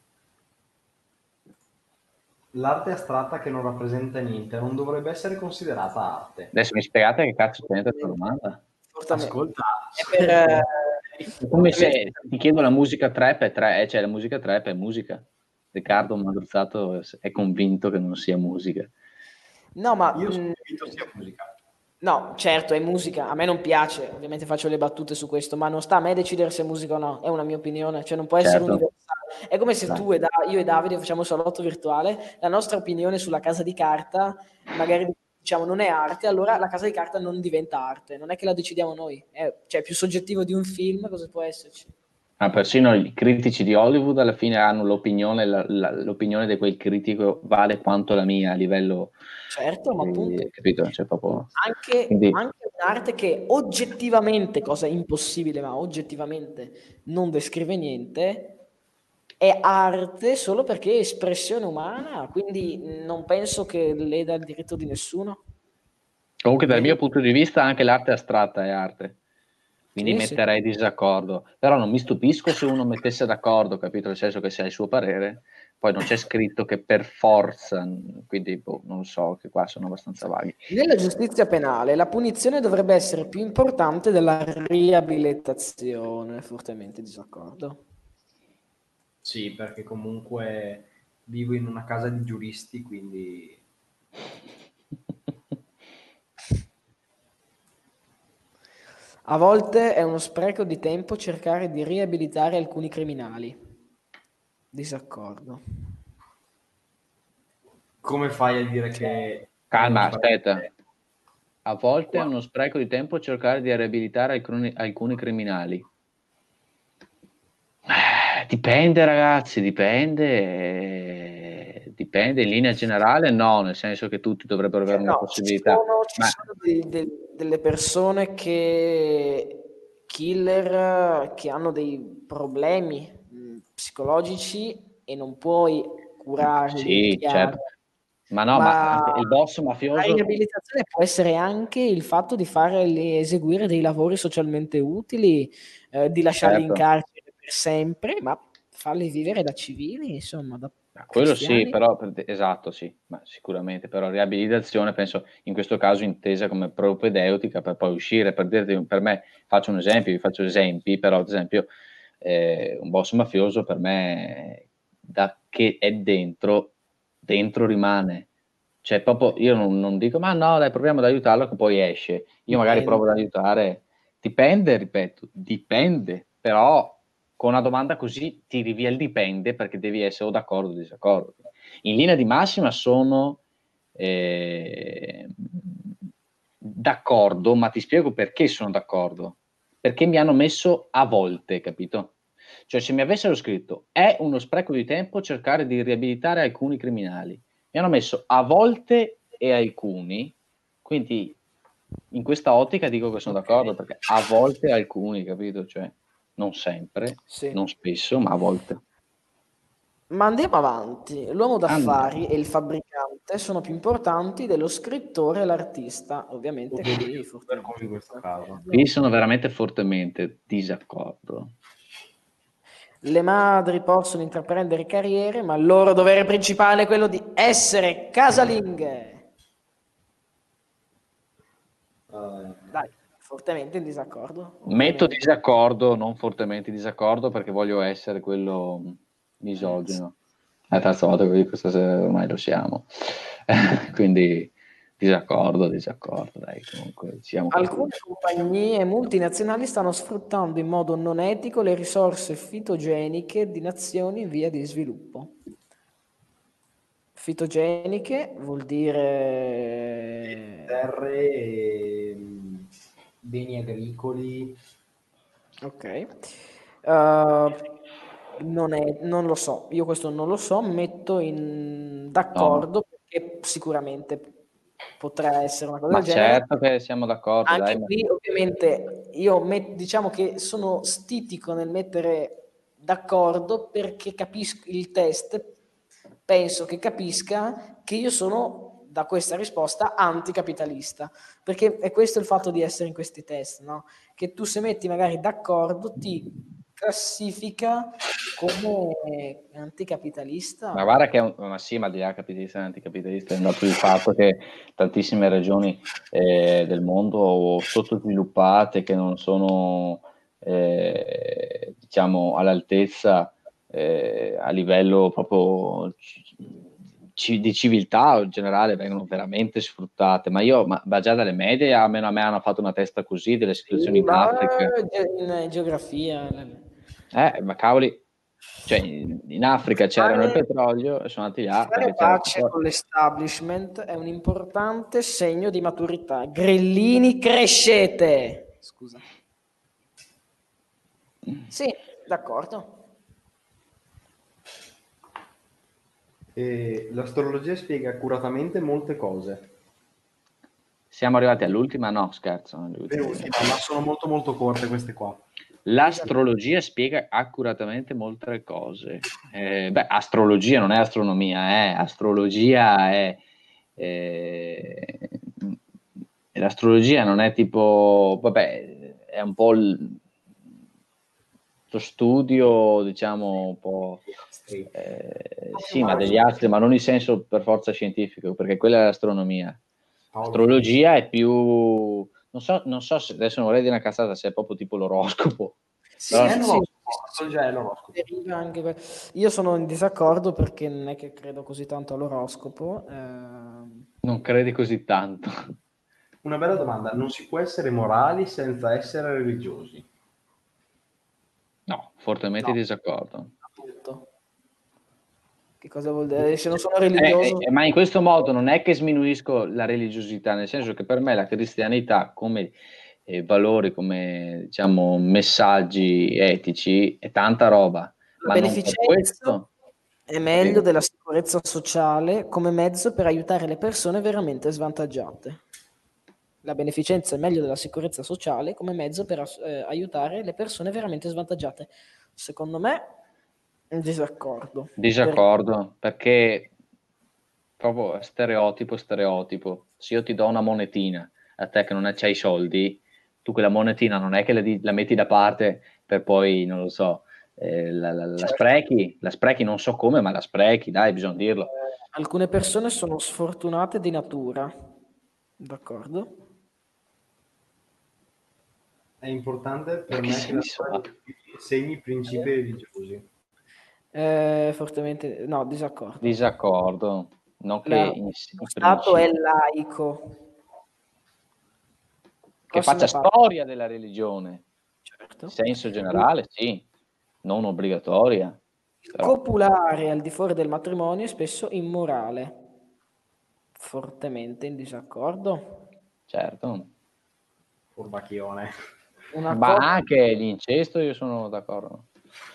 L'arte astratta che non rappresenta niente non dovrebbe essere considerata arte. Adesso mi spiegate che cazzo c'è questa domanda? Ascolta, È per, come se ti chiedo la musica trap cioè la musica trap è musica. Riccardo Madruzzato è convinto che non sia musica. no, ma io sono convinto sia musica. no, certo, è musica. A me non piace, ovviamente faccio le battute su questo, ma non sta a me decidere se è musica o no, è una mia opinione, cioè non può essere Certo. universale. È come se tu e io e Davide facciamo salotto virtuale, la nostra opinione sulla casa di carta, magari diciamo non è arte, allora la casa di carta non diventa arte, non è che la decidiamo noi, cioè più soggettivo di un film, cosa può esserci? Ma persino i critici di Hollywood alla fine hanno l'opinione, l'opinione di quel critico vale quanto la mia a livello, Certo, ma appunto capito? Cioè, proprio, anche quindi, un'arte che oggettivamente, cosa impossibile, ma oggettivamente non descrive niente, è arte solo perché è espressione umana, quindi non penso che leda il diritto di nessuno. comunque dal Vedi? mio punto di vista anche l'arte astratta è arte, quindi Sì, sì. metterei disaccordo, però non mi stupisco se uno mettesse d'accordo, capito? Nel senso che se ha il suo parere, poi non c'è scritto che per forza, quindi non so, che qua sono abbastanza vaghi. Nella giustizia penale la punizione dovrebbe essere più importante della riabilitazione, fortemente disaccordo. Sì, perché comunque vivo in una casa di giuristi, quindi A volte è uno spreco di tempo cercare di riabilitare alcuni criminali. Disaccordo. come fai a dire che... Calma, aspetta. A volte è uno spreco di tempo cercare di riabilitare alcuni criminali. Dipende, ragazzi, dipende. Dipende, in linea generale no, nel senso che tutti dovrebbero avere una possibilità. Ci sono delle persone killer che hanno dei problemi psicologici e non puoi curarli. Sì, certo. Ma no, ma anche il boss mafioso... La riabilitazione può essere anche il fatto di farli eseguire dei lavori socialmente utili, di lasciarli in carcere per sempre, ma farli vivere da civili, insomma, da quello cristiani. sì, però esatto, sì, ma sicuramente, però riabilitazione penso in questo caso intesa come propedeutica per poi uscire, per dirti, per me, faccio un esempio, vi faccio esempi, però ad esempio un boss mafioso per me da che è dentro rimane, cioè proprio io non dico ma no dai proviamo ad aiutarlo che poi esce, io magari provo ad aiutare, dipende, ripeto, dipende, però con una domanda così tiri via il dipende perché devi essere o d'accordo o disaccordo. In linea di massima sono d'accordo, ma ti spiego perché sono d'accordo. Perché mi hanno messo a volte, capito? Cioè se mi avessero scritto è uno spreco di tempo cercare di riabilitare alcuni criminali, mi hanno messo a volte e alcuni, quindi in questa ottica dico che sono d'accordo perché a volte alcuni, capito? Cioè non sempre, Sì. non spesso, ma a volte. Ma andiamo avanti. L'uomo d'affari e il fabbricante sono più importanti dello scrittore e l'artista, ovviamente. Qui sono veramente fortemente disaccordo. Le madri possono intraprendere carriere, ma il loro dovere principale è quello di essere casalinghe. Dai, fortemente in disaccordo. Metto disaccordo, non fortemente disaccordo, perché voglio essere quello misogino. È la terza volta che dico questa sera, ormai lo siamo. Quindi disaccordo, dai, comunque siamo Alcune compagnie multinazionali stanno sfruttando in modo non etico le risorse fitogeniche di nazioni in via di sviluppo. Fitogeniche vuol dire terre e beni agricoli. ok. Non lo so, io questo non lo so, metto d'accordo perché sicuramente potrà essere una cosa Ma del genere. certo che siamo d'accordo, Anche dai. qui ovviamente diciamo che sono stitico nel mettere d'accordo perché capisco il test, penso che capisca che io sono da questa risposta anticapitalista, perché è questo il fatto di essere in questi test, no? Che tu se metti magari d'accordo ti classifica come anticapitalista. Ma guarda che ma sì, ma di là capitalista e anticapitalista è andato il fatto che tantissime regioni del mondo sottosviluppate che non sono diciamo all'altezza a livello proprio di civiltà in generale vengono veramente sfruttate. Ma già dalle medie almeno a me hanno fatto una testa così delle situazioni in Africa. In geografia. Ma cavoli, cioè in Africa c'erano il petrolio e sono andati là Fare perché c'era il pace petrolio. con l'establishment è un importante segno di maturità. Grillini, crescete! Scusa. Sì, d'accordo. E l'astrologia spiega accuratamente molte cose. Siamo arrivati all'ultima? No, scherzo. Ma sono molto molto corte queste qua. L'astrologia spiega accuratamente molte cose. Astrologia non è astronomia, astrologia è... l'astrologia non è tipo... Vabbè, è un po' lo studio, diciamo, un po'... sì, ma degli astri, ma non in senso per forza scientifico, perché quella è l'astronomia. Astrologia è più... Non so se adesso non vorrei dire una cazzata, se è proprio tipo l'oroscopo. Sì, Però deriva anche io sono in disaccordo perché non è che credo così tanto all'oroscopo. non credi così tanto. Una bella domanda, non si può essere morali senza essere religiosi? No, fortemente No. disaccordo. Appunto. Che cosa vuol dire? Se non sono religioso... Ma in questo modo non è che sminuisco la religiosità, nel senso che per me la cristianità come valori, come diciamo messaggi etici è tanta roba, La ma non per questo è meglio della sicurezza sociale come mezzo per aiutare le persone veramente svantaggiate. La beneficenza è meglio della sicurezza sociale come mezzo per aiutare le persone veramente svantaggiate. Secondo me, in disaccordo. Perché proprio stereotipo. Se io ti do una monetina a te che non c'hai i soldi, tu quella monetina non è che la metti da parte per poi, non lo so, la sprechi, non so come, ma la sprechi, dai, bisogna dirlo. Alcune persone sono sfortunate di natura, d'accordo? È importante per me che segni principi religiosi. Fortemente, no, disaccordo. Disaccordo. Non che lo Stato è laico. Che faccia storia della religione. Certo. In senso generale, sì. Non obbligatoria. Però. Copulare al di fuori del matrimonio è spesso immorale. Fortemente in disaccordo. Certo. Furbacchione. Anche l'incesto io sono d'accordo.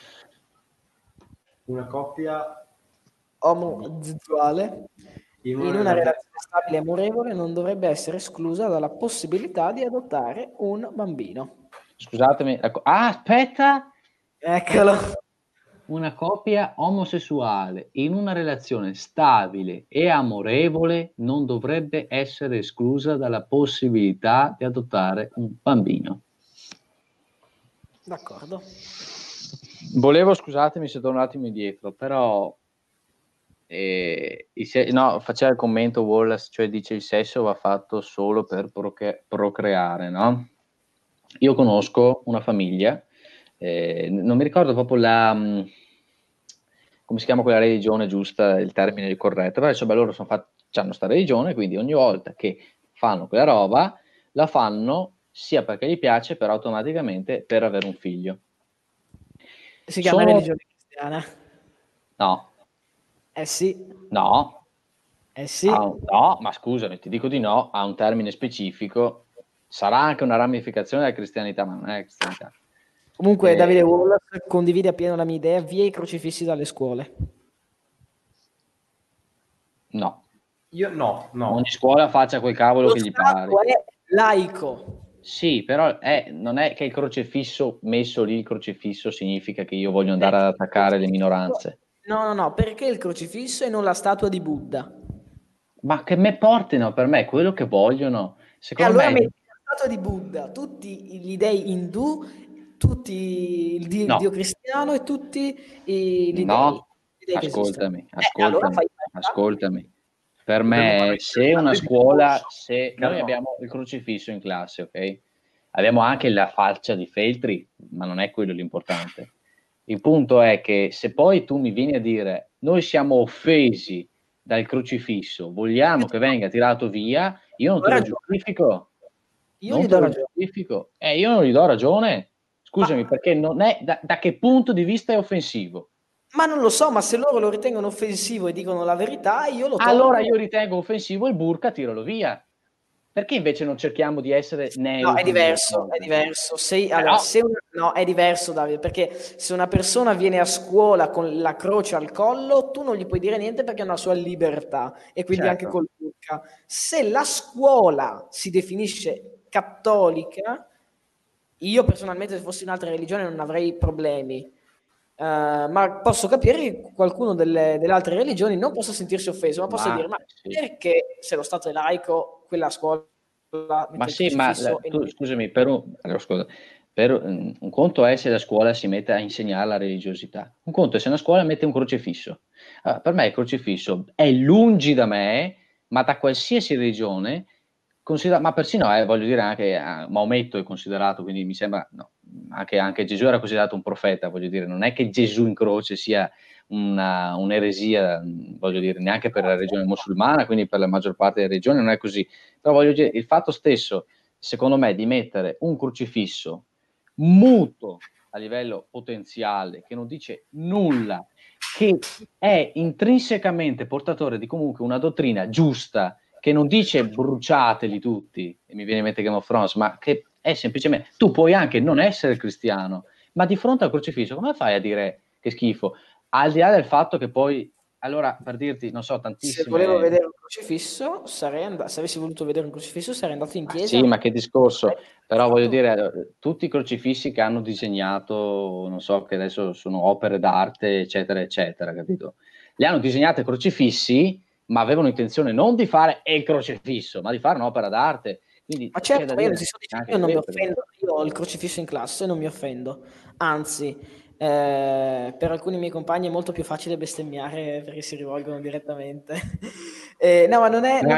Una coppia omosessuale in una relazione stabile e amorevole non dovrebbe essere esclusa dalla possibilità di adottare un bambino. Scusatemi. Aspetta! Eccolo. Una coppia omosessuale in una relazione stabile e amorevole non dovrebbe essere esclusa dalla possibilità di adottare un bambino. D'accordo. Volevo, scusatemi se torno un attimo indietro, però faceva il commento Wallace, cioè dice il sesso va fatto solo per procreare, no? Io conosco una famiglia, non mi ricordo proprio come si chiama quella religione giusta, il termine corretto, però insomma loro hanno sta religione, quindi ogni volta che fanno quella roba la fanno sia perché gli piace, però automaticamente per avere un figlio. Si chiama religione cristiana? No. Sì. No, Sì. No, ma scusami, ti dico di no, ha un termine specifico, sarà anche una ramificazione della cristianità, ma non è cristianità. Comunque Davide Wallace condivide appieno la mia idea, via i crocifissi dalle scuole. No. Ogni scuola faccia quel cavolo Lo che gli Stato pare. è laico. Sì, però non è che il crocifisso, messo lì il crocifisso, significa che io voglio andare ad attaccare le minoranze. No, perché il crocifisso e non la statua di Buddha? Ma che me portino per me quello che vogliono. E Secondo allora me... metti la statua di Buddha, tutti gli dei indù, tutti il Dio cristiano e tutti gli dei. No, Gli dei che esistono. Allora ascoltami. Per me, se una scuola, se noi abbiamo il crocifisso in classe, ok? Abbiamo anche la faccia di Feltri, ma non è quello l'importante. Il punto è che se poi tu mi vieni a dire noi siamo offesi dal crocifisso, vogliamo che venga tirato via, io non te lo giustifico. Io gli do ragione. Io non gli do ragione. Scusami, perché non è da che punto di vista è offensivo? Ma non lo so, ma se loro lo ritengono offensivo e dicono la verità, io lo tolgo. Allora io ritengo offensivo il burka, tiralo via. Perché invece non cerchiamo di essere neutri? No, è diverso. No, è diverso, Davide, perché se una persona viene a scuola con la croce al collo, tu non gli puoi dire niente perché è una sua libertà, e quindi anche col burka. Se la scuola si definisce cattolica, io personalmente, se fossi in un'altra religione, non avrei problemi. Ma posso capire che qualcuno delle altre religioni non possa sentirsi offeso, ma possa dire: ma perché se lo Stato è laico, quella scuola ma sì, ma tu, scusami, un conto è se la scuola si mette a insegnare la religiosità, un conto è se una scuola mette un crocifisso. Per me il crocifisso è lungi da me, ma da qualsiasi religione, ma persino voglio dire anche Maometto è considerato, quindi mi sembra anche Gesù era considerato un profeta, voglio dire, non è che Gesù in croce sia un'eresia, voglio dire, neanche per la religione musulmana, quindi per la maggior parte delle religioni non è così. Però voglio dire, il fatto stesso, secondo me, di mettere un crocifisso muto a livello potenziale, che non dice nulla, che è intrinsecamente portatore di comunque una dottrina giusta, che non dice bruciateli tutti, e mi viene in mente Game of Thrones, ma che è semplicemente, tu puoi anche non essere cristiano, ma di fronte al crocifisso come fai a dire che schifo? Al di là del fatto che poi, allora, per dirti, non so, tantissime... Se volevo vedere un crocifisso, se avessi voluto vedere un crocifisso, sarei andato in chiesa. Sì, ma che discorso, però voglio dire, tutti i crocifissi che hanno disegnato, non so, che adesso sono opere d'arte, eccetera, eccetera, capito? Li hanno disegnati crocifissi, ma avevano intenzione non di fare il crocifisso, ma di fare un'opera d'arte. Quindi, ma certo, io non mi offendo, io ho il crocifisso in classe, non mi offendo, anzi, per alcuni miei compagni è molto più facile bestemmiare perché si rivolgono direttamente. No, ma non è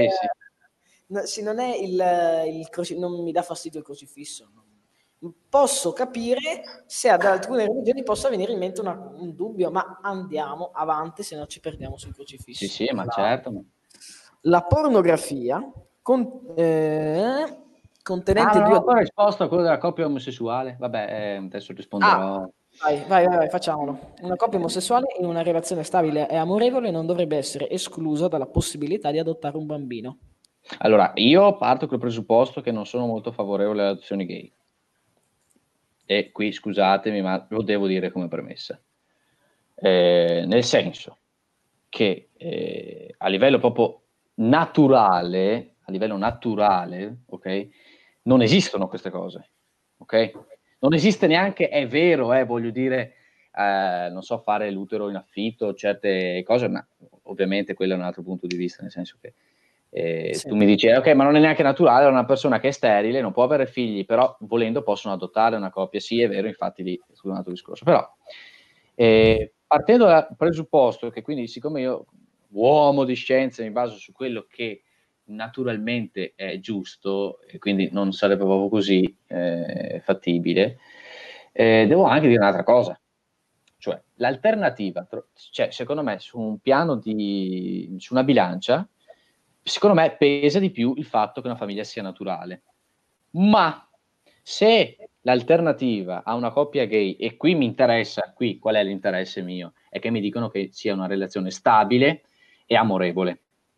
non mi dà fastidio il crocifisso. Posso capire se ad alcune religioni possa venire in mente un dubbio, ma andiamo avanti, se no ci perdiamo sul crocifisso. Sì, ma certo. La pornografia contenente non ho ancora risposto a quello della coppia omosessuale. Vabbè, adesso risponderò. Vai, facciamolo. Una coppia omosessuale in una relazione stabile e amorevole non dovrebbe essere esclusa dalla possibilità di adottare un bambino. Allora, io parto col presupposto che non sono molto favorevole alle adozioni gay. E qui scusatemi, ma lo devo dire come premessa. Nel senso che a livello proprio naturale, ok? Non esistono queste cose, ok? Non esiste neanche, è vero, voglio dire, non so, fare l'utero in affitto, certe cose, ma ovviamente quello è un altro punto di vista, nel senso che tu mi dici, ok, ma non è neanche naturale, una persona che è sterile, non può avere figli, però volendo possono adottare una coppia, sì, è vero, infatti lì è un altro discorso, però partendo dal presupposto che quindi siccome io, uomo di scienza, mi baso su quello che naturalmente è giusto e quindi non sarebbe proprio così fattibile, devo anche dire un'altra cosa, cioè l'alternativa, cioè secondo me su un piano su una bilancia, secondo me pesa di più il fatto che una famiglia sia naturale, ma se l'alternativa a una coppia gay, e qui mi interessa, qual è l'interesse mio, è che mi dicono che sia una relazione stabile e amorevole.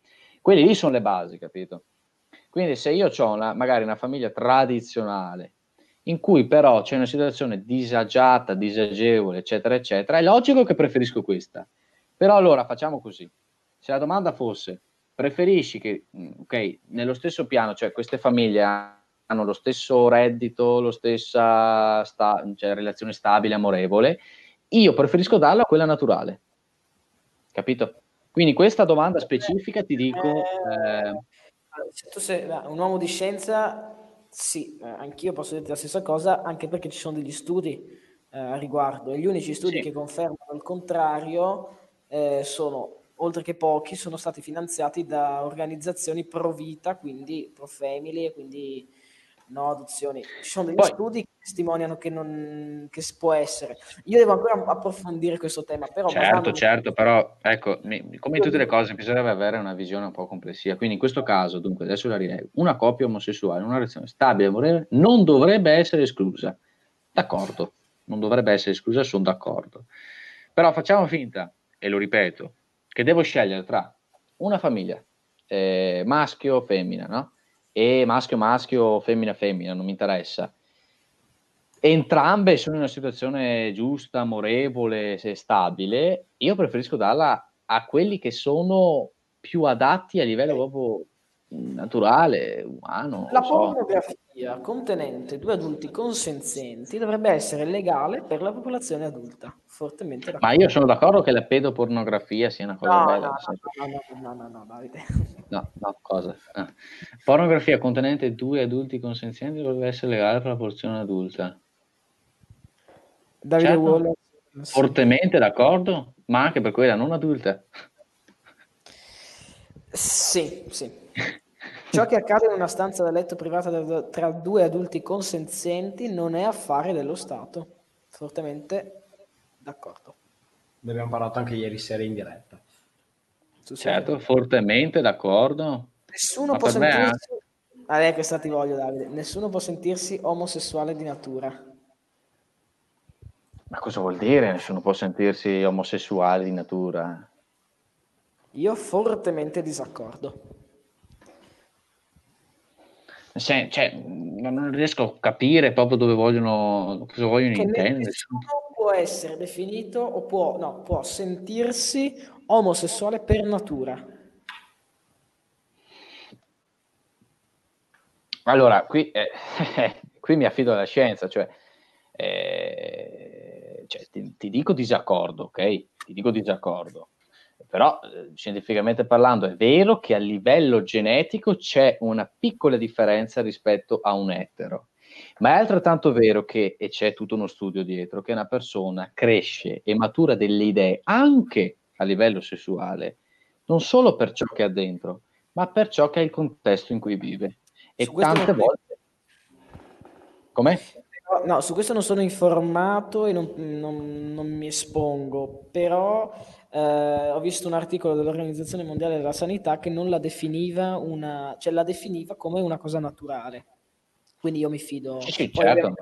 Quelli lì sono le basi, capito? Quindi se io ho magari una famiglia tradizionale, in cui però c'è una situazione disagiata, disagevole, eccetera, eccetera, è logico che preferisco questa. Però allora facciamo così. Se la domanda fosse, preferisci che, ok, nello stesso piano, cioè queste famiglie hanno lo stesso reddito, lo stessa cioè, relazione stabile, amorevole, io preferisco darla a quella naturale. Capito? Quindi questa domanda specifica ti dico... se tu sei un uomo di scienza, sì, anch'io posso dirti la stessa cosa, anche perché ci sono degli studi a riguardo, e gli unici studi che confermano il contrario sono, oltre che pochi, sono stati finanziati da organizzazioni pro vita, quindi pro family, e quindi no adozioni. Ci sono degli studi che testimoniano che si può essere. Io devo ancora approfondire questo tema, però certo, però ecco, come in tutte le cose bisogna avere una visione un po' complessiva. Quindi in questo caso, dunque, adesso la rileggo, una coppia omosessuale, una relazione stabile, amorevole, non dovrebbe essere esclusa. D'accordo, non dovrebbe essere esclusa, sono d'accordo. Però facciamo finta, e lo ripeto, che devo scegliere tra una famiglia, maschio o femmina, no? E maschio, femmina, non mi interessa. Entrambe sono in una situazione giusta, amorevole, stabile. Io preferisco darla a quelli che sono più adatti a livello proprio naturale, umano. La pornografia contenente 2 adulti consenzienti dovrebbe essere legale per la popolazione adulta. Fortemente d'accordo. Ma io sono d'accordo che la pedopornografia sia una cosa bella. No, Davide. No, cosa? Pornografia contenente 2 adulti consenzienti dovrebbe essere legale per la popolazione adulta. Davide Wallace, fortemente d'accordo, ma anche per quella non adulta. Sì. Ciò che accade in una stanza da letto privata tra 2 adulti consenzienti non è affare dello Stato. Fortemente d'accordo. Ne abbiamo parlato anche ieri sera in diretta. Certo, fortemente d'accordo. Nessuno può sentirsi... questa ti voglio, Davide. Nessuno può sentirsi omosessuale di natura. Ma cosa vuol dire? Nessuno può sentirsi omosessuale di natura? Io fortemente disaccordo. Cioè, non riesco a capire proprio cosa vogliono intendere. Nessuno può essere definito o può sentirsi omosessuale per natura. Allora, qui mi affido alla scienza, cioè ti dico disaccordo, ok? Ti dico disaccordo. Però scientificamente parlando è vero che a livello genetico c'è una piccola differenza rispetto a un etero, ma è altrettanto vero che, e c'è tutto uno studio dietro, che una persona cresce e matura delle idee anche a livello sessuale, non solo per ciò che ha dentro, ma per ciò che è il contesto in cui vive. E tante volte... Com'è? No, su questo non sono informato e non mi espongo, però ho visto un articolo dell'Organizzazione Mondiale della Sanità che non la definiva la definiva come una cosa naturale. Quindi io mi fido. Sì, certo.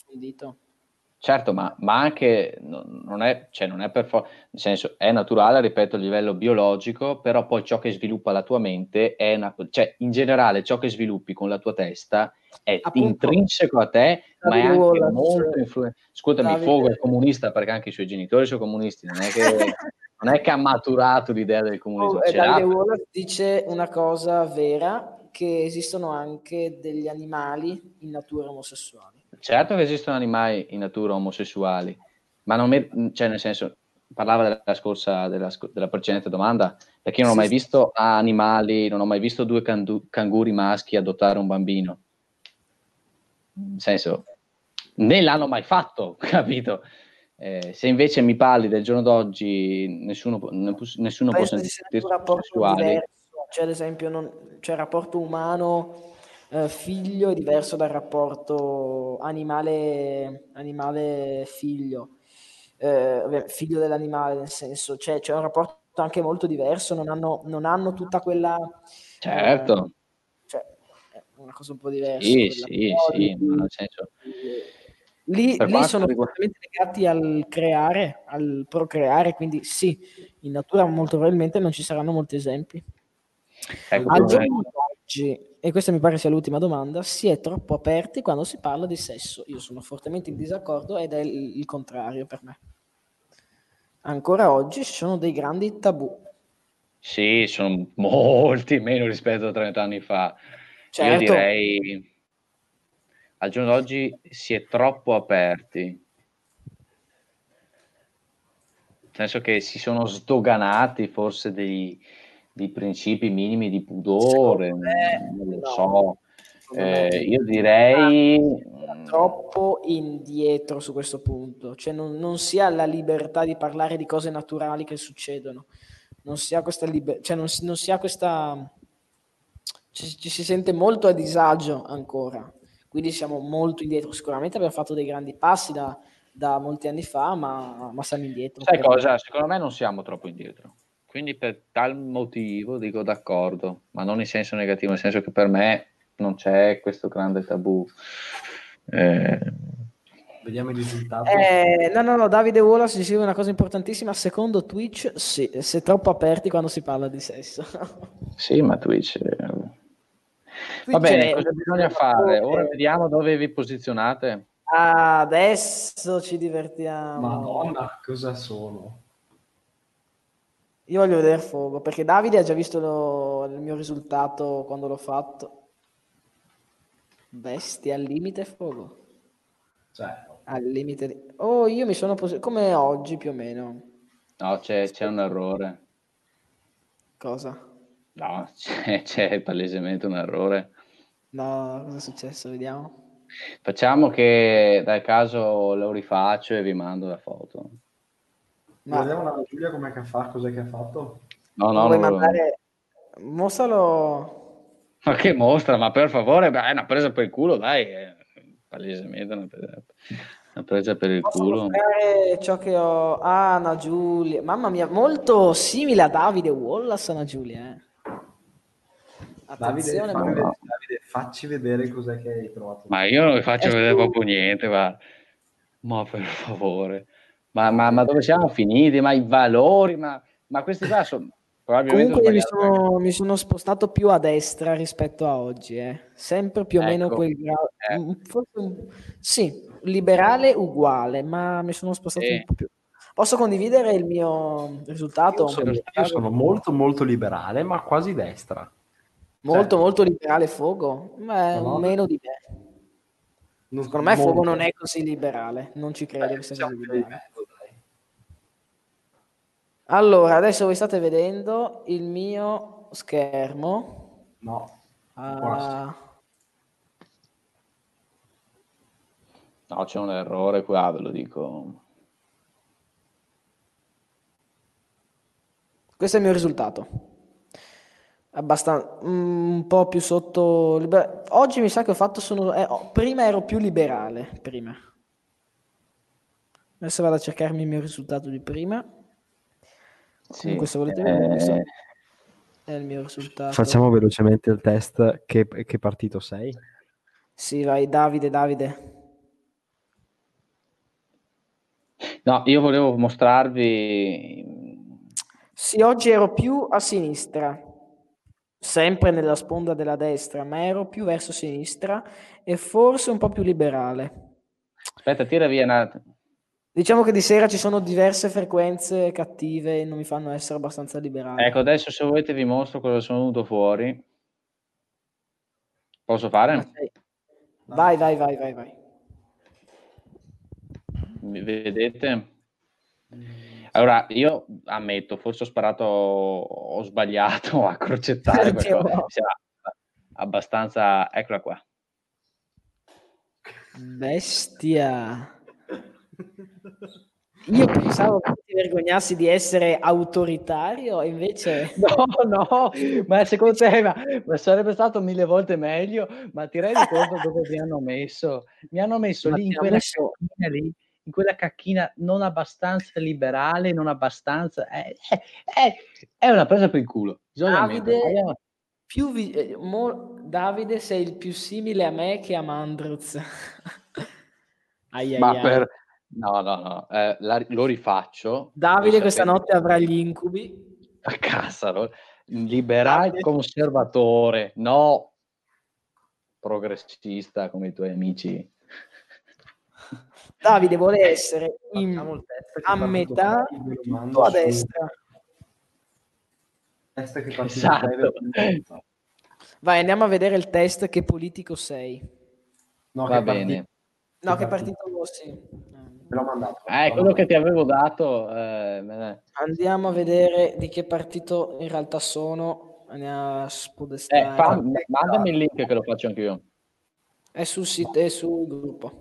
Certo, ma anche non è per forza, nel senso è naturale, ripeto, a livello biologico, però poi ciò che sviluppa la tua mente è cioè in generale ciò che sviluppi con la tua testa è intrinseco a te, ma è anche molto influente. Scusami, Fogo è comunista perché anche i suoi genitori sono comunisti, non è che ha maturato l'idea del comunismo. Davide Wallace dice una cosa vera, che esistono anche degli animali in natura omosessuali. Certo che esistono animali in natura omosessuali, ma cioè nel senso, parlava della precedente domanda, perché io non ho mai visto animali, non ho mai visto 2 canguri maschi adottare un bambino. Nel senso, né l'hanno mai fatto, capito? Se invece mi parli del giorno d'oggi, nessuno può sentirsi omosessuale. Cioè, ad esempio, il rapporto umano figlio è diverso dal rapporto animale figlio, figlio dell'animale, nel senso, c'è un rapporto anche molto diverso, non hanno tutta quella... Certo. Cioè, è una cosa un po' diversa. Sì, ma nel senso... Lì sono assolutamente legati al creare, al procreare, quindi sì, in natura molto probabilmente non ci saranno molti esempi. Ecco, Al giorno d'oggi, e questa mi pare sia l'ultima domanda, si è troppo aperti quando si parla di sesso. Io sono fortemente in disaccordo ed è il contrario per me. Ancora oggi ci sono dei grandi tabù. sì, sono molti meno rispetto a 30 anni fa. Io Certo. direi al giorno d'oggi si è troppo aperti, nel senso che si sono sdoganati forse dei principi minimi di pudore, non lo so. Io direi troppo indietro su questo punto, cioè non si ha la libertà di parlare di cose naturali che succedono, non si ha questa cioè non si ha questa, ci si sente molto a disagio ancora, quindi siamo molto indietro. Sicuramente abbiamo fatto dei grandi passi da molti anni fa, ma siamo indietro. sai cosa? Secondo me non siamo troppo indietro. Quindi per tal motivo dico d'accordo, ma non in senso negativo, nel senso che per me non c'è questo grande tabù. Vediamo i risultati. No, Davide Wallace ci scrive una cosa importantissima. Secondo Twitch, sì, si è troppo aperti quando si parla di sesso. Sì, ma Twitch... Va bene, cosa bisogna fare? Ora vediamo dove vi posizionate. Adesso ci divertiamo. Madonna, cosa sono? Io voglio vedere Fogo, perché Davide ha già visto il mio risultato quando l'ho fatto. Bestia al limite Fogo. Cioè, al limite. Oh, io mi sono come oggi più o meno. No, c'è un errore. Cosa? No, c'è palesemente un errore. No, cosa è successo? Vediamo. Facciamo che dal caso lo rifaccio e vi mando la foto. Ma vediamo la Giulia com'è che fa, cos'è che ha fatto? No, vuoi mandare? Mostralo. Ma che mostra, ma per favore, è una presa per il culo, dai, palesemente una presa per il Posso culo. mostrare ciò che ho. Ah, Anna Giulia. Mamma mia, molto simile a Davide Wallace, Anna Giulia. Attenzione. Davide, facci vedere cos'è che hai trovato. Ma io non vi faccio vedere proprio niente, ma per favore. Ma dove siamo finiti? Ma i valori, ma questi qua sono probabilmente comunque mi sono spostato più a destra rispetto a oggi, sempre più o meno quel sì, liberale uguale, ma mi sono spostato un po' più. Posso condividere il mio risultato? Io sono molto molto liberale, ma quasi destra. Molto liberale Fogo, ma meno di me. Secondo me Fogo non è così liberale, non ci credo che sia così liberale. Allora, adesso voi state vedendo il mio schermo. No. No, c'è un errore qua, ve lo dico. Questo è il mio risultato. Abbastanza, un po' più sotto. Oggi mi sa che ho fatto. Prima ero più liberale. Prima. Adesso vado a cercarmi il mio risultato di prima. Sì, comunque, se volete vedere, questo è il mio risultato. Facciamo velocemente il test. Che partito sei? Sì, vai, Davide. No, io volevo mostrarvi. Sì, oggi ero più a sinistra, sempre nella sponda della destra, ma ero più verso sinistra e forse un po' più liberale. Aspetta, tira via. Diciamo che di sera ci sono diverse frequenze cattive e non mi fanno essere abbastanza liberale. Ecco, adesso se volete vi mostro cosa sono venuto fuori. Posso fare? Vai. Mi vedete? Allora, io ammetto, forse ho sbagliato a crocettare qualcosa. Abbastanza, eccola qua. Bestia. Io pensavo che ti vergognassi di essere autoritario, invece... No, ma secondo te ma sarebbe stato 1000 volte meglio, ma ti rendi conto dove mi hanno messo? Mi hanno messo lì in quella cacchina non abbastanza liberale, non abbastanza... È una presa per il culo. Davide sei il più simile a me che a Mandruz. No, lo rifaccio. Davide questa notte avrà gli incubi. A casa, no? Liberal conservatore, no progressista come i tuoi amici. Davide vuole essere Facciamo il test che a partito metà sei, ve lo mando o a su- destra. Test che partito Esatto. sei, ve lo mando. Vai, andiamo a vedere il test. Che politico sei? No, Va che bene. No, che partito? partito sì. Ve l'ho mandato. Quello che ti avevo dato. Andiamo a vedere di che partito in realtà sono. Andiamo a spodestare. Mandami il link che lo faccio anch'io. È sul sito, è sul gruppo.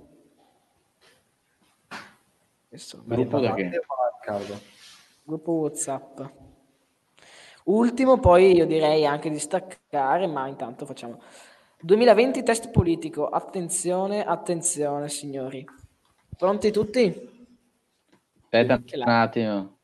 Questo, Gruppo da che? gruppo WhatsApp. Ultimo, poi io direi anche di staccare, ma intanto facciamo 2020 test politico. Attenzione, attenzione, signori. Pronti tutti? Aspetta un attimo.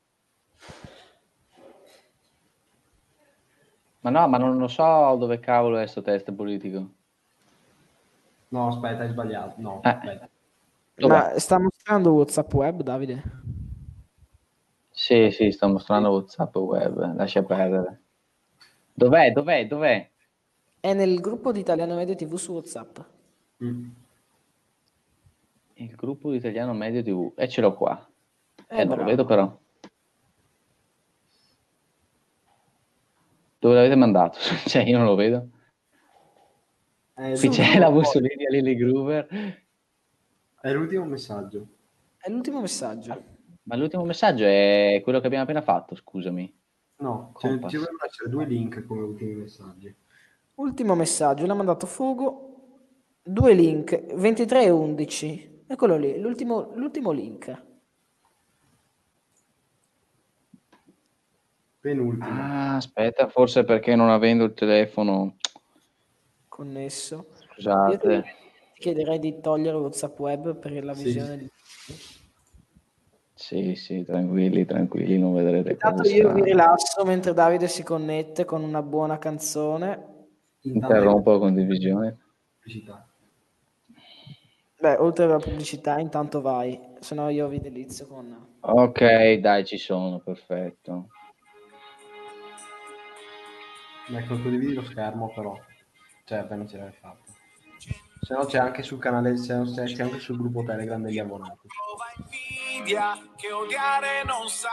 Ma no, ma non lo so dove cavolo è sto test politico. No, aspetta, hai sbagliato. No, aspetta. Ma sta mostrando WhatsApp web, Davide? Sì, sto mostrando WhatsApp web, lascia perdere. Dov'è? È nel gruppo di Italiano Medio TV su WhatsApp. Il gruppo di Italiano Medio TV. E ce l'ho qua. Non lo bravo. vedo però. Dove l'avete mandato? Cioè, io non lo vedo. Qui c'è la Mussolini a Lily Groover. È l'ultimo messaggio. È l'ultimo messaggio. Ma l'ultimo messaggio è quello che abbiamo appena fatto, scusami. No, ci devono essere 2 link come ultimi messaggi. Ultimo messaggio, l'ha mandato Fugo. 2 link, 23 e 11. Eccolo lì, l'ultimo link. Penultimo. Ah, aspetta, forse perché non avendo il telefono connesso. Scusate. Io ti chiederei di togliere WhatsApp web per la visione di... Sì, tranquilli, non vedrete Intanto cose io strane. vi rilasso mentre Davide si connette con una buona canzone. Interrompo la condivisione. Pubblicità. Beh, oltre alla pubblicità, intanto vai, se no io vi delizio con... Ok, dai, ci sono, perfetto. Ecco, condividi lo schermo però. Cioè, appena ce l'hai fatto. Se no c'è anche sul canale, c'è anche sul gruppo Telegram degli abbonati. Prova invidia che odiare non sa.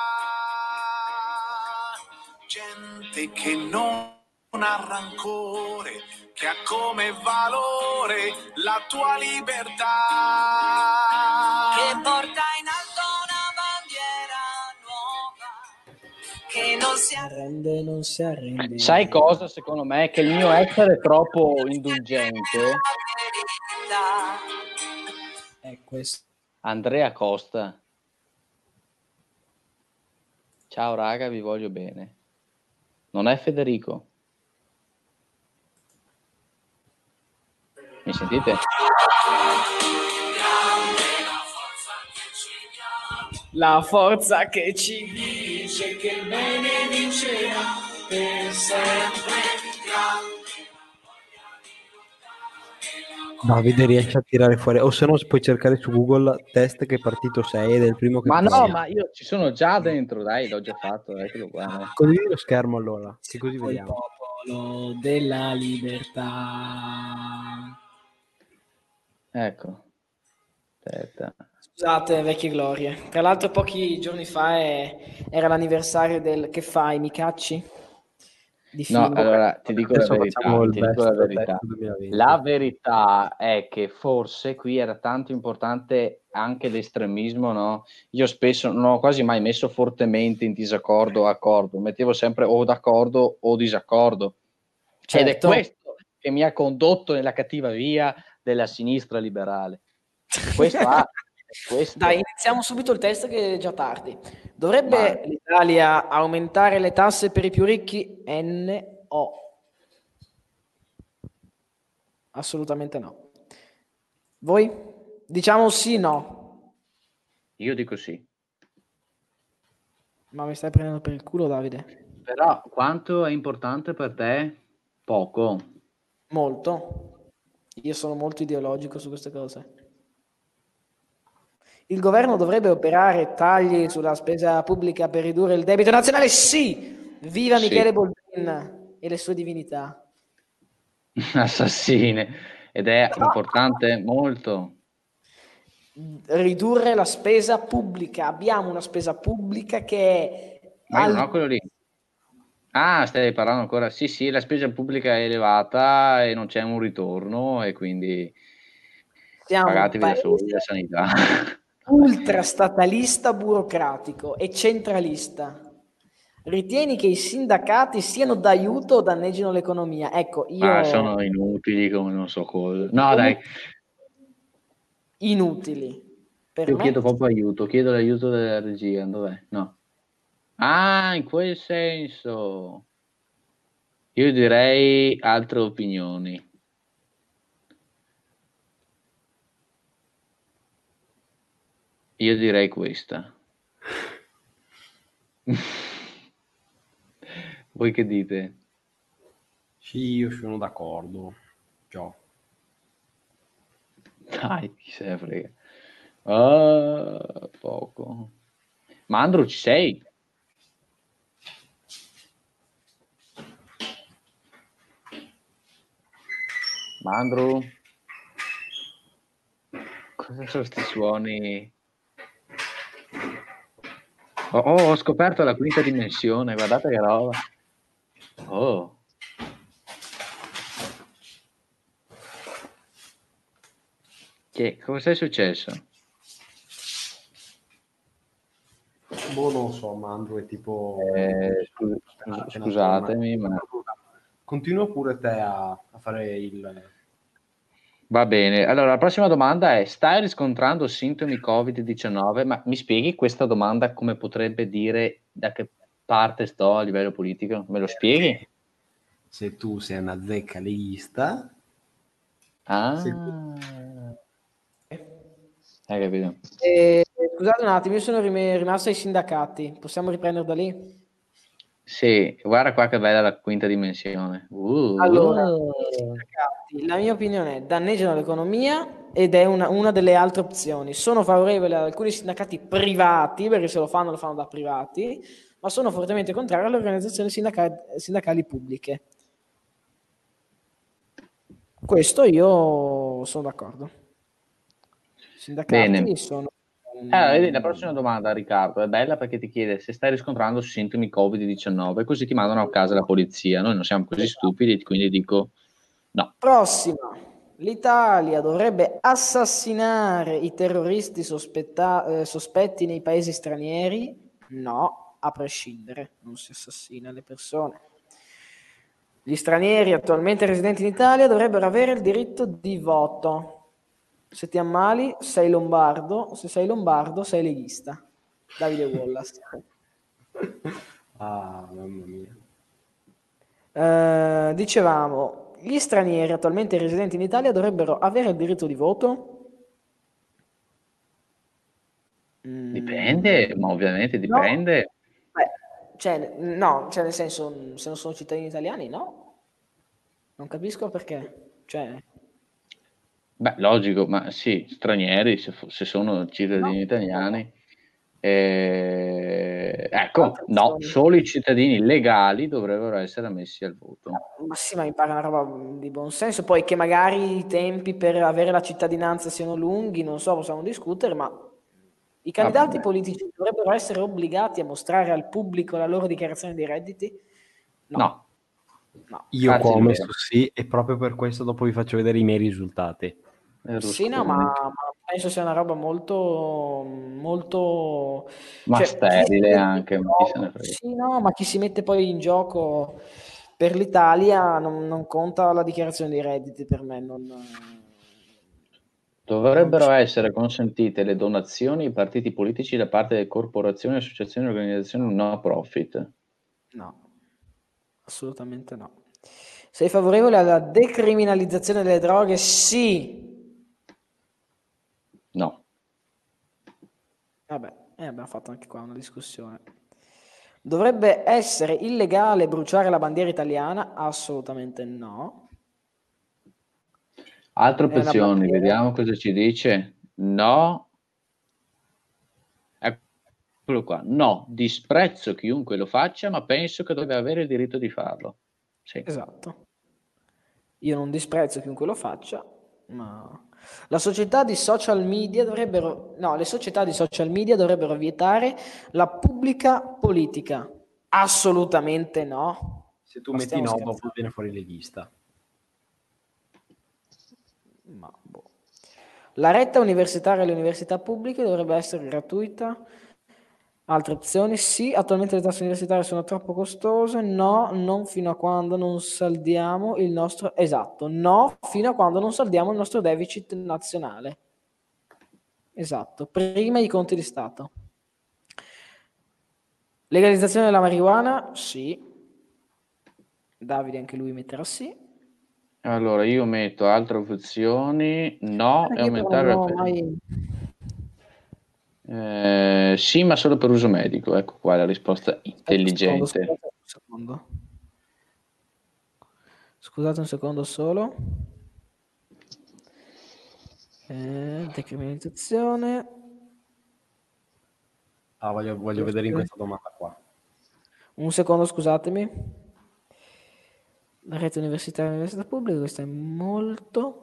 Gente che non ha rancore, che ha come valore la tua libertà. Che porta in alto una bandiera nuova, che non si arrende. Sai cosa, secondo me? Che il mio essere troppo indulgente è questo. Andrea Costa. Ciao raga, vi voglio bene. Non è Federico? Mi sentite? La forza che ci dice che il bene vincerà per sempre. Davide riesce a tirare fuori, o se no puoi cercare su Google test che partito sei ed è il primo che Ma trovi. no, ma io ci sono già dentro, dai, l'ho già fatto, eccolo qua. Condividi lo schermo allora, che così Il vediamo. popolo della libertà. Ecco. Aspetta. Scusate, vecchie glorie. Tra l'altro pochi giorni fa era l'anniversario del Che fai, mi cacci? Di No, film. allora ti dico la verità. La verità è che forse qui era tanto importante anche l'estremismo, no? Io spesso non ho quasi mai messo fortemente in disaccordo o accordo, mettevo sempre o d'accordo o disaccordo. Certo. Ed è questo che mi ha condotto nella cattiva via della sinistra liberale. Questo Dai, iniziamo subito il test che è già tardi. Dovrebbe l'Italia aumentare le tasse per i più ricchi? No. Assolutamente no. Voi? Diciamo sì, no. Io dico sì. Ma mi stai prendendo per il culo, Davide? Però quanto è importante per te? Poco. Molto. Io sono molto ideologico su queste cose. Il governo dovrebbe operare tagli sulla spesa pubblica per ridurre il debito nazionale? Sì! Viva Michele Boldrini Putin e le sue divinità. Assassine. Ed è importante molto. Ridurre la spesa pubblica. Abbiamo una spesa pubblica che è Ma io non ho quello lì. Ah, stai parlando ancora? Sì, sì, la spesa pubblica è elevata e non c'è un ritorno e quindi siamo un pagatevi da soli paese la sanità. ultrastatalista, burocratico e centralista. Ritieni che i sindacati siano d'aiuto o danneggino l'economia? Ecco, Ma io sono inutili come non so cosa. No, dai, inutili. Per io me chiedo proprio aiuto, chiedo l'aiuto della regia, dov'è? No. Ah, in quel senso. Io direi altre opinioni. Io direi questa. Voi che dite? Sì, io sono d'accordo. Ciao. Dai, chi se ne frega. Ah, poco. Mandro, ci sei? Mandro? Cosa sono questi suoni? Ho scoperto la quinta dimensione, guardate che roba. Oh. Cosa è successo? Boh, non lo so, Mandro è tipo... Scusatemi, ma... Continua pure te a fare il... Va bene. Allora, la prossima domanda è: stai riscontrando sintomi Covid-19? Ma mi spieghi questa domanda come potrebbe dire da che parte sto a livello politico? Me lo spieghi? Se tu sei una zecca leghista... Ah, hai capito. scusate un attimo, io sono rimasto ai sindacati. Possiamo riprendere da lì? Sì, guarda qua che bella la quinta dimensione. Allora, i sindacati, la mia opinione è danneggiano l'economia ed è una delle altre opzioni. Sono favorevole ad alcuni sindacati privati, perché se lo fanno da privati, ma sono fortemente contrario alle organizzazioni sindacali pubbliche. Questo io sono d'accordo. I sindacati Bene. sono... Vedi, la prossima domanda, Riccardo, è bella perché ti chiede se stai riscontrando sintomi Covid-19, così ti mandano a casa la polizia. Noi non siamo così stupidi, quindi dico no. Prossima. L'Italia dovrebbe assassinare i terroristi sospetti nei paesi stranieri? No, a prescindere, non si assassina le persone. Gli stranieri attualmente residenti in Italia dovrebbero avere il diritto di voto. Se ti ammali, sei lombardo, se sei lombardo, sei leghista. Davide Wallace. Ah, mamma mia. Dicevamo, gli stranieri attualmente residenti in Italia dovrebbero avere il diritto di voto? Dipende, ma ovviamente No. dipende. No, cioè nel senso, se non sono cittadini italiani, no. Non capisco perché. Cioè, Beh, logico, ma sì, stranieri, se sono cittadini no. italiani. Ecco, Altre no, opzioni. solo i cittadini legali dovrebbero essere ammessi al voto. Ma sì, ma mi pare una roba di buon senso. Poi che magari i tempi per avere la cittadinanza siano lunghi, non so, possiamo discutere, ma i candidati Vabbè. politici dovrebbero essere obbligati a mostrare al pubblico la loro dichiarazione dei redditi? No, No. Io qua ho Arci messo sì e proprio per questo dopo vi faccio vedere i miei risultati. Sì, no, ma penso sia una roba molto, molto... Ma Cioè, chi si sterile mette in anche, ma chi se ne gioco, frega. sì, no, ma chi si mette poi in gioco per l'Italia non conta la dichiarazione dei redditi per me. Dovrebbero essere consentite le donazioni ai partiti politici da parte delle corporazioni, associazioni e organizzazioni no profit. No, assolutamente no. Sei favorevole alla decriminalizzazione delle droghe? Sì. No. Vabbè, abbiamo fatto anche qua una discussione. Dovrebbe essere illegale bruciare la bandiera italiana? Assolutamente no. Altre È una opzioni, bandiera. vediamo cosa ci dice. No. Eccolo qua. No, disprezzo chiunque lo faccia, ma penso che dovrebbe avere il diritto di farlo. Sì. Esatto. Io non disprezzo chiunque lo faccia, ma la società di social media dovrebbero, no, le società di social media dovrebbero vietare la pubblica politica. Assolutamente no. Se tu Ma metti stiamo no, scherzando? dopo viene fuori leghista. Ma boh. La retta universitaria alle università pubbliche dovrebbe essere gratuita. Altre opzioni? Sì, attualmente le tasse universitarie sono troppo costose. No, non fino a quando non saldiamo il nostro... Esatto, no, fino a quando non saldiamo il nostro deficit nazionale. Esatto, prima i conti di Stato. Legalizzazione della marijuana? Sì. Davide anche lui metterà sì. Allora, io metto altre opzioni, no, e Io però aumentare non la ho pena. mai... Sì, ma solo per uso medico. Ecco qua la risposta intelligente. Scusate un secondo. Scusate un secondo solo. Decriminalizzazione. Voglio vedere in questa domanda qua. Un secondo, scusatemi. La rete universitaria e l'università pubblica, questa è molto...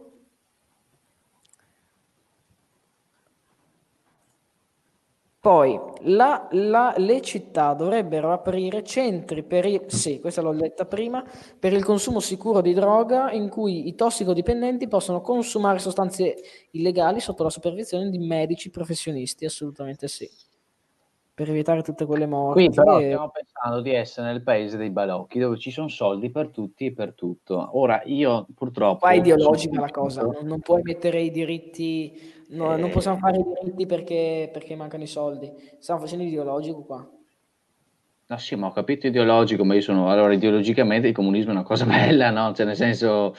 Poi le città dovrebbero aprire centri per il, sì, questa l'ho letta prima, per il consumo sicuro di droga in cui i tossicodipendenti possono consumare sostanze illegali sotto la supervisione di medici professionisti, assolutamente sì. Per evitare tutte quelle morti. Qui però stiamo pensando di essere nel paese dei balocchi, dove ci sono soldi per tutti e per tutto. Ora, io purtroppo... Qua è ideologica la cosa, non puoi mettere i diritti, non possiamo fare i diritti perché mancano i soldi. Stiamo facendo ideologico qua. No, sì, ma ho capito ideologico, ma io sono... Allora, ideologicamente il comunismo è una cosa bella, no? Cioè, nel senso...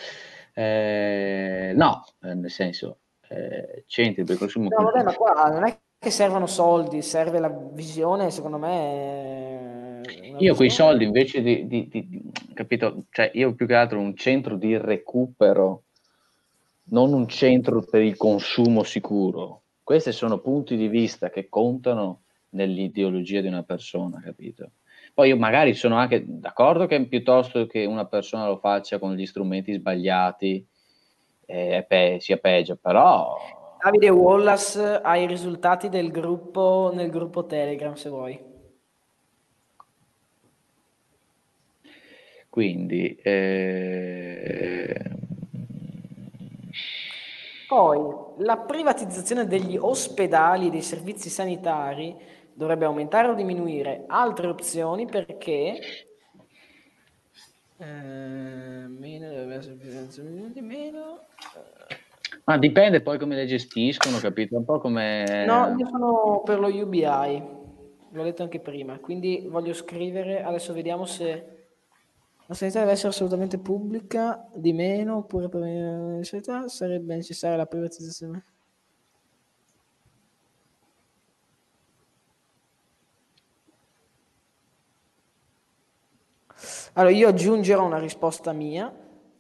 no, nel senso... centri per il consumo... No, vabbè, ma qua non è che servono soldi, serve la visione, secondo me, una Io quei visione. soldi invece capito? Cioè, io più che altro un centro di recupero, non un centro per il consumo sicuro. Questi sono punti di vista che contano nell'ideologia di una persona, capito? Poi io magari sono anche d'accordo che piuttosto che una persona lo faccia con gli strumenti sbagliati, sia peggio, però... Davide Wallace ha i risultati del gruppo nel gruppo Telegram, se vuoi. Quindi... Poi la privatizzazione degli ospedali e dei servizi sanitari dovrebbe aumentare o diminuire. Altre opzioni perché meno dovrebbe essere più di meno. Ma dipende poi come le gestiscono, capito? Un po' come... No, io sono per lo UBI, l'ho detto anche prima, quindi voglio scrivere, adesso vediamo se la sanità deve essere assolutamente pubblica, di meno, oppure per la sanità sarebbe necessaria la privatizzazione. Allora, io aggiungerò una risposta mia,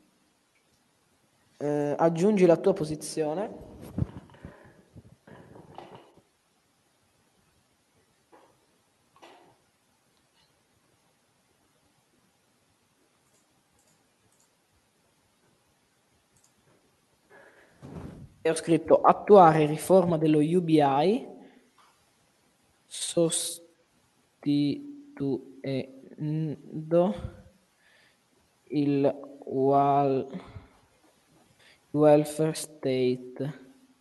aggiungi la tua posizione. E ho scritto attuare riforma dello UBI sostituendo il welfare state.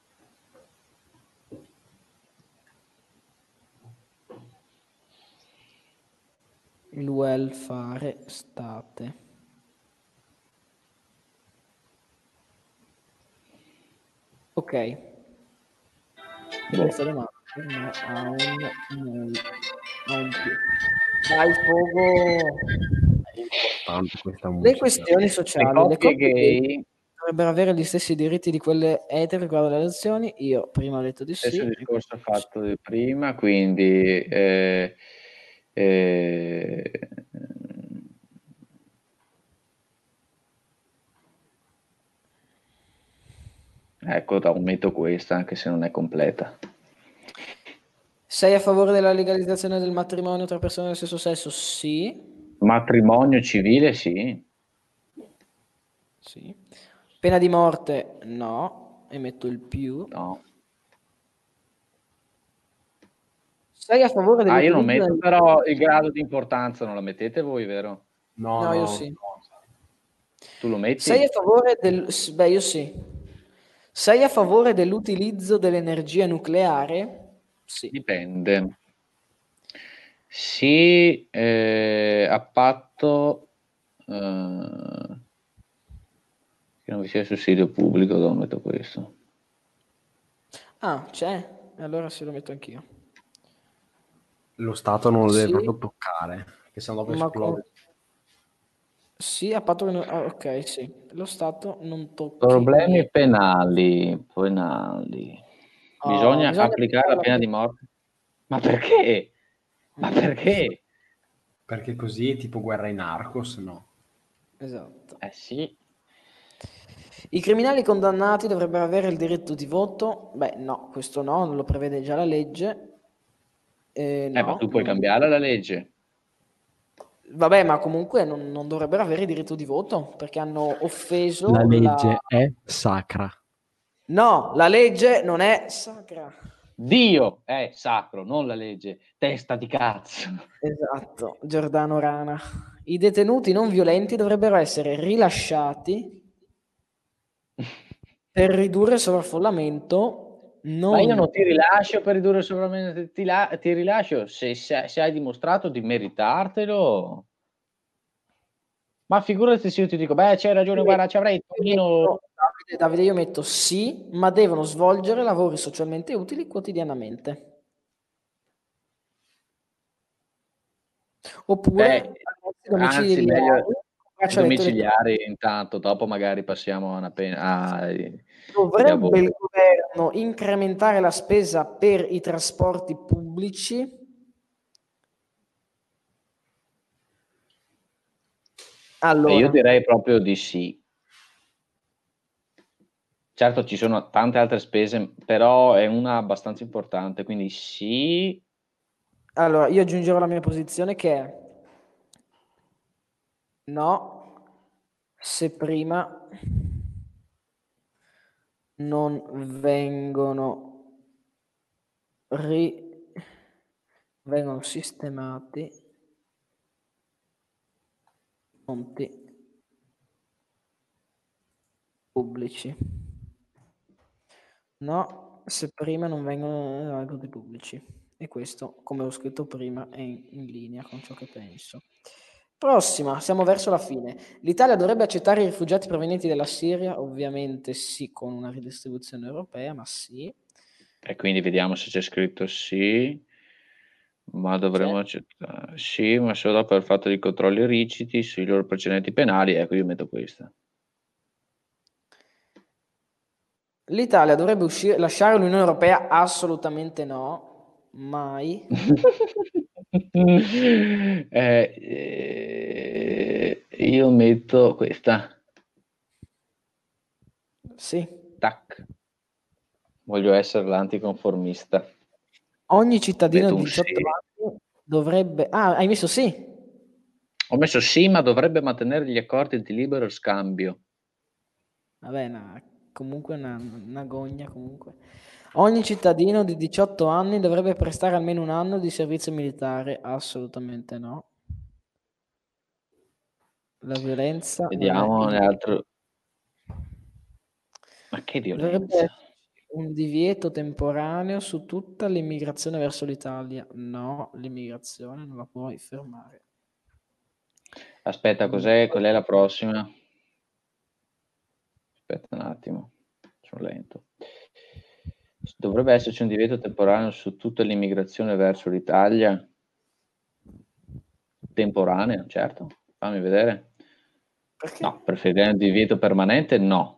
Il welfare state. Ok. Questa domanda per me ha un più. Dai, Fogo. Le questioni sociali, le coppie coppie gay, dovrebbero avere gli stessi diritti di quelle etero riguardo alle adozioni. Io prima ho detto di stesso sì. discorso fatto di prima, quindi ecco, aumento questa anche se non è completa. Sei a favore della legalizzazione del matrimonio tra persone dello stesso sesso? Sì. Matrimonio civile, sì. Sì. Pena di morte? No. E metto il più. No. Sei a favore Io non dell'utilizzo metto, però il grado di importanza non la mettete voi, vero? No, io sì. Tu lo metti? Sei a favore Beh, io sì. Sei a favore dell'utilizzo dell'energia nucleare? Sì. Dipende. Sì, a patto che non vi sia sussidio pubblico, dove metto questo? Ah, c'è? Allora sì, lo metto anch'io. Lo Stato non lo deve Sì, proprio toccare, che sennò dopo ma esplode. sì, a patto che ok, sì. Lo Stato non tocchi Problemi niente. penali. Bisogna Bisogna applicare la pena di morte? Ma perché? Ma perché? Perché così è tipo guerra in Narcos, no? Esatto. Sì. I criminali condannati dovrebbero avere il diritto di voto? Beh, no, questo no, non lo prevede già la legge. Ma No, tu puoi cambiare la legge. vabbè, ma comunque non dovrebbero avere il diritto di voto perché hanno offeso La legge è sacra. No, la legge non è sacra. Dio è sacro, non la legge. Testa di cazzo. Esatto, Giordano Rana. I detenuti non violenti dovrebbero essere rilasciati per ridurre il sovraffollamento. Ma io non ti rilascio per ridurre il sovraffollamento, ti rilascio se hai dimostrato di meritartelo. Ma figurati se io ti dico, beh, c'hai ragione, guarda, ci avrei il Tonino. Davide, io metto sì, ma devono svolgere lavori socialmente utili quotidianamente. Oppure Anzi, meglio braccialetto domiciliari intanto, dopo magari passiamo a una pena. Dovrebbe il governo incrementare la spesa per i trasporti pubblici? Allora, io direi proprio di sì. Certo, ci sono tante altre spese, però è una abbastanza importante, quindi sì. allora, io aggiungerò la mia posizione che è no, se prima non vengono sistemati i conti pubblici. No, se prima non vengono i conti pubblici. E questo, come ho scritto prima, è in linea con ciò che penso. Prossima, siamo verso la fine. L'Italia dovrebbe accettare i rifugiati provenienti dalla Siria? Ovviamente sì, con una ridistribuzione europea, ma sì. E quindi vediamo se c'è scritto sì, ma dovremmo accettare. Sì, ma solo per il fatto di controlli rigidi sui loro precedenti penali. Ecco, io metto questa. L'Italia dovrebbe lasciare l'Unione Europea? Assolutamente no, mai. Io metto questa. Sì. Tac. Voglio essere l'anticonformista. Ogni cittadino Metto di un 18 sì. anni dovrebbe... Ah, hai messo sì? Ho messo sì, ma dovrebbe mantenere gli accordi di libero scambio. Vabbè, comunque una gogna comunque. Ogni cittadino di 18 anni dovrebbe prestare almeno un anno di servizio militare? Assolutamente no. La violenza non è Vediamo l'altro. Ma che Dovrebbe violenza. esserci un divieto temporaneo su tutta l'immigrazione verso l'Italia. No, l'immigrazione non la puoi fermare. Aspetta, qual è la prossima? Aspetta un attimo, sono lento. Dovrebbe esserci un divieto temporaneo su tutta l'immigrazione verso l'Italia. Temporaneo, certo. Fammi vedere. Perché? No, preferirei un divieto permanente, no.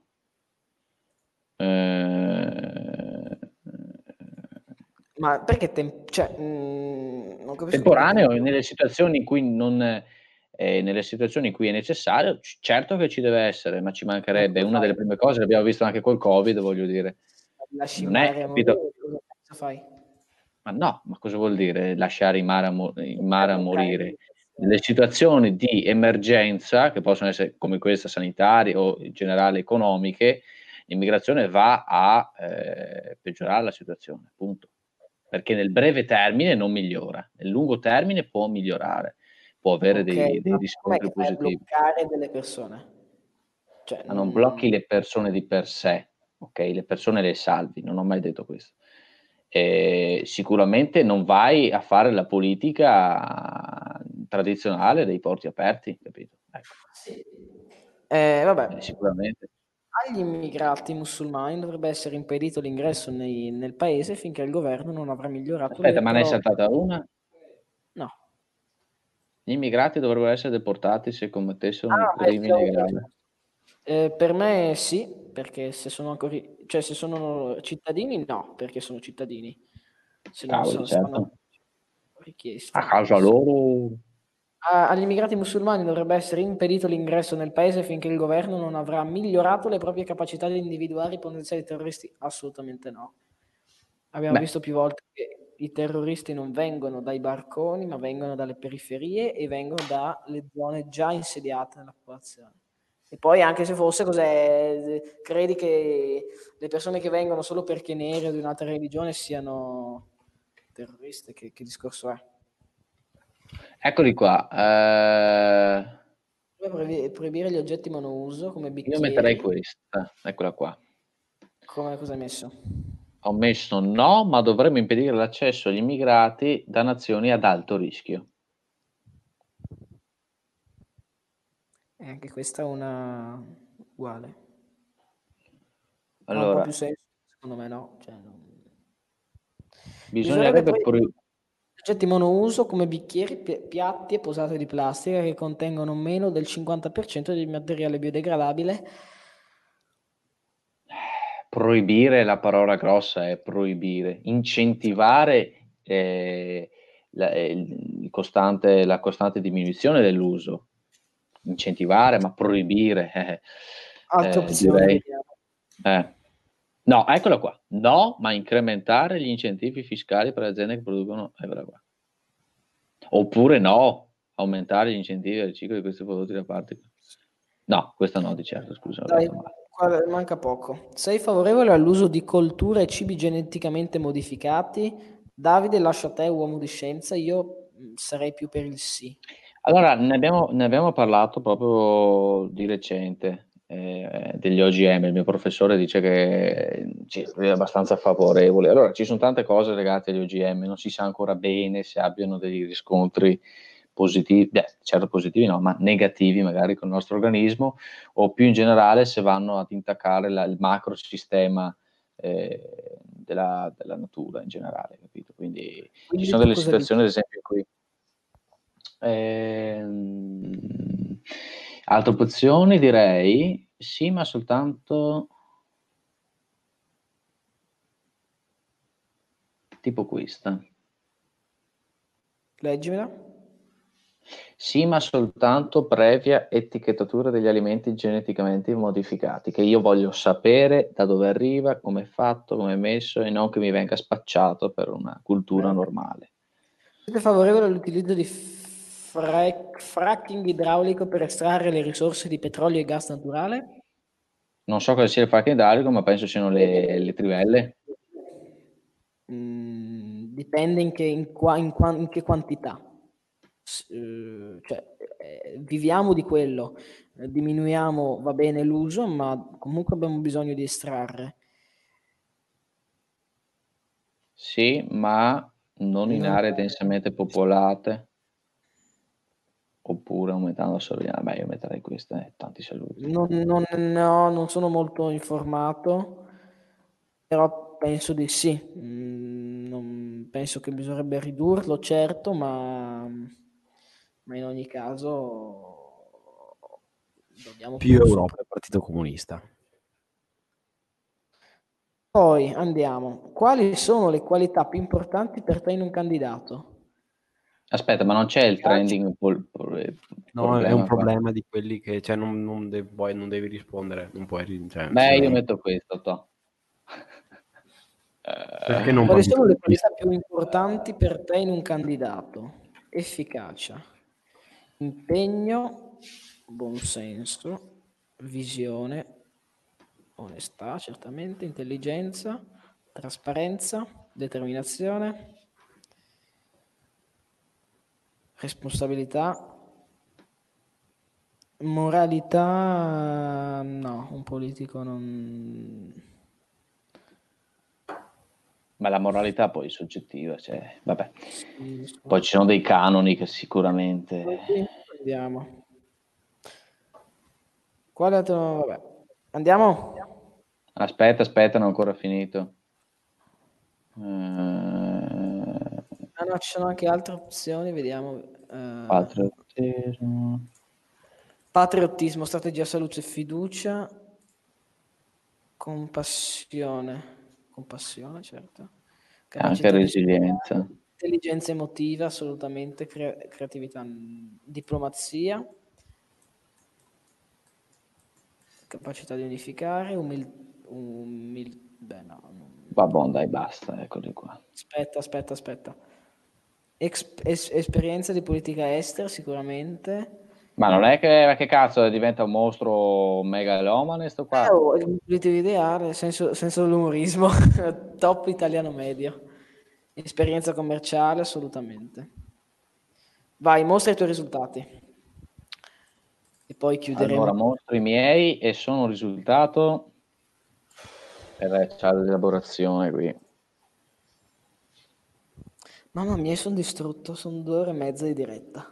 Ma perché non capisco Temporaneo nelle situazioni in cui nelle situazioni in cui è necessario, certo che ci deve essere, ma ci mancherebbe. Una delle prime cose l'abbiamo visto anche col Covid, voglio dire. Lasci Non è, mare a capito? morire, cosa fai? Ma no, ma cosa vuol dire lasciare in mare a morire? Nelle situazioni di emergenza, che possono essere come questa sanitarie o in generale economiche, l'immigrazione va a peggiorare la situazione, punto. Perché nel breve termine non migliora, nel lungo termine può migliorare, può avere dei riscontri positivi. Bloccare delle persone. Cioè, Ma non blocchi le persone di per sé, ok? Le persone le salvi, non ho mai detto questo. Sicuramente non vai a fare la politica tradizionale dei porti aperti, capito? Ecco. Sì. Vabbè. Sicuramente. Agli immigrati musulmani dovrebbe essere impedito l'ingresso nel paese finché il governo non avrà migliorato Aspetta, ma ne hai saltata una? No. Gli immigrati dovrebbero essere deportati se commettessero un crimine grave. Per me sì, perché se sono ancora, cioè se sono cittadini no, perché sono cittadini. Se non Cavoli, certo. richiesti. A causa loro. Agli immigrati musulmani dovrebbe essere impedito l'ingresso nel paese finché il governo non avrà migliorato le proprie capacità di individuare i potenziali terroristi. Assolutamente no. Abbiamo visto più volte che i terroristi non vengono dai barconi, ma vengono dalle periferie e vengono dalle zone già insediate nella popolazione. E poi anche se fosse, credi che le persone che vengono solo perché nere o di un'altra religione siano terroristi? Che discorso è? Eccoli qua. Proibire gli oggetti monouso come bicchieri. Io metterei questa, eccola qua. Cosa hai messo? Ho messo no, ma dovremmo impedire l'accesso agli immigrati da nazioni ad alto rischio. Anche questa è una uguale. Allora, ha un po' più senso, secondo me no. Cioè, bisognerebbe oggetti monouso come bicchieri, piatti e posate di plastica che contengono meno del 50% di materiale biodegradabile. Proibire, la parola grossa è proibire, incentivare la costante diminuzione dell'uso, incentivare, ma proibire, Altre opzioni. direi. No, eccola qua. No, ma incrementare gli incentivi fiscali per le aziende che producono. Qua. Oppure no, aumentare gli incentivi al riciclo di questi prodotti da parte. No, questa no, di certo, scusa. Dai, manca poco. Sei favorevole all'uso di colture e cibi geneticamente modificati? Davide, lascio a te, uomo di scienza. Io sarei più per il sì. Allora, ne abbiamo parlato proprio di recente. Degli OGM, il mio professore dice che è abbastanza favorevole. Allora, ci sono tante cose legate agli OGM, non si sa ancora bene se abbiano dei riscontri positivi, certo positivi no, ma negativi magari con il nostro organismo, o più in generale se vanno ad intaccare il macrosistema della natura in generale, capito? Quindi ci sono delle situazioni, ad esempio, in cui altre opzioni direi sì, ma soltanto tipo questa. Leggimela. Sì, ma soltanto previa etichettatura degli alimenti geneticamente modificati, che io voglio sapere da dove arriva, come è fatto, come è messo e non che mi venga spacciato per una cultura normale. Siete favorevoli all'utilizzo di fracking idraulico per estrarre le risorse di petrolio e gas naturale? Non so cosa sia il fracking idraulico, ma penso siano le trivelle. Dipende in che quantità. Viviamo di quello, diminuiamo, va bene l'uso, ma comunque abbiamo bisogno di estrarre. Sì, ma non in aree densamente popolate, oppure aumentando la sorveglianza. Beh, io metterei queste, tanti saluti. Non sono molto informato, però penso di sì. Penso che bisognerebbe ridurlo, certo, ma in ogni caso dobbiamo più Europa e Partito Comunista. Poi andiamo. Quali sono le qualità più importanti per te in un candidato? Aspetta, ma non c'è il trending no, è un problema di quelli che non devi rispondere, non puoi. Beh, io metto questo. Perché non Quali parli sono le tu? qualità più importanti per te in un candidato? Efficacia, impegno, buonsenso, visione, onestà, certamente, intelligenza, trasparenza, determinazione, responsabilità, moralità, no, un politico non... Ma la moralità poi è soggettiva, cioè, vabbè. Sì, Poi ci sono dei canoni che sicuramente... Andiamo. Quale altro? Vabbè. Andiamo? Aspetta, non ho ancora finito. Ah, no, ci sono anche altre opzioni, vediamo. Patriottismo. Patriottismo, strategia, salute e fiducia. Compassione. Compassione, certo. Anche Capacità resilienza. intelligenza emotiva, assolutamente. Creatività, diplomazia. Capacità di unificare, beh, no. Vabbè, dai, basta, eccoli qua. Aspetta. Esperienza di politica estera, sicuramente. Ma non è che cazzo diventa un mostro megalomane sto qua? Il politico ideale, senso dell'umorismo, top italiano medio. Esperienza commerciale, assolutamente. Vai, mostra i tuoi risultati. E poi chiuderemo. Allora, mostro i miei e sono un risultato per l'elaborazione qui. Mamma mia, sono distrutto, sono 2 ore e mezza di diretta.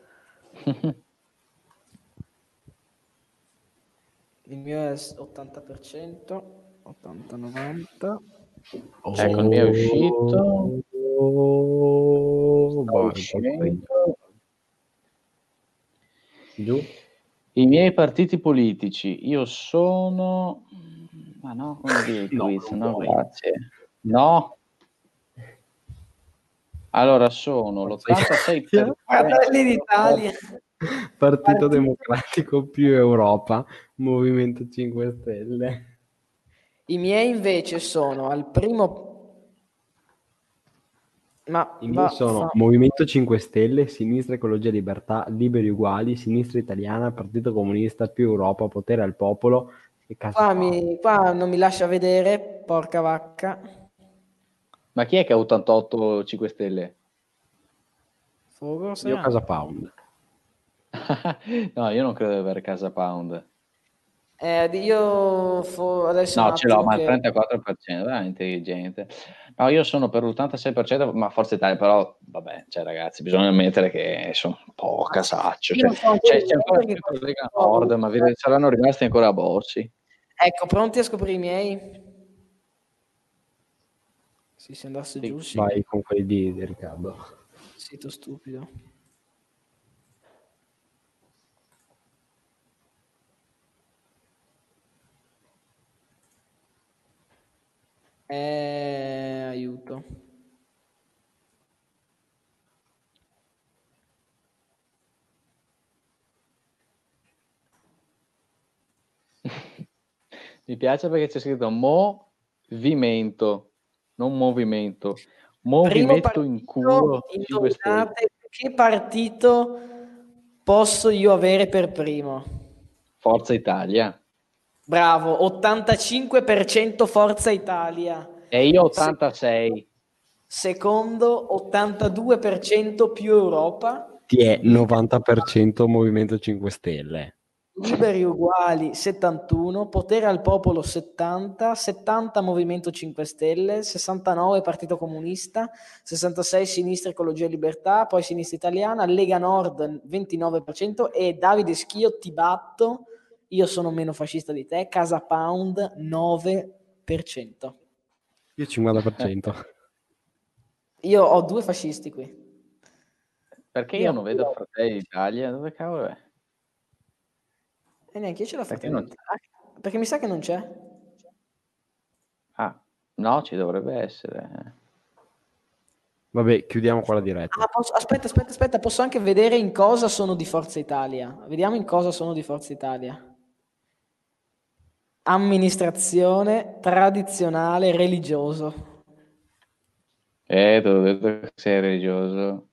Il mio è 80%, 80-90. Ecco, il mio è uscito. Sta uscendo. Giù. I miei partiti politici, io sono... Ma no, come dire il quiz? No, grazie. No. Allora, sono l'86%. Fratelli d'Italia. Partito Democratico più Europa, Movimento 5 Stelle. I miei invece sono al primo... Ma I miei sono Movimento 5 Stelle, Sinistra Ecologia e Libertà, Liberi Uguali, Sinistra Italiana, Partito Comunista più Europa, Potere al Popolo e Casa Pound. Qua non mi lascia vedere, porca vacca. Ma chi è che ha 88 5 Stelle? Fogo, Io Casa Pound. No, io non credo di avere Casa Pound. Adesso No, un ce l'ho, attimo ma che... il 34%, è intelligente. No, io sono per l'86%, ma Forza Italia, però, vabbè, cioè ragazzi, bisogna ammettere che sono un po' casaccio. Io Cioè, sono c'è ancora più con Lega Nord, ma saranno rimasti ancora a Bossi. Ecco, pronti a scoprire i miei? Sì, se andasse giù, sì. Vai con quelli di Riccardo. Sito stupido. Aiuto. Mi piace perché c'è scritto movimento, non movimento. Movimento in culo 5 Stelle. Che partito posso io avere per primo? Forza Italia. Bravo, 85% Forza Italia. E io 86. Secondo, 82% più Europa. Ti è 90% Movimento 5 Stelle. Liberi Uguali 71, Potere al Popolo 70, 70 Movimento 5 Stelle, 69 Partito Comunista, 66 Sinistra Ecologia e Libertà, poi Sinistra Italiana, Lega Nord 29% e Davide Schio, ti batto, io sono meno fascista di te, Casa Pound 9%. Io 50%. Io ho 2 fascisti qui. Perché io non vedo Fratelli d'Italia? Dove cavolo è? E neanche io ce l'ho fatta. Perché mi sa che non c'è. Ah, no, ci dovrebbe essere. Vabbè, chiudiamo qua la diretta. Aspetta, posso anche vedere in cosa sono di Forza Italia. Vediamo in cosa sono di Forza Italia. Amministrazione, tradizionale, religioso. Te l'ho detto che sei religioso.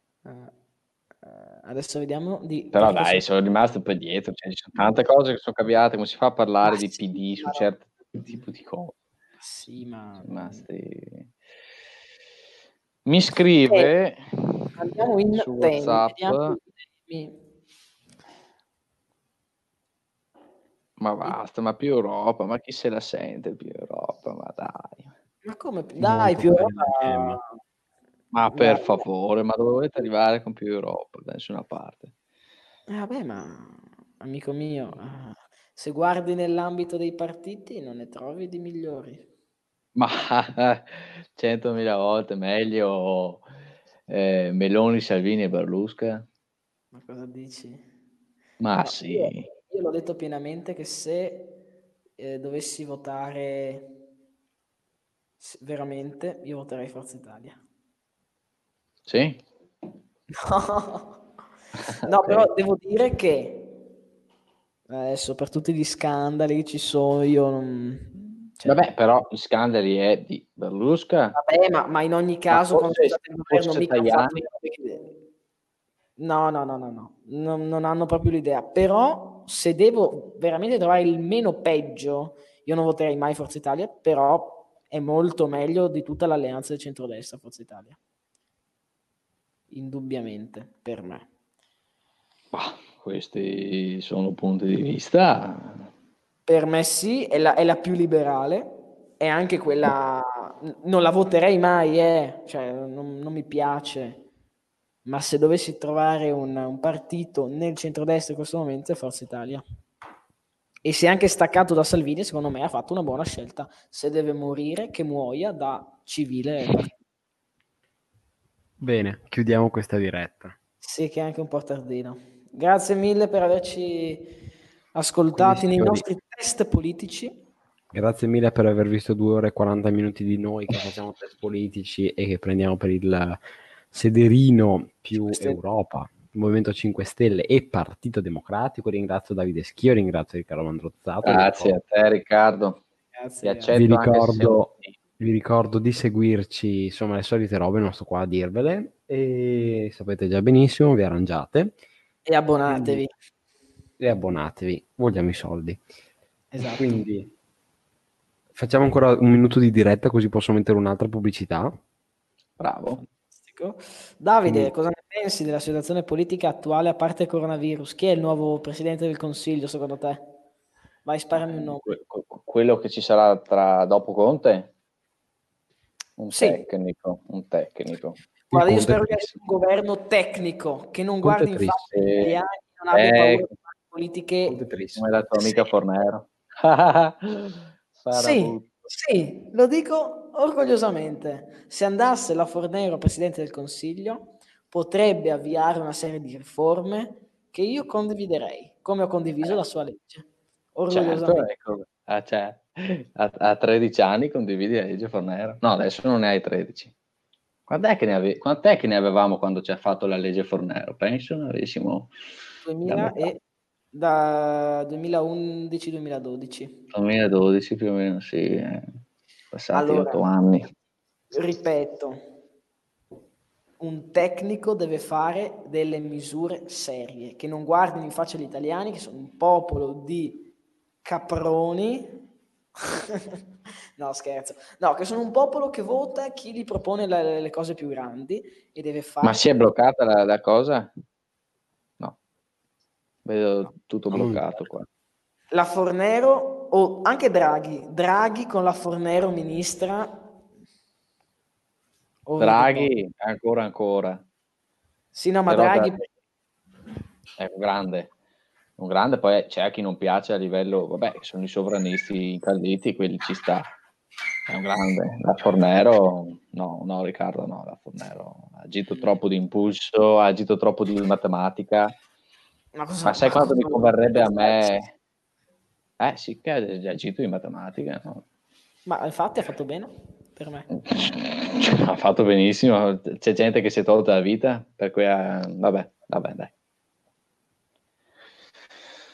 Adesso vediamo Però dai, sono rimasto poi dietro, cioè, ci sono tante cose che sono cambiate, come si fa a parlare di sì, PD su ma certo tipo di cose? sì, ma Sono rimasti... Mi scrive andiamo in su temi, WhatsApp, vediamo i temi. ma basta, ma più Europa, ma chi se la sente più Europa, ma dai. Ma come? Dai, Molto più carina la Gemma. Ma per Guarda, favore, ma dove volete arrivare con più Europa? Da nessuna parte. vabbè, ma amico mio, se guardi nell'ambito dei partiti non ne trovi di migliori. Ma 100.000 volte meglio Meloni, Salvini e Berlusca? Ma cosa dici? Ma No, sì. io l'ho detto pienamente che se dovessi votare veramente, io voterei Forza Italia. Sì? No, no, Ok. però devo dire che adesso per tutti gli scandali che ci sono, io non... cioè, Vabbè, però gli scandali è di Berlusca, vabbè, ma in ogni ma caso, quando c'è stato il governo, forse mica hanno fatto Tajani. le robe che... No, no, no, no, no, non hanno proprio l'idea. Però se devo veramente trovare il meno peggio, io non voterei mai Forza Italia, però è molto meglio di tutta l'alleanza del centrodestra Forza Italia. Indubbiamente, per me. Bah, questi sono punti di vista. Per me sì, è la più liberale, è anche quella... Non la voterei mai, cioè non mi piace. Ma se dovessi trovare un partito nel centrodestra in questo momento è Forza Italia. E se è anche staccato da Salvini, secondo me ha fatto una buona scelta. Se deve morire, che muoia da civile partito. Bene, chiudiamo questa diretta. Sì, che è anche un po' tardino. Grazie mille per averci ascoltati Quindi, nei signori, nostri test politici. grazie mille per aver visto 2 ore e 40 minuti di noi che facciamo test politici e che prendiamo per il sederino più 5 Stelle. Europa, Movimento 5 Stelle e Partito Democratico. Ringrazio Davide Schio, ringrazio Riccardo Mandrozzato. Grazie a te, Riccardo. Ti Grazie, grazie. Vi accetto anche se siamo... ricordo di seguirci, insomma, le solite robe, non sto qua a dirvele, e sapete già benissimo, vi arrangiate. E abbonatevi. E abbonatevi, vogliamo i soldi. Esatto. Quindi facciamo ancora un minuto di diretta così posso mettere un'altra pubblicità. Bravo. Fantastico. Davide, Quindi, cosa ne pensi della situazione politica attuale a parte il coronavirus? Chi è il nuovo presidente del Consiglio secondo te? Vai, sparami un nome. Quello che ci sarà dopo Conte? Un Sì, tecnico, un tecnico. il guarda, io Conte spero che sia Tris. un governo tecnico, che non Conte guardi in Tris. faccia agli italiani, non abbia paura di fare Conte politiche. Tris. Come la tua amica serie. Fornero. Sì, Farabutto. sì, lo dico orgogliosamente. Se andasse la Fornero presidente del Consiglio, potrebbe avviare una serie di riforme che io condividerei, come ho condiviso la sua legge. Certo, Orgogliosamente. ecco. Cioè, a 13 anni condividi la legge Fornero. No, adesso non ne hai 13. Quant'è che ne avevamo quando ci ha fatto la legge Fornero? Penso ne avessimo la 2000 metà. da 2011-2012. 2012 più o meno, sì. Passati Allora, 8 anni. ripeto, un tecnico deve fare delle misure serie, che non guardino in faccia gli italiani, che sono un popolo di caproni. No, scherzo. No, che sono un popolo che vota chi gli propone le cose più grandi e deve Ma si è farsene. bloccata la cosa? No, vedo tutto Non bloccato qua. La Fornero, o anche Draghi con la Fornero ministra, orribile. Draghi, ancora. Sì, no, ma Però Draghi... è un grande, poi c'è a chi non piace a livello, vabbè, sono i sovranisti incalliti, quelli ci sta. È un grande. La Fornero, no, Riccardo, no, la Fornero ha agito troppo di impulso, ha agito troppo di matematica. Ma sai quanto mi converrebbe a me? Sì, che ha agito di matematica, no? Ma infatti ha fatto bene, per me. Ha fatto benissimo, c'è gente che si è tolta la vita, per cui vabbè, dai.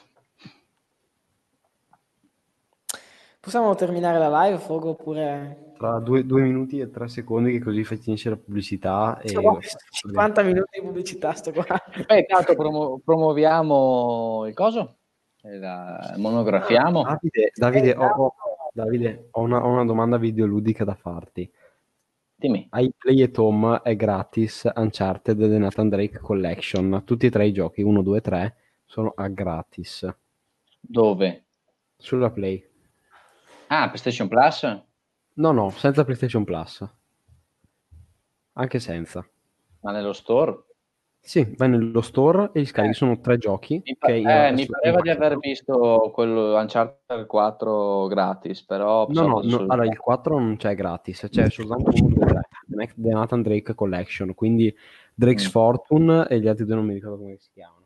Possiamo terminare la live, Fogo, oppure... tra 2 minuti e 3 secondi, che così finisce la pubblicità. E... 50 minuti di pubblicità sto qua. Intanto promuoviamo il coso? Monografiamo? Davide, ho una domanda videoludica da farti. Dimmi. Ai Play at Home è gratis Uncharted The Nathan Drake Collection. Tutti e 3 i giochi, 1, 2, 3, sono a gratis. Dove? Sulla Play. Ah, PlayStation Plus? No, senza PlayStation Plus. Anche senza. Ma nello store? Sì, vai nello store e li scarichi. Sono 3 giochi. Mi pareva di aver visto quello Uncharted 4 gratis, però... No, allora il 4 non c'è gratis, c'è soltanto 1, 2, 3. The Nathan Drake Collection, quindi Drake's Fortune e gli altri due non mi ricordo come si chiamano.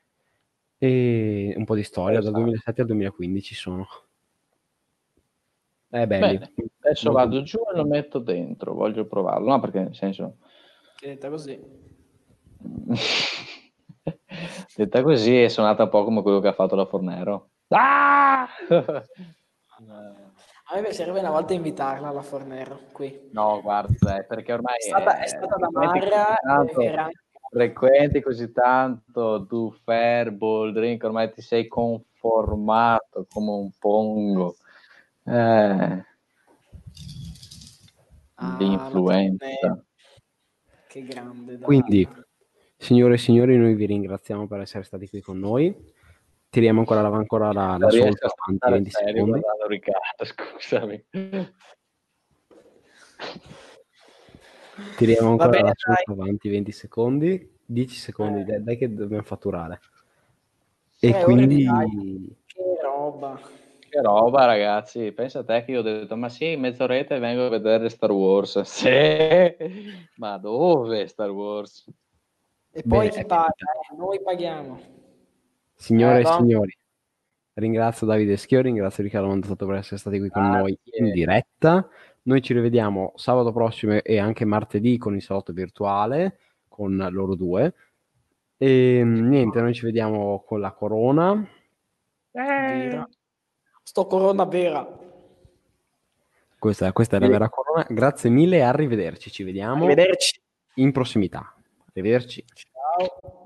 E un po' di storia, dal 2007 al 2015 sono. Belli. Bene, adesso vado giù e lo metto dentro, voglio provarlo, no, perché nel senso... Detta così. Detta così è suonata un po' come quello che ha fatto la Fornero. Ah! A me piacerebbe una volta invitarla alla Fornero qui. No, guarda, perché ormai è stata da Mara, frequenti così tanto, tu Fireball, Drink, ormai ti sei conformato come un pongo. L'influenza. Che grande. Dai. Quindi, signore e signori, noi vi ringraziamo per essere stati qui con noi. Tiriamo ancora la solita avanti 20 secondi. Riccardo, scusami. Tiriamo ancora la solita avanti 20 secondi. 10 secondi, dai che dobbiamo fatturare. E quindi... Che roba, ragazzi. Pensa a te che io ho detto, ma sì, mezz'oretta e vengo a vedere Star Wars. Sì, ma dove Star Wars? E poi chi paga? Noi paghiamo. Signore e signori, ringrazio Davide Schio, ringrazio Riccardo Mandato per essere stati qui con noi in diretta. Noi ci rivediamo sabato prossimo e anche martedì con il salotto virtuale con loro due. E niente, noi ci vediamo con la Corona. Sto Corona vera. Questa è la vera Corona. Grazie mille e arrivederci. Ci vediamo in prossimità. Arrivederci. Ciao.